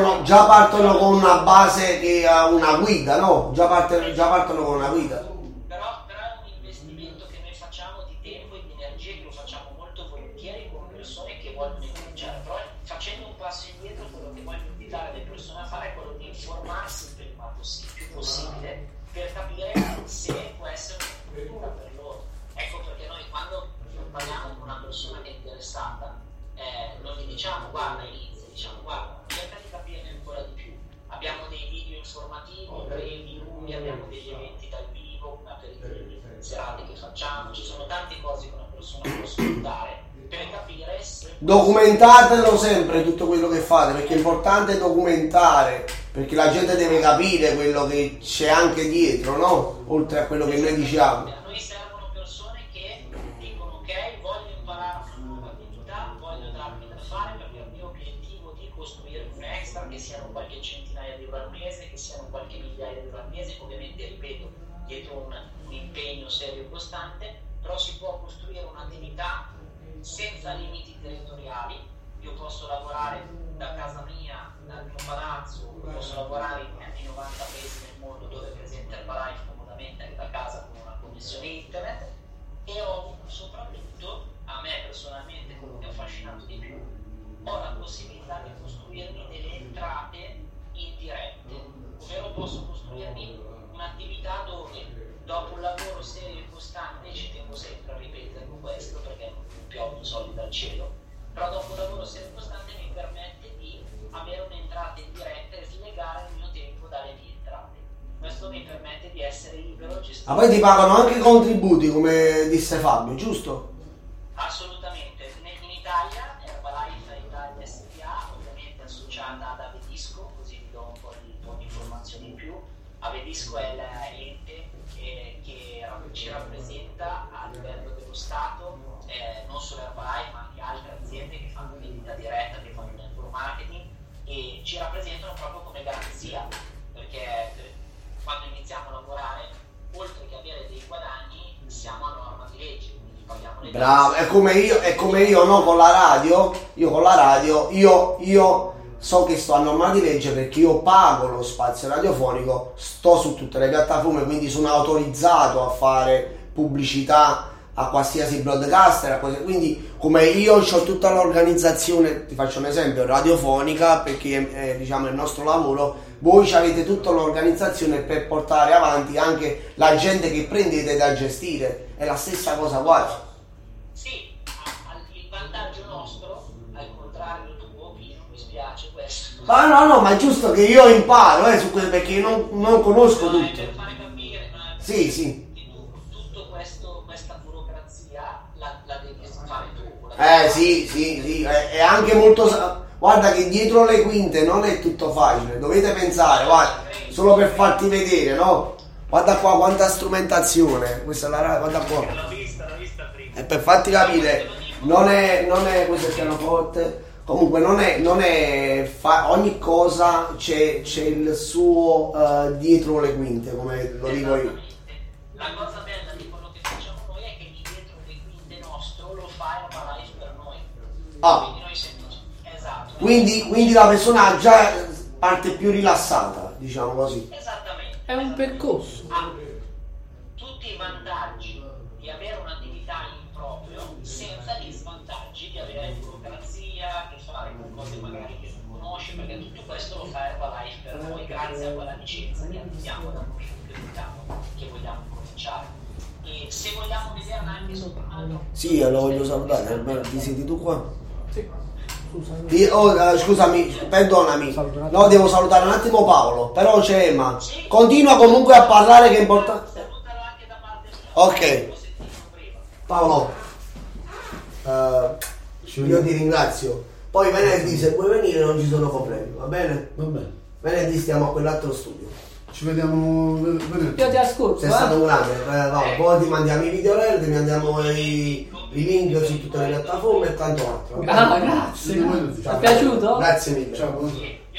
partono con una base che ha una guida, no? Già partono con una guida. però è un investimento che noi facciamo di tempo e di energie, che lo facciamo molto volentieri con persone che vogliono cominciare, però facendo un passo indietro quello che voglio invitare le persone a fare è quello di informarsi il prima più possibile per capire se può essere un'opportunità per loro. Ecco perché noi quando parliamo con una persona che è interessata non gli diciamo guarda inizia, diciamo guarda cerca di capirne ancora di più. Abbiamo dei video informativi, brevi, lunghi, abbiamo degli eventi dal vivo, aperitivi, serate che facciamo, ci sono tante cose che una persona può ascoltare per capire se... Documentatelo sempre tutto quello che fate, perché è importante documentare, perché la gente deve capire quello che c'è anche dietro, no? Oltre a quello che noi diciamo. A noi servono persone che dicono ok, voglio imparare una nuova attività, voglio darmi da fare perché il mio obiettivo di costruire un extra, che siano qualche centinaia di euro al mese, che siano qualche migliaia di euro al mese, ovviamente ripeto, dietro un impegno serio e costante, però si può costruire un'attività senza limiti territoriali. Io posso lavorare da casa mia, dal mio palazzo, posso lavorare in 90 paesi nel mondo dove è presente Herbalife comodamente anche da casa con una connessione internet, e ho soprattutto, a me personalmente quello che è affascinato di più, ho la possibilità di costruirmi delle entrate indirette, ovvero posso costruirmi un'attività dove dopo un lavoro serio e costante, ci tengo sempre a ripetere questo perché non piovono soldi dal cielo, però dopo un lavoro serio e costante mi permette di avere un'entrata indiretta e slegare il mio tempo dalle mie entrate. Questo mi permette di essere libero, gestire. Ma poi ti pagano anche i contributi, come disse Fabio, giusto? Assolutamente. In Italia Herbalife Italia SPA, ovviamente associata ad Avedisco, così vi do un po' di informazioni in più. Avedisco è l'ente che ci rappresenta a livello dello Stato, non solo Herbalife ma anche altre aziende che fanno vendita diretta, che fanno network marketing, e ci rappresentano proprio come garanzia, perché quando iniziamo a lavorare, oltre che avere dei guadagni, siamo a norma di legge, quindi paghiamo le Bravo, è come io, no? Con la radio, io so che sto a norma di legge perché io pago lo spazio radiofonico, sto su tutte le piattaforme, quindi sono autorizzato a fare pubblicità a qualsiasi broadcaster, quindi come io ho tutta l'organizzazione, ti faccio un esempio, radiofonica, perché diciamo è il nostro lavoro, voi avete tutta l'organizzazione per portare avanti anche la gente che prendete da gestire, è la stessa cosa quasi. Sì, il vantaggio nostro, al contrario tuo, non mi spiace questo. Ma no, ma è giusto che io imparo su questo, perché non conosco tutto. Per fare capire, Sì. Tutto questa burocrazia la devi fare tu. Sì, è anche molto... Guarda che dietro le quinte non è tutto facile, dovete pensare, guarda, solo per farti vedere, no? Guarda qua quanta strumentazione, questa è la guarda qua. L'ho vista prima. E per farti capire, non è questo è il pianoforte, comunque non è ogni cosa c'è il suo dietro le quinte, come lo dico io. La cosa bella di quello che facciamo noi è che il dietro le quinte nostro lo fa Herbalife per noi. Quindi noi siamo esatto. Quindi la persona già parte più rilassata, diciamo così. Esattamente. È un percorso. Ha tutti i vantaggi di avere un'attività in proprio senza gli svantaggi di avere burocrazia, che fare con cose magari che non conosce, perché tutto questo lo fa Herbalife per noi grazie a quella licenza che abbiamo dal momento che vogliamo cominciare. E se vogliamo vederla anche sotto mano. Sì, lo voglio salutare, ti senti tu qua? Sì. Scusami, perdonami, no, devo salutare un attimo Paolo, però c'è Emma. Continua comunque a parlare, che è importante. Ok, Paolo, io ti ringrazio. Poi venerdì se vuoi venire non ci sono problemi, va bene? Va bene. Venerdì stiamo a quell'altro studio. Ci vediamo venerdì. Io ti ascolto. Sei stato grande, poi ti mandiamo i video ti mandiamo i link su tutte le piattaforme e tanto altro. Grazie. Ti è piaciuto? Grazie mille. Ciao. Io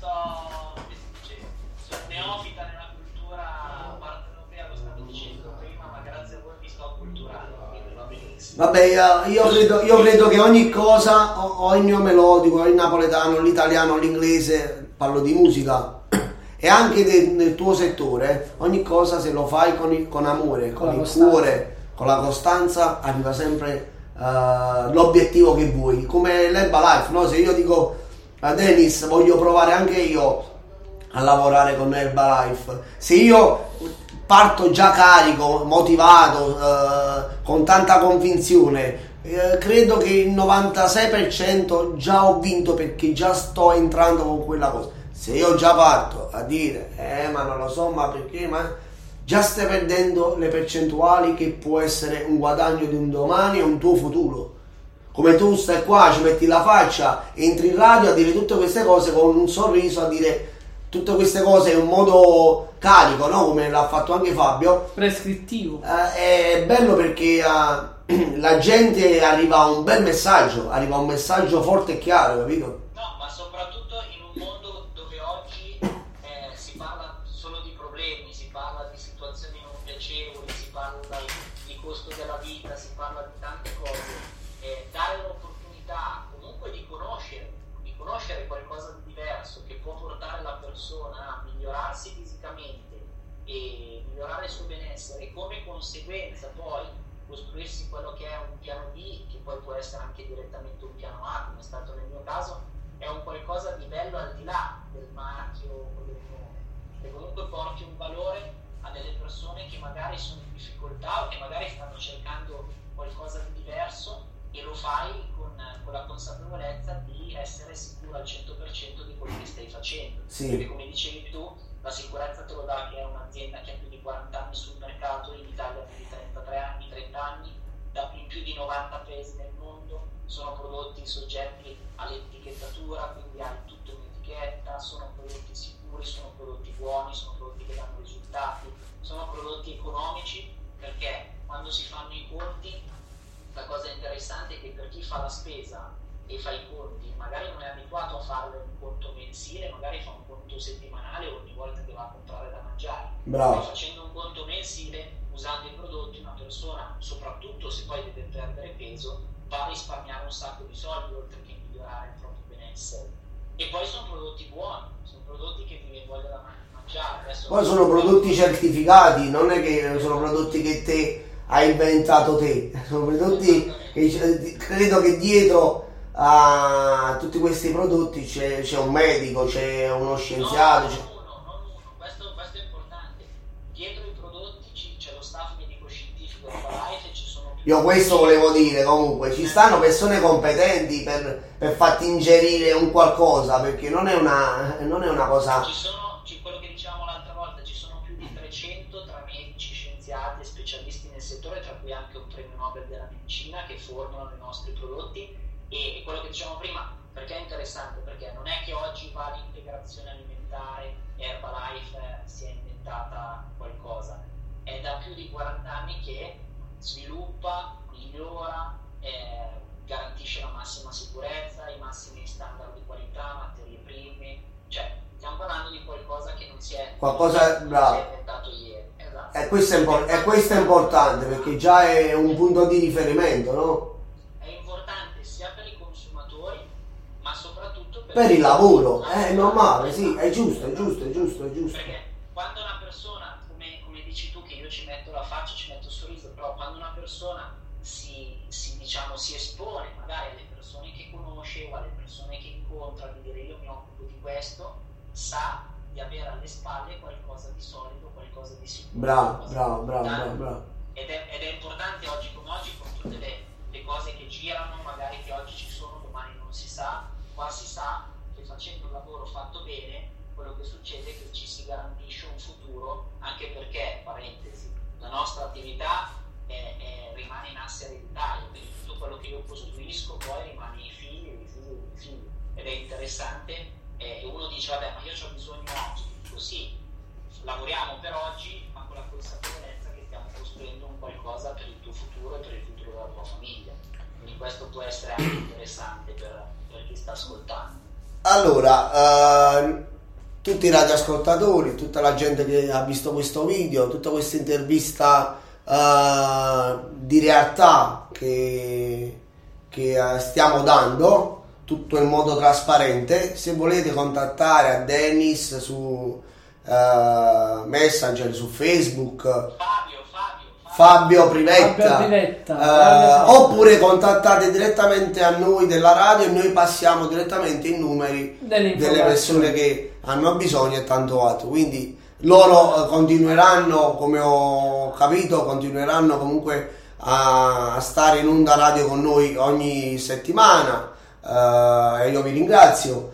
sono neofita nella cultura partenopea, lo stavo dicendo prima, ma grazie a voi mi sto acculturando, quindi va benissimo. Vabbè, io credo che ogni cosa, o il mio melodico, o il napoletano, l'italiano, l'inglese, parlo di musica, e anche nel tuo settore, ogni cosa se lo fai con amore, con il cuore, con la costanza, arriva sempre l'obiettivo che vuoi. Come l'Herbalife, no? Se io dico a Dennis voglio provare anche io a lavorare con Herbalife, se io parto già carico, motivato, con tanta convinzione, credo che il 96% già ho vinto, perché già sto entrando con quella cosa. Se io già parto a dire ma non lo so, ma perché, ma già stai perdendo le percentuali che può essere un guadagno di un domani e un tuo futuro. Come tu stai qua, ci metti la faccia, entri in radio a dire tutte queste cose con un sorriso, a dire tutte queste cose in un modo carico, no? Come l'ha fatto anche Fabio. Prescrittivo. È bello perché la gente arriva a un bel messaggio, arriva a un messaggio forte e chiaro, capito? No, ma soprattutto in un mondo dove oggi si parla solo di problemi, si parla di situazioni non piacevoli, si parla di costo della vita, si parla di tante cose, dare l'opportunità comunque di conoscere qualcosa di diverso che può portare la persona a migliorarsi fisicamente e migliorare il suo benessere, e come conseguenza poi costruirsi quello che è un piano B, che poi può essere anche direttamente un piano A, come è stato nel mio caso, è un qualcosa di bello al di là del marchio o del nome, che comunque porti un valore a delle persone che magari sono in difficoltà o che magari stanno cercando qualcosa di diverso, e lo fai con la consapevolezza di essere sicuro al 100% di quello che stai facendo. Sì. Perché come dicevi tu, la sicurezza te lo dà che è un'azienda che ha più di 40 anni sul mercato, in Italia più di 33 anni, 30 anni, in più di 90 paesi nel mondo, sono prodotti soggetti all'etichettatura, quindi hai tutto un'etichetta, sono prodotti sicuri, sono prodotti buoni, sono prodotti che danno risultati, sono prodotti economici, perché quando si fanno i conti, la cosa interessante è che per chi fa la spesa e fa i conti, magari non è abituato a fare un conto mensile, magari fa un conto settimanale ogni volta che va a comprare da mangiare. Bravo. E facendo un conto mensile, usando i prodotti, una persona, soprattutto se poi deve perdere peso, va a risparmiare un sacco di soldi oltre che migliorare il proprio benessere. E poi sono prodotti buoni, sono prodotti che ti viene voglia da mangiare. Adesso Poi sono prodotti certificati, non è che sono prodotti che te hai inventato te, sono prodotti che credo che dietro a tutti questi prodotti c'è un medico, c'è uno scienziato. Non uno, questo è importante. Dietro i prodotti c'è lo staff medico-scientifico di Herbalife e ci sono più. Io questo volevo dire, comunque ci stanno persone competenti per farti ingerire un qualcosa, perché non è una cosa. Quello che dicevamo l'altra volta, ci sono più di 300 tra medici, scienziati e specialisti nel settore, tra cui anche un premio Nobel della medicina, che formano i nostri prodotti. E quello che dicevamo prima, perché è interessante? Perché non è che oggi va l'integrazione alimentare e Herbalife si è inventata qualcosa, è da più di 40 anni che sviluppa, migliora, garantisce la massima sicurezza, i massimi standard di qualità, materie prime, cioè stiamo parlando di qualcosa che non si è inventato ieri. Esatto. E questo è importante, perché già è un punto di riferimento, no? È importante sia per i consumatori, ma soprattutto per il lavoro, è normale, sì, è giusto. Perché quando una persona, come dici tu, che io ci metto la faccia, ci metto il sorriso, però quando una persona si espone magari alle persone che conosce o alle persone che incontra, di dire io mi occupo di questo, sa di avere alle spalle qualcosa di solido, qualcosa di sicuro. Bravo. Ed è importante oggi come oggi, con tutte le cose che girano, magari che oggi ci sono, domani non si sa. Qua si sa che facendo un lavoro fatto bene, quello che succede è che ci si garantisce un futuro, anche perché, parentesi, la nostra attività rimane in asse ereditario, quindi tutto quello che io costruisco poi rimane ai figli, ed è interessante. E uno dice vabbè, ma io ho bisogno oggi, così lavoriamo per oggi, ma con la consapevolezza che stiamo costruendo un qualcosa per il tuo futuro e per il futuro della tua famiglia. Quindi questo può essere anche interessante per chi sta ascoltando. Allora, tutti i radioascoltatori, tutta la gente che ha visto questo video, tutta questa intervista di realtà che stiamo dando, tutto in modo trasparente, se volete contattare a Dennis su Messenger, su Facebook, Fabio Privetta, oppure contattate direttamente a noi della radio e noi passiamo direttamente i numeri delle persone che hanno bisogno e tanto altro. Quindi loro continueranno, come ho capito, continueranno comunque a stare in onda radio con noi ogni settimana, e io vi ringrazio.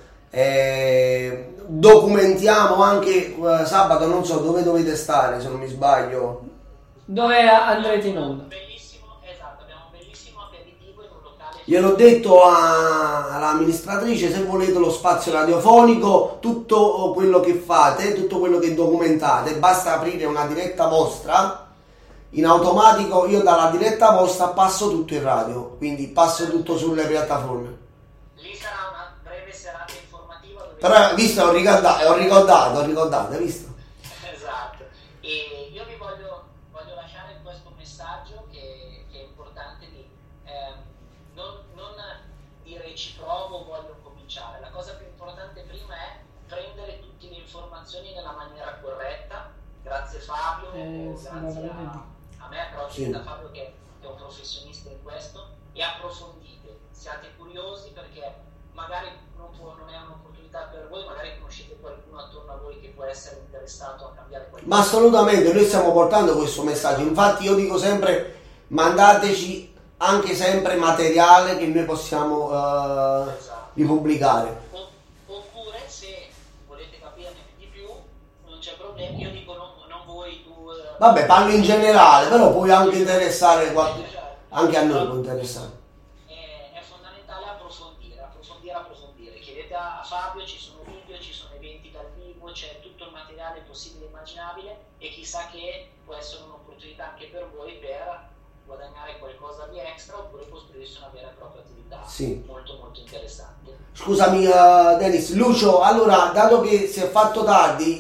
Documentiamo anche sabato, non so dove dovete stare, se non mi sbaglio. Dove andrete in onda? Esatto, abbiamo un bellissimo aperitivo in un locale. Gliel'ho detto all'amministratrice, se volete lo spazio radiofonico, tutto quello che fate, tutto quello che documentate, basta aprire una diretta vostra, in automatico io dalla diretta vostra passo tutto in radio, quindi passo tutto sulle piattaforme. Lì sarà una breve serata informativa dove... Però visto, ho ricordato, hai visto? Esatto, e io vi voglio lasciare questo messaggio che è importante di non dire ci provo, voglio cominciare. La cosa più importante prima è prendere tutte le informazioni nella maniera corretta. Grazie Fabio, grazie a me, però sì, da Fabio che è un professionista in questo, e approfondite, siate curiosi, perché magari non è un'opportunità per voi, magari conoscete qualcuno attorno a voi che può essere interessato a cambiare qualcosa. Ma assolutamente, noi stiamo portando questo messaggio, infatti io dico sempre, mandateci anche sempre materiale che noi possiamo ripubblicare. Oppure se volete capirne di più, non c'è problema, io dico non voi, tu... Vabbè, parlo in generale, però puoi anche interessare, anche a noi può interessare. È fondamentale approfondire. Chiedete a Fabio, ci sono video, ci sono eventi dal vivo, c'è tutto il materiale possibile e immaginabile, e chissà che può essere un'opportunità anche per voi per guadagnare qualcosa di extra, oppure costruirsi una vera e propria attività. Sì. Molto molto interessante. Scusami Dennis, Lucio, allora dato che si è fatto tardi,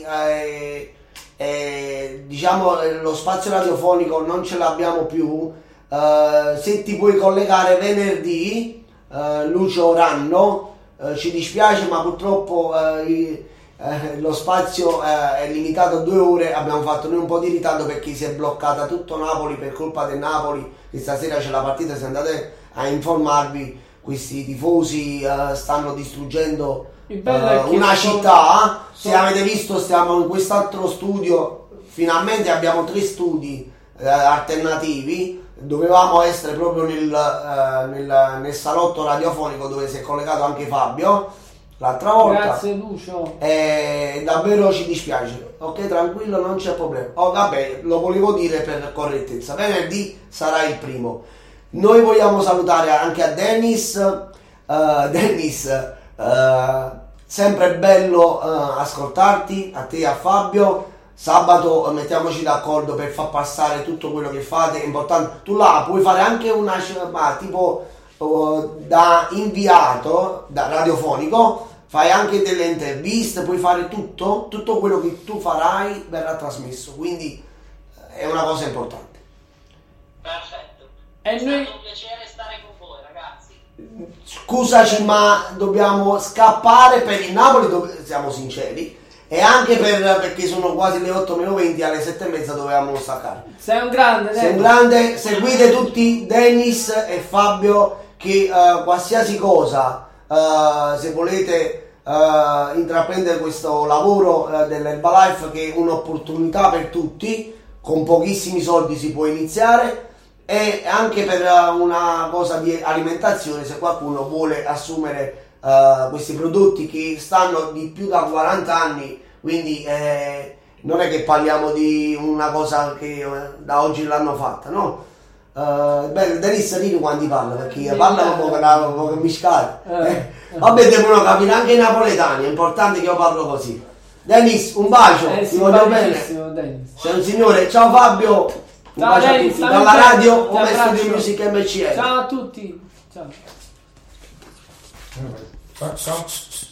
diciamo lo spazio radiofonico non ce l'abbiamo più, se ti puoi collegare venerdì, Lucio Ranno, ci dispiace ma purtroppo lo spazio è limitato a 2 ore, abbiamo fatto noi un po' di ritardo perché si è bloccata tutto Napoli per colpa del Napoli, che stasera c'è la partita, se andate a informarvi questi tifosi stanno distruggendo una città. Se avete visto stiamo in quest'altro studio, finalmente abbiamo 3 studi alternativi, dovevamo essere proprio nel salotto radiofonico dove si è collegato anche Fabio l'altra volta. Grazie Lucio. Davvero ci dispiace, ok, tranquillo, non c'è problema. Vabbè, lo volevo dire per correttezza, venerdì sarà il primo. Noi vogliamo salutare anche a Dennis. Sempre bello ascoltarti, a te e a Fabio. Sabato mettiamoci d'accordo per far passare tutto quello che fate, è importante. Tu là puoi fare anche una tipo da inviato, da radiofonico, fai anche delle interviste, puoi fare tutto quello che tu farai verrà trasmesso, quindi è una cosa importante. Perfetto, è stato un piacere stare con voi ragazzi. Scusaci ma dobbiamo scappare per il Napoli, dove siamo sinceri, e anche perché sono quasi le 8:20, alle 7:30 dovevamo staccare. Sei un grande, seguite tutti Dennis e Fabio, che qualsiasi cosa, se volete intraprendere questo lavoro dell'Herbalife, che è un'opportunità per tutti, con pochissimi soldi si può iniziare, e anche per una cosa di alimentazione, se qualcuno vuole assumere questi prodotti che stanno di più da 40 anni, quindi non è che parliamo di una cosa che da oggi l'hanno fatta, no? Dennis ridi quando parla, perché parla un po' miscato. Vabbè, devono capire anche i napoletani, è importante che io parlo così. Dennis, un bacio, ti voglio bene. Dennis. Sei un signore. Ciao Fabio. Un Ciao bacio a Dennis, tutti. Dalla radio Ome Studio abbraccio. Music MCM. Ciao a tutti. Ciao. Ciao.